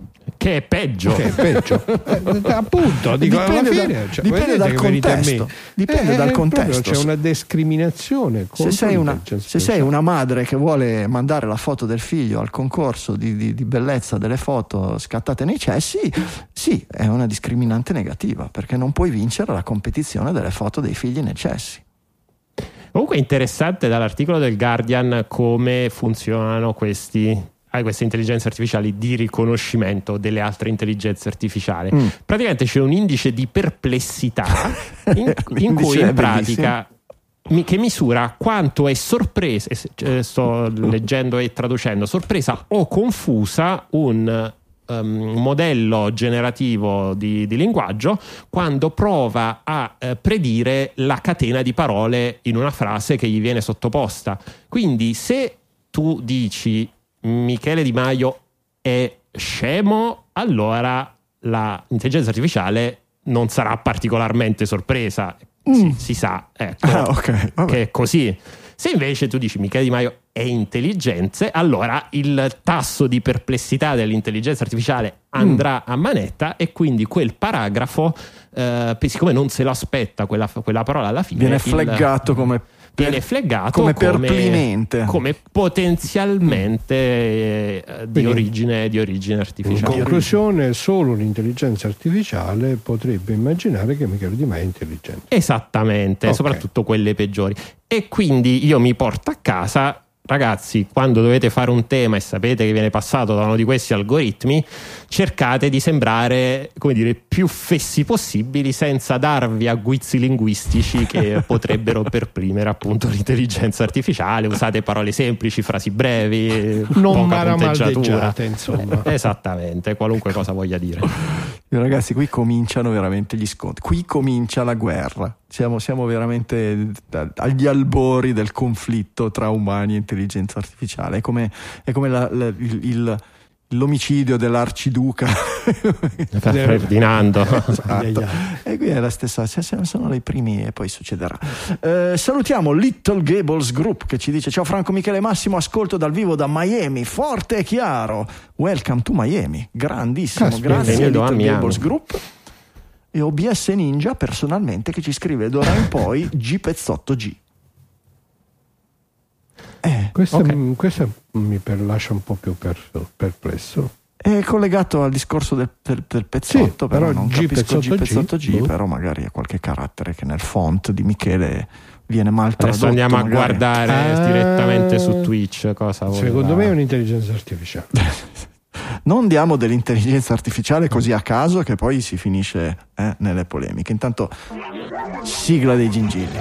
Speaker 4: che è peggio,
Speaker 3: che è peggio. eh, appunto dico,
Speaker 1: dipende,
Speaker 3: alla fine,
Speaker 1: da,
Speaker 3: cioè,
Speaker 1: dipende dal contesto dipende
Speaker 3: eh,
Speaker 1: dal
Speaker 3: eh,
Speaker 1: contesto
Speaker 3: c'è una discriminazione
Speaker 1: se sei una, se sei una madre che vuole mandare la foto del figlio al concorso di, di, di bellezza delle foto scattate nei cessi, sì, è una discriminante negativa, perché non puoi vincere la competizione delle foto dei figli nei cessi.
Speaker 4: Comunque è interessante dall'articolo del Guardian come funzionano questi hai queste intelligenze artificiali di riconoscimento delle altre intelligenze artificiali. Mm. Praticamente c'è un indice di perplessità in, in cui in pratica mi, che misura quanto è sorpresa, eh, sto leggendo e traducendo, sorpresa o confusa un um, modello generativo di, di linguaggio quando prova a eh, predire la catena di parole in una frase che gli viene sottoposta. Quindi se tu dici Michele Di Maio è scemo, allora l'intelligenza artificiale non sarà particolarmente sorpresa, mm. si, si sa, ecco,
Speaker 1: ah, okay.
Speaker 4: che è così. Se invece tu dici Michele Di Maio è intelligente, allora il tasso di perplessità dell'intelligenza artificiale andrà mm. a manetta, e quindi quel paragrafo, eh, siccome non se lo aspetta quella, quella parola alla fine,
Speaker 1: viene flaggato
Speaker 4: il,
Speaker 1: come
Speaker 4: viene flaggato
Speaker 1: come,
Speaker 4: come
Speaker 1: perplinente,
Speaker 4: come potenzialmente eh, di, origine, di origine artificiale.
Speaker 3: In conclusione, solo un'intelligenza artificiale potrebbe immaginare che Michele Di Maio è intelligente.
Speaker 4: Esattamente, okay. Soprattutto quelle peggiori. E quindi io mi porto a casa, ragazzi, quando dovete fare un tema e sapete che viene passato da uno di questi algoritmi, cercate di sembrare, come dire, più fessi possibili, senza darvi a guizzi linguistici che potrebbero perprimere appunto l'intelligenza artificiale. Usate parole semplici, frasi brevi,
Speaker 3: non
Speaker 4: poca punteggiatura,
Speaker 3: insomma.
Speaker 4: Esattamente, qualunque cosa voglia dire.
Speaker 1: Ragazzi, qui cominciano veramente gli scontri, qui comincia la guerra. Siamo, siamo veramente agli albori del conflitto tra umani e intelligenza artificiale. È come, è come la, la, il, il, l'omicidio dell'arciduca
Speaker 4: Ferdinando.
Speaker 1: Esatto. E qui è la stessa, sono i primi e poi succederà. Eh, salutiamo Little Gables Group che ci dice: ciao Franco, Michele, Massimo, ascolto dal vivo da Miami, forte e chiaro. Welcome to Miami. Grandissimo,
Speaker 3: Caspita,
Speaker 1: grazie a Little
Speaker 4: amiamo.
Speaker 1: Gables Group. E O B S Ninja personalmente che ci scrive d'ora in poi G Pezzotto G. Eh,
Speaker 3: questo,
Speaker 1: okay.
Speaker 3: questo mi per, lascia un po' più per, perplesso.
Speaker 1: È collegato al discorso del, del, del pezzotto,
Speaker 3: sì,
Speaker 1: però,
Speaker 3: però
Speaker 1: non
Speaker 3: G
Speaker 1: capisco G Pezzotto G,
Speaker 3: G,
Speaker 1: però magari è qualche carattere che nel font di Michele viene mal tradotto.
Speaker 4: Adesso andiamo
Speaker 1: magari.
Speaker 4: a guardare ah, direttamente su Twitch cosa
Speaker 3: secondo me è un'intelligenza artificiale.
Speaker 1: Non diamo dell'intelligenza artificiale così a caso che poi si finisce eh, nelle polemiche. Intanto sigla dei gingilli.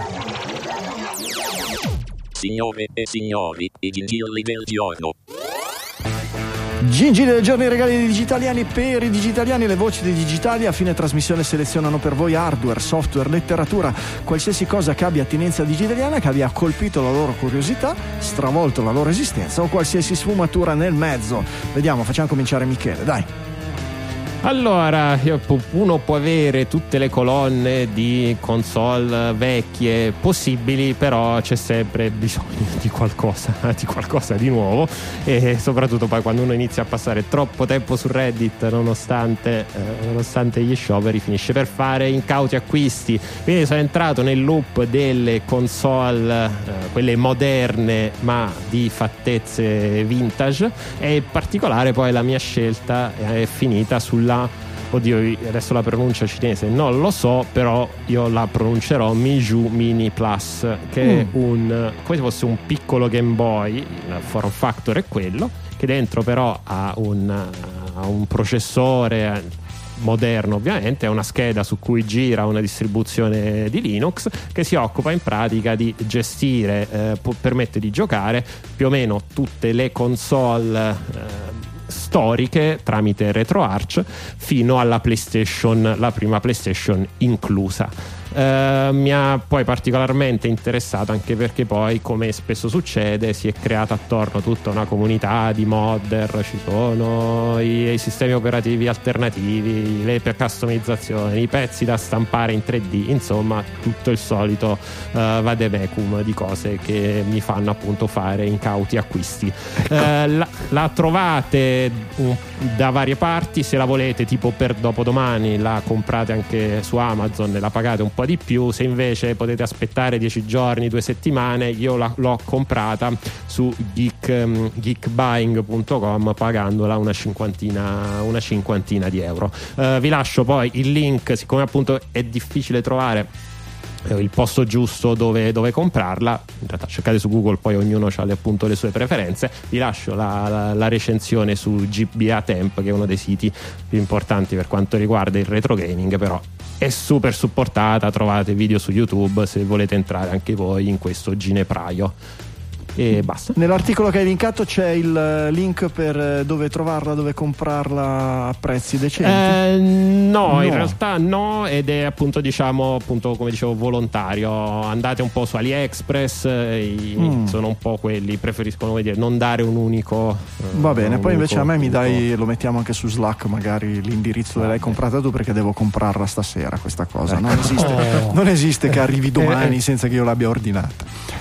Speaker 5: Signore e signori, i gingilli del giorno.
Speaker 1: Gingilli del giorno, i regali dei digitaliani per i digitaliani. Le voci dei digitali a fine trasmissione selezionano per voi hardware, software, letteratura, qualsiasi cosa che abbia attinenza digitaliana, che abbia colpito la loro curiosità, stravolto la loro esistenza o qualsiasi sfumatura nel mezzo. Vediamo, facciamo cominciare Michele, dai.
Speaker 4: Allora, uno può avere tutte le colonne di console vecchie possibili, però c'è sempre bisogno di qualcosa, di qualcosa di nuovo, e soprattutto poi quando uno inizia a passare troppo tempo su Reddit, nonostante, eh, nonostante gli scioperi, finisce per fare incauti acquisti. Quindi sono entrato nel loop delle console, eh, quelle moderne ma di fattezze vintage, e in particolare poi la mia scelta è finita sulla oddio adesso la pronuncia cinese non lo so, però io la pronuncerò Miju Mini Plus, che mm. è un come se fosse un piccolo Game Boy. Il form factor è quello, che dentro però ha un, ha un processore moderno, ovviamente, è una scheda su cui gira una distribuzione di Linux che si occupa in pratica di gestire, eh, permette di giocare più o meno tutte le console eh, storiche tramite RetroArch fino alla PlayStation, la prima PlayStation inclusa. Uh, mi ha poi particolarmente interessato anche perché poi, come spesso succede, si è creata attorno tutta una comunità di modder, ci sono i, i sistemi operativi alternativi, le customizzazioni, i pezzi da stampare in tre D, insomma tutto il solito uh, vademecum di cose che mi fanno appunto fare incauti acquisti. Ecco. Uh, la, la trovate un, da varie parti. Se la volete tipo per dopodomani la comprate anche su Amazon e la pagate un po' di più. Se invece potete aspettare dieci giorni, due settimane, io la, l'ho comprata su geek, um, geekbuying punto com pagandola una cinquantina, una cinquantina di euro. Uh, vi lascio poi il link, siccome appunto è difficile trovare il posto giusto dove, dove comprarla. In realtà cercate su Google, poi ognuno ha le, appunto le sue preferenze. Vi lascio la, la, la recensione su G B A Temp, che è uno dei siti più importanti per quanto riguarda il retro gaming, però è super supportata, trovate video su YouTube se volete entrare anche voi in questo ginepraio. E basta.
Speaker 1: Nell'articolo che hai linkato c'è il link per dove trovarla, dove comprarla a prezzi decenti?
Speaker 4: Eh, no,
Speaker 1: no,
Speaker 4: in realtà no, ed è appunto diciamo appunto come dicevo volontario. Andate un po' su AliExpress, eh, mm. sono un po' quelli, preferiscono come dire, non dare un unico. Eh,
Speaker 1: Va bene, poi invece a me mi
Speaker 4: unico.
Speaker 1: dai, lo mettiamo anche su Slack magari l'indirizzo dove l'hai comprata tu, perché devo comprarla stasera questa cosa. Non esiste,
Speaker 3: Oh.
Speaker 1: non esiste che arrivi domani senza che io l'abbia ordinata.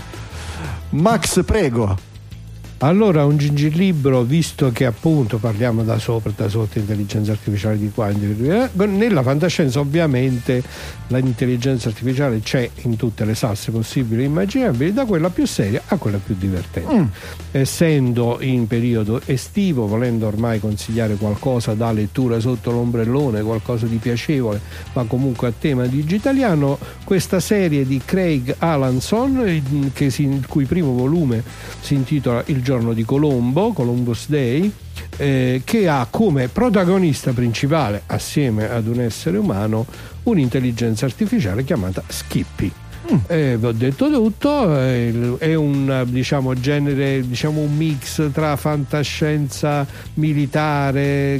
Speaker 1: Max, prego.
Speaker 3: Allora, un gingillibro, visto che appunto parliamo da sopra, da sotto, intelligenza artificiale di qua, nella fantascienza ovviamente l'intelligenza artificiale c'è in tutte le salse possibili e immaginabili, da quella più seria a quella più divertente. Mm. Essendo in periodo estivo, volendo ormai consigliare qualcosa da lettura sotto l'ombrellone, qualcosa di piacevole ma comunque a tema digitaliano, questa serie di Craig Alanson, che si, il cui primo volume si intitola Il giorno di Colombo, Columbus Day, eh, che ha come protagonista principale, assieme ad un essere umano, un'intelligenza artificiale chiamata Skippy. Mm. Eh, vi ho detto tutto. eh, è un diciamo genere, diciamo un mix tra fantascienza militare,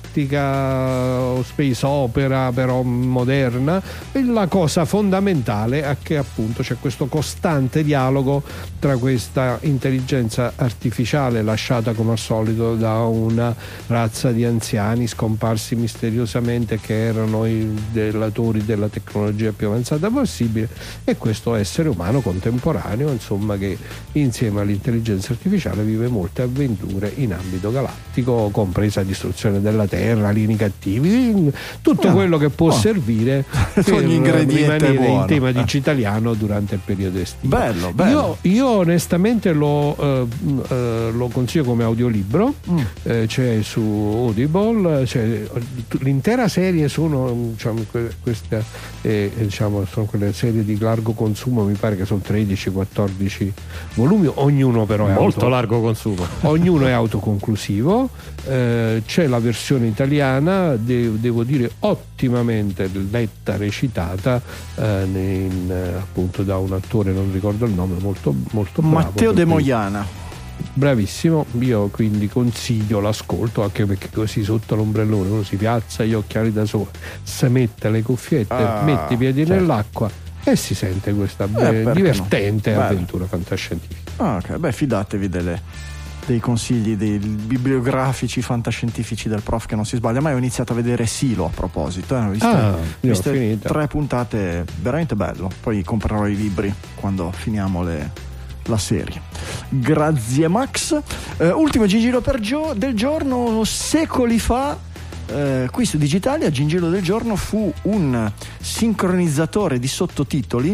Speaker 3: galattica, space opera però moderna, e la cosa fondamentale è che appunto c'è questo costante dialogo tra questa intelligenza artificiale lasciata come al solito da una razza di anziani scomparsi misteriosamente, che erano i delatori della tecnologia più avanzata possibile, e questo essere umano contemporaneo, insomma, che insieme all'intelligenza artificiale vive molte avventure in ambito galattico, compresa distruzione della Terra, alieni cattivi, tutto oh, quello che può oh. servire per rimanere buono. in tema digitaliano durante il periodo estivo.
Speaker 1: Bello, bello.
Speaker 3: Io, io onestamente lo, eh, eh, lo consiglio come audiolibro, mm. eh, c'è su Audible, c'è, l'intera serie sono, diciamo, queste, eh, diciamo, sono quelle serie di largo consumo, mi pare che sono tredici quattordici volumi, ognuno però è
Speaker 4: molto
Speaker 3: auto,
Speaker 4: largo consumo,
Speaker 3: ognuno è autoconclusivo. Eh, c'è la versione italiana, de- devo dire ottimamente letta, recitata, eh, in, appunto da un attore, non ricordo il nome, molto, molto bravo,
Speaker 1: Matteo De Moiana.
Speaker 3: Bravissimo, io quindi consiglio l'ascolto, anche perché così sotto l'ombrellone uno si piazza gli occhiali da sole, si mette le cuffiette, ah, mette i piedi certo. nell'acqua e si sente questa eh, divertente no? avventura fantascientifica.
Speaker 1: Ah, ok, beh, fidatevi delle, dei consigli dei bibliografici fantascientifici del prof che non si sbaglia mai. Ho iniziato a vedere Silo a proposito, eh. ho visto,
Speaker 3: ah,
Speaker 1: viste tre puntate, veramente bello. Poi comprerò i libri quando finiamo le la serie. Grazie Max. Eh, ultimo gingillo per gio- del giorno. Secoli fa eh, qui su Digitalia, gingillo del giorno fu un sincronizzatore di sottotitoli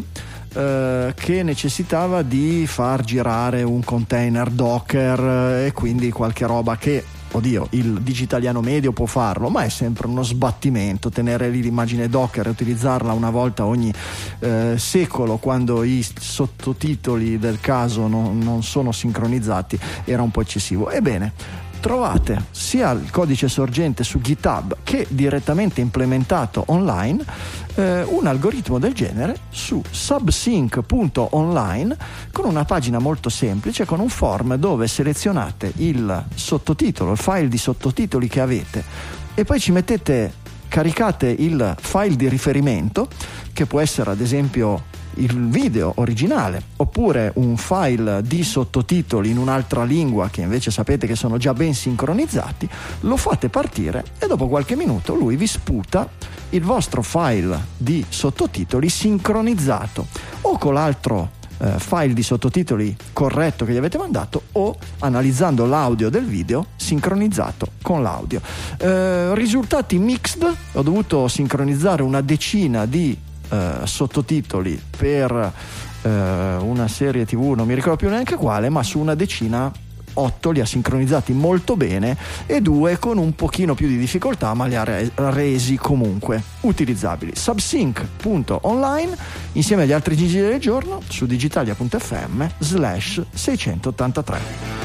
Speaker 1: eh, che necessitava di far girare un container Docker eh, e quindi qualche roba che, oddio, il digitaliano medio può farlo, ma è sempre uno sbattimento tenere lì l'immagine Docker e utilizzarla una volta ogni eh, secolo, quando i sottotitoli del caso non, non sono sincronizzati, era un po' eccessivo. Ebbene, trovate sia il codice sorgente su GitHub che direttamente implementato online eh, un algoritmo del genere su subsync punto online, con una pagina molto semplice, con un form dove selezionate il sottotitolo, il file di sottotitoli che avete, e poi ci mettete, caricate il file di riferimento, che può essere ad esempio il video originale oppure un file di sottotitoli in un'altra lingua che invece sapete che sono già ben sincronizzati, lo fate partire e dopo qualche minuto lui vi sputa il vostro file di sottotitoli sincronizzato o con l'altro eh, file di sottotitoli corretto che gli avete mandato, o analizzando l'audio del video sincronizzato con l'audio. Eh, risultati mixed, ho dovuto sincronizzare una decina di eh, sottotitoli per eh, una serie tivù, non mi ricordo più neanche quale, ma su una decina otto li ha sincronizzati molto bene e due con un pochino più di difficoltà, ma li ha re- resi comunque utilizzabili. Subsync punto online insieme agli altri G G del giorno su digitalia punto effe emme slash seicentottantatré.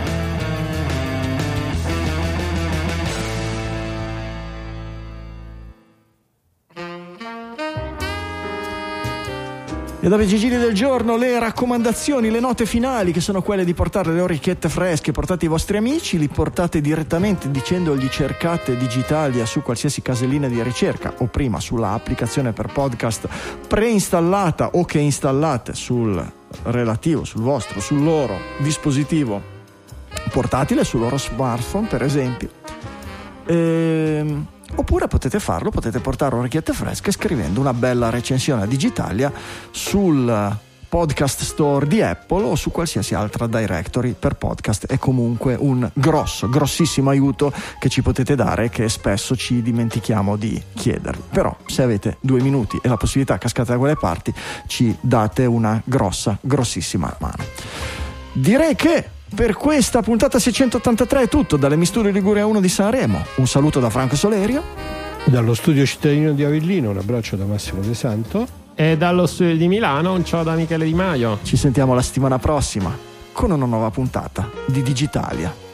Speaker 1: E dopo i gigili del giorno, le raccomandazioni, le note finali, che sono quelle di portare le orecchiette fresche, portate i vostri amici, li portate direttamente dicendogli cercate Digitalia su qualsiasi casellina di ricerca o prima sulla applicazione per podcast preinstallata o che installate sul relativo, sul vostro, sul loro dispositivo portatile, sul loro smartphone per esempio. Ehm... Oppure potete farlo, potete portare orecchiette fresche scrivendo una bella recensione a Digitalia sul podcast store di Apple o su qualsiasi altra directory per podcast. È comunque un grosso, grossissimo aiuto che ci potete dare, che spesso ci dimentichiamo di chiedervi. Però se avete due minuti e la possibilità cascata da quelle parti, ci date una grossa, grossissima mano. Direi che per questa puntata seicentottantatré è tutto dalle Misture Liguria uno di Sanremo. Un saluto da Franco Solerio,
Speaker 3: dallo studio cittadino di Avellino un abbraccio da Massimo De Santo
Speaker 4: e dallo studio di Milano un ciao da Michele Di Maio.
Speaker 1: Ci sentiamo la settimana prossima con una nuova puntata di Digitalia.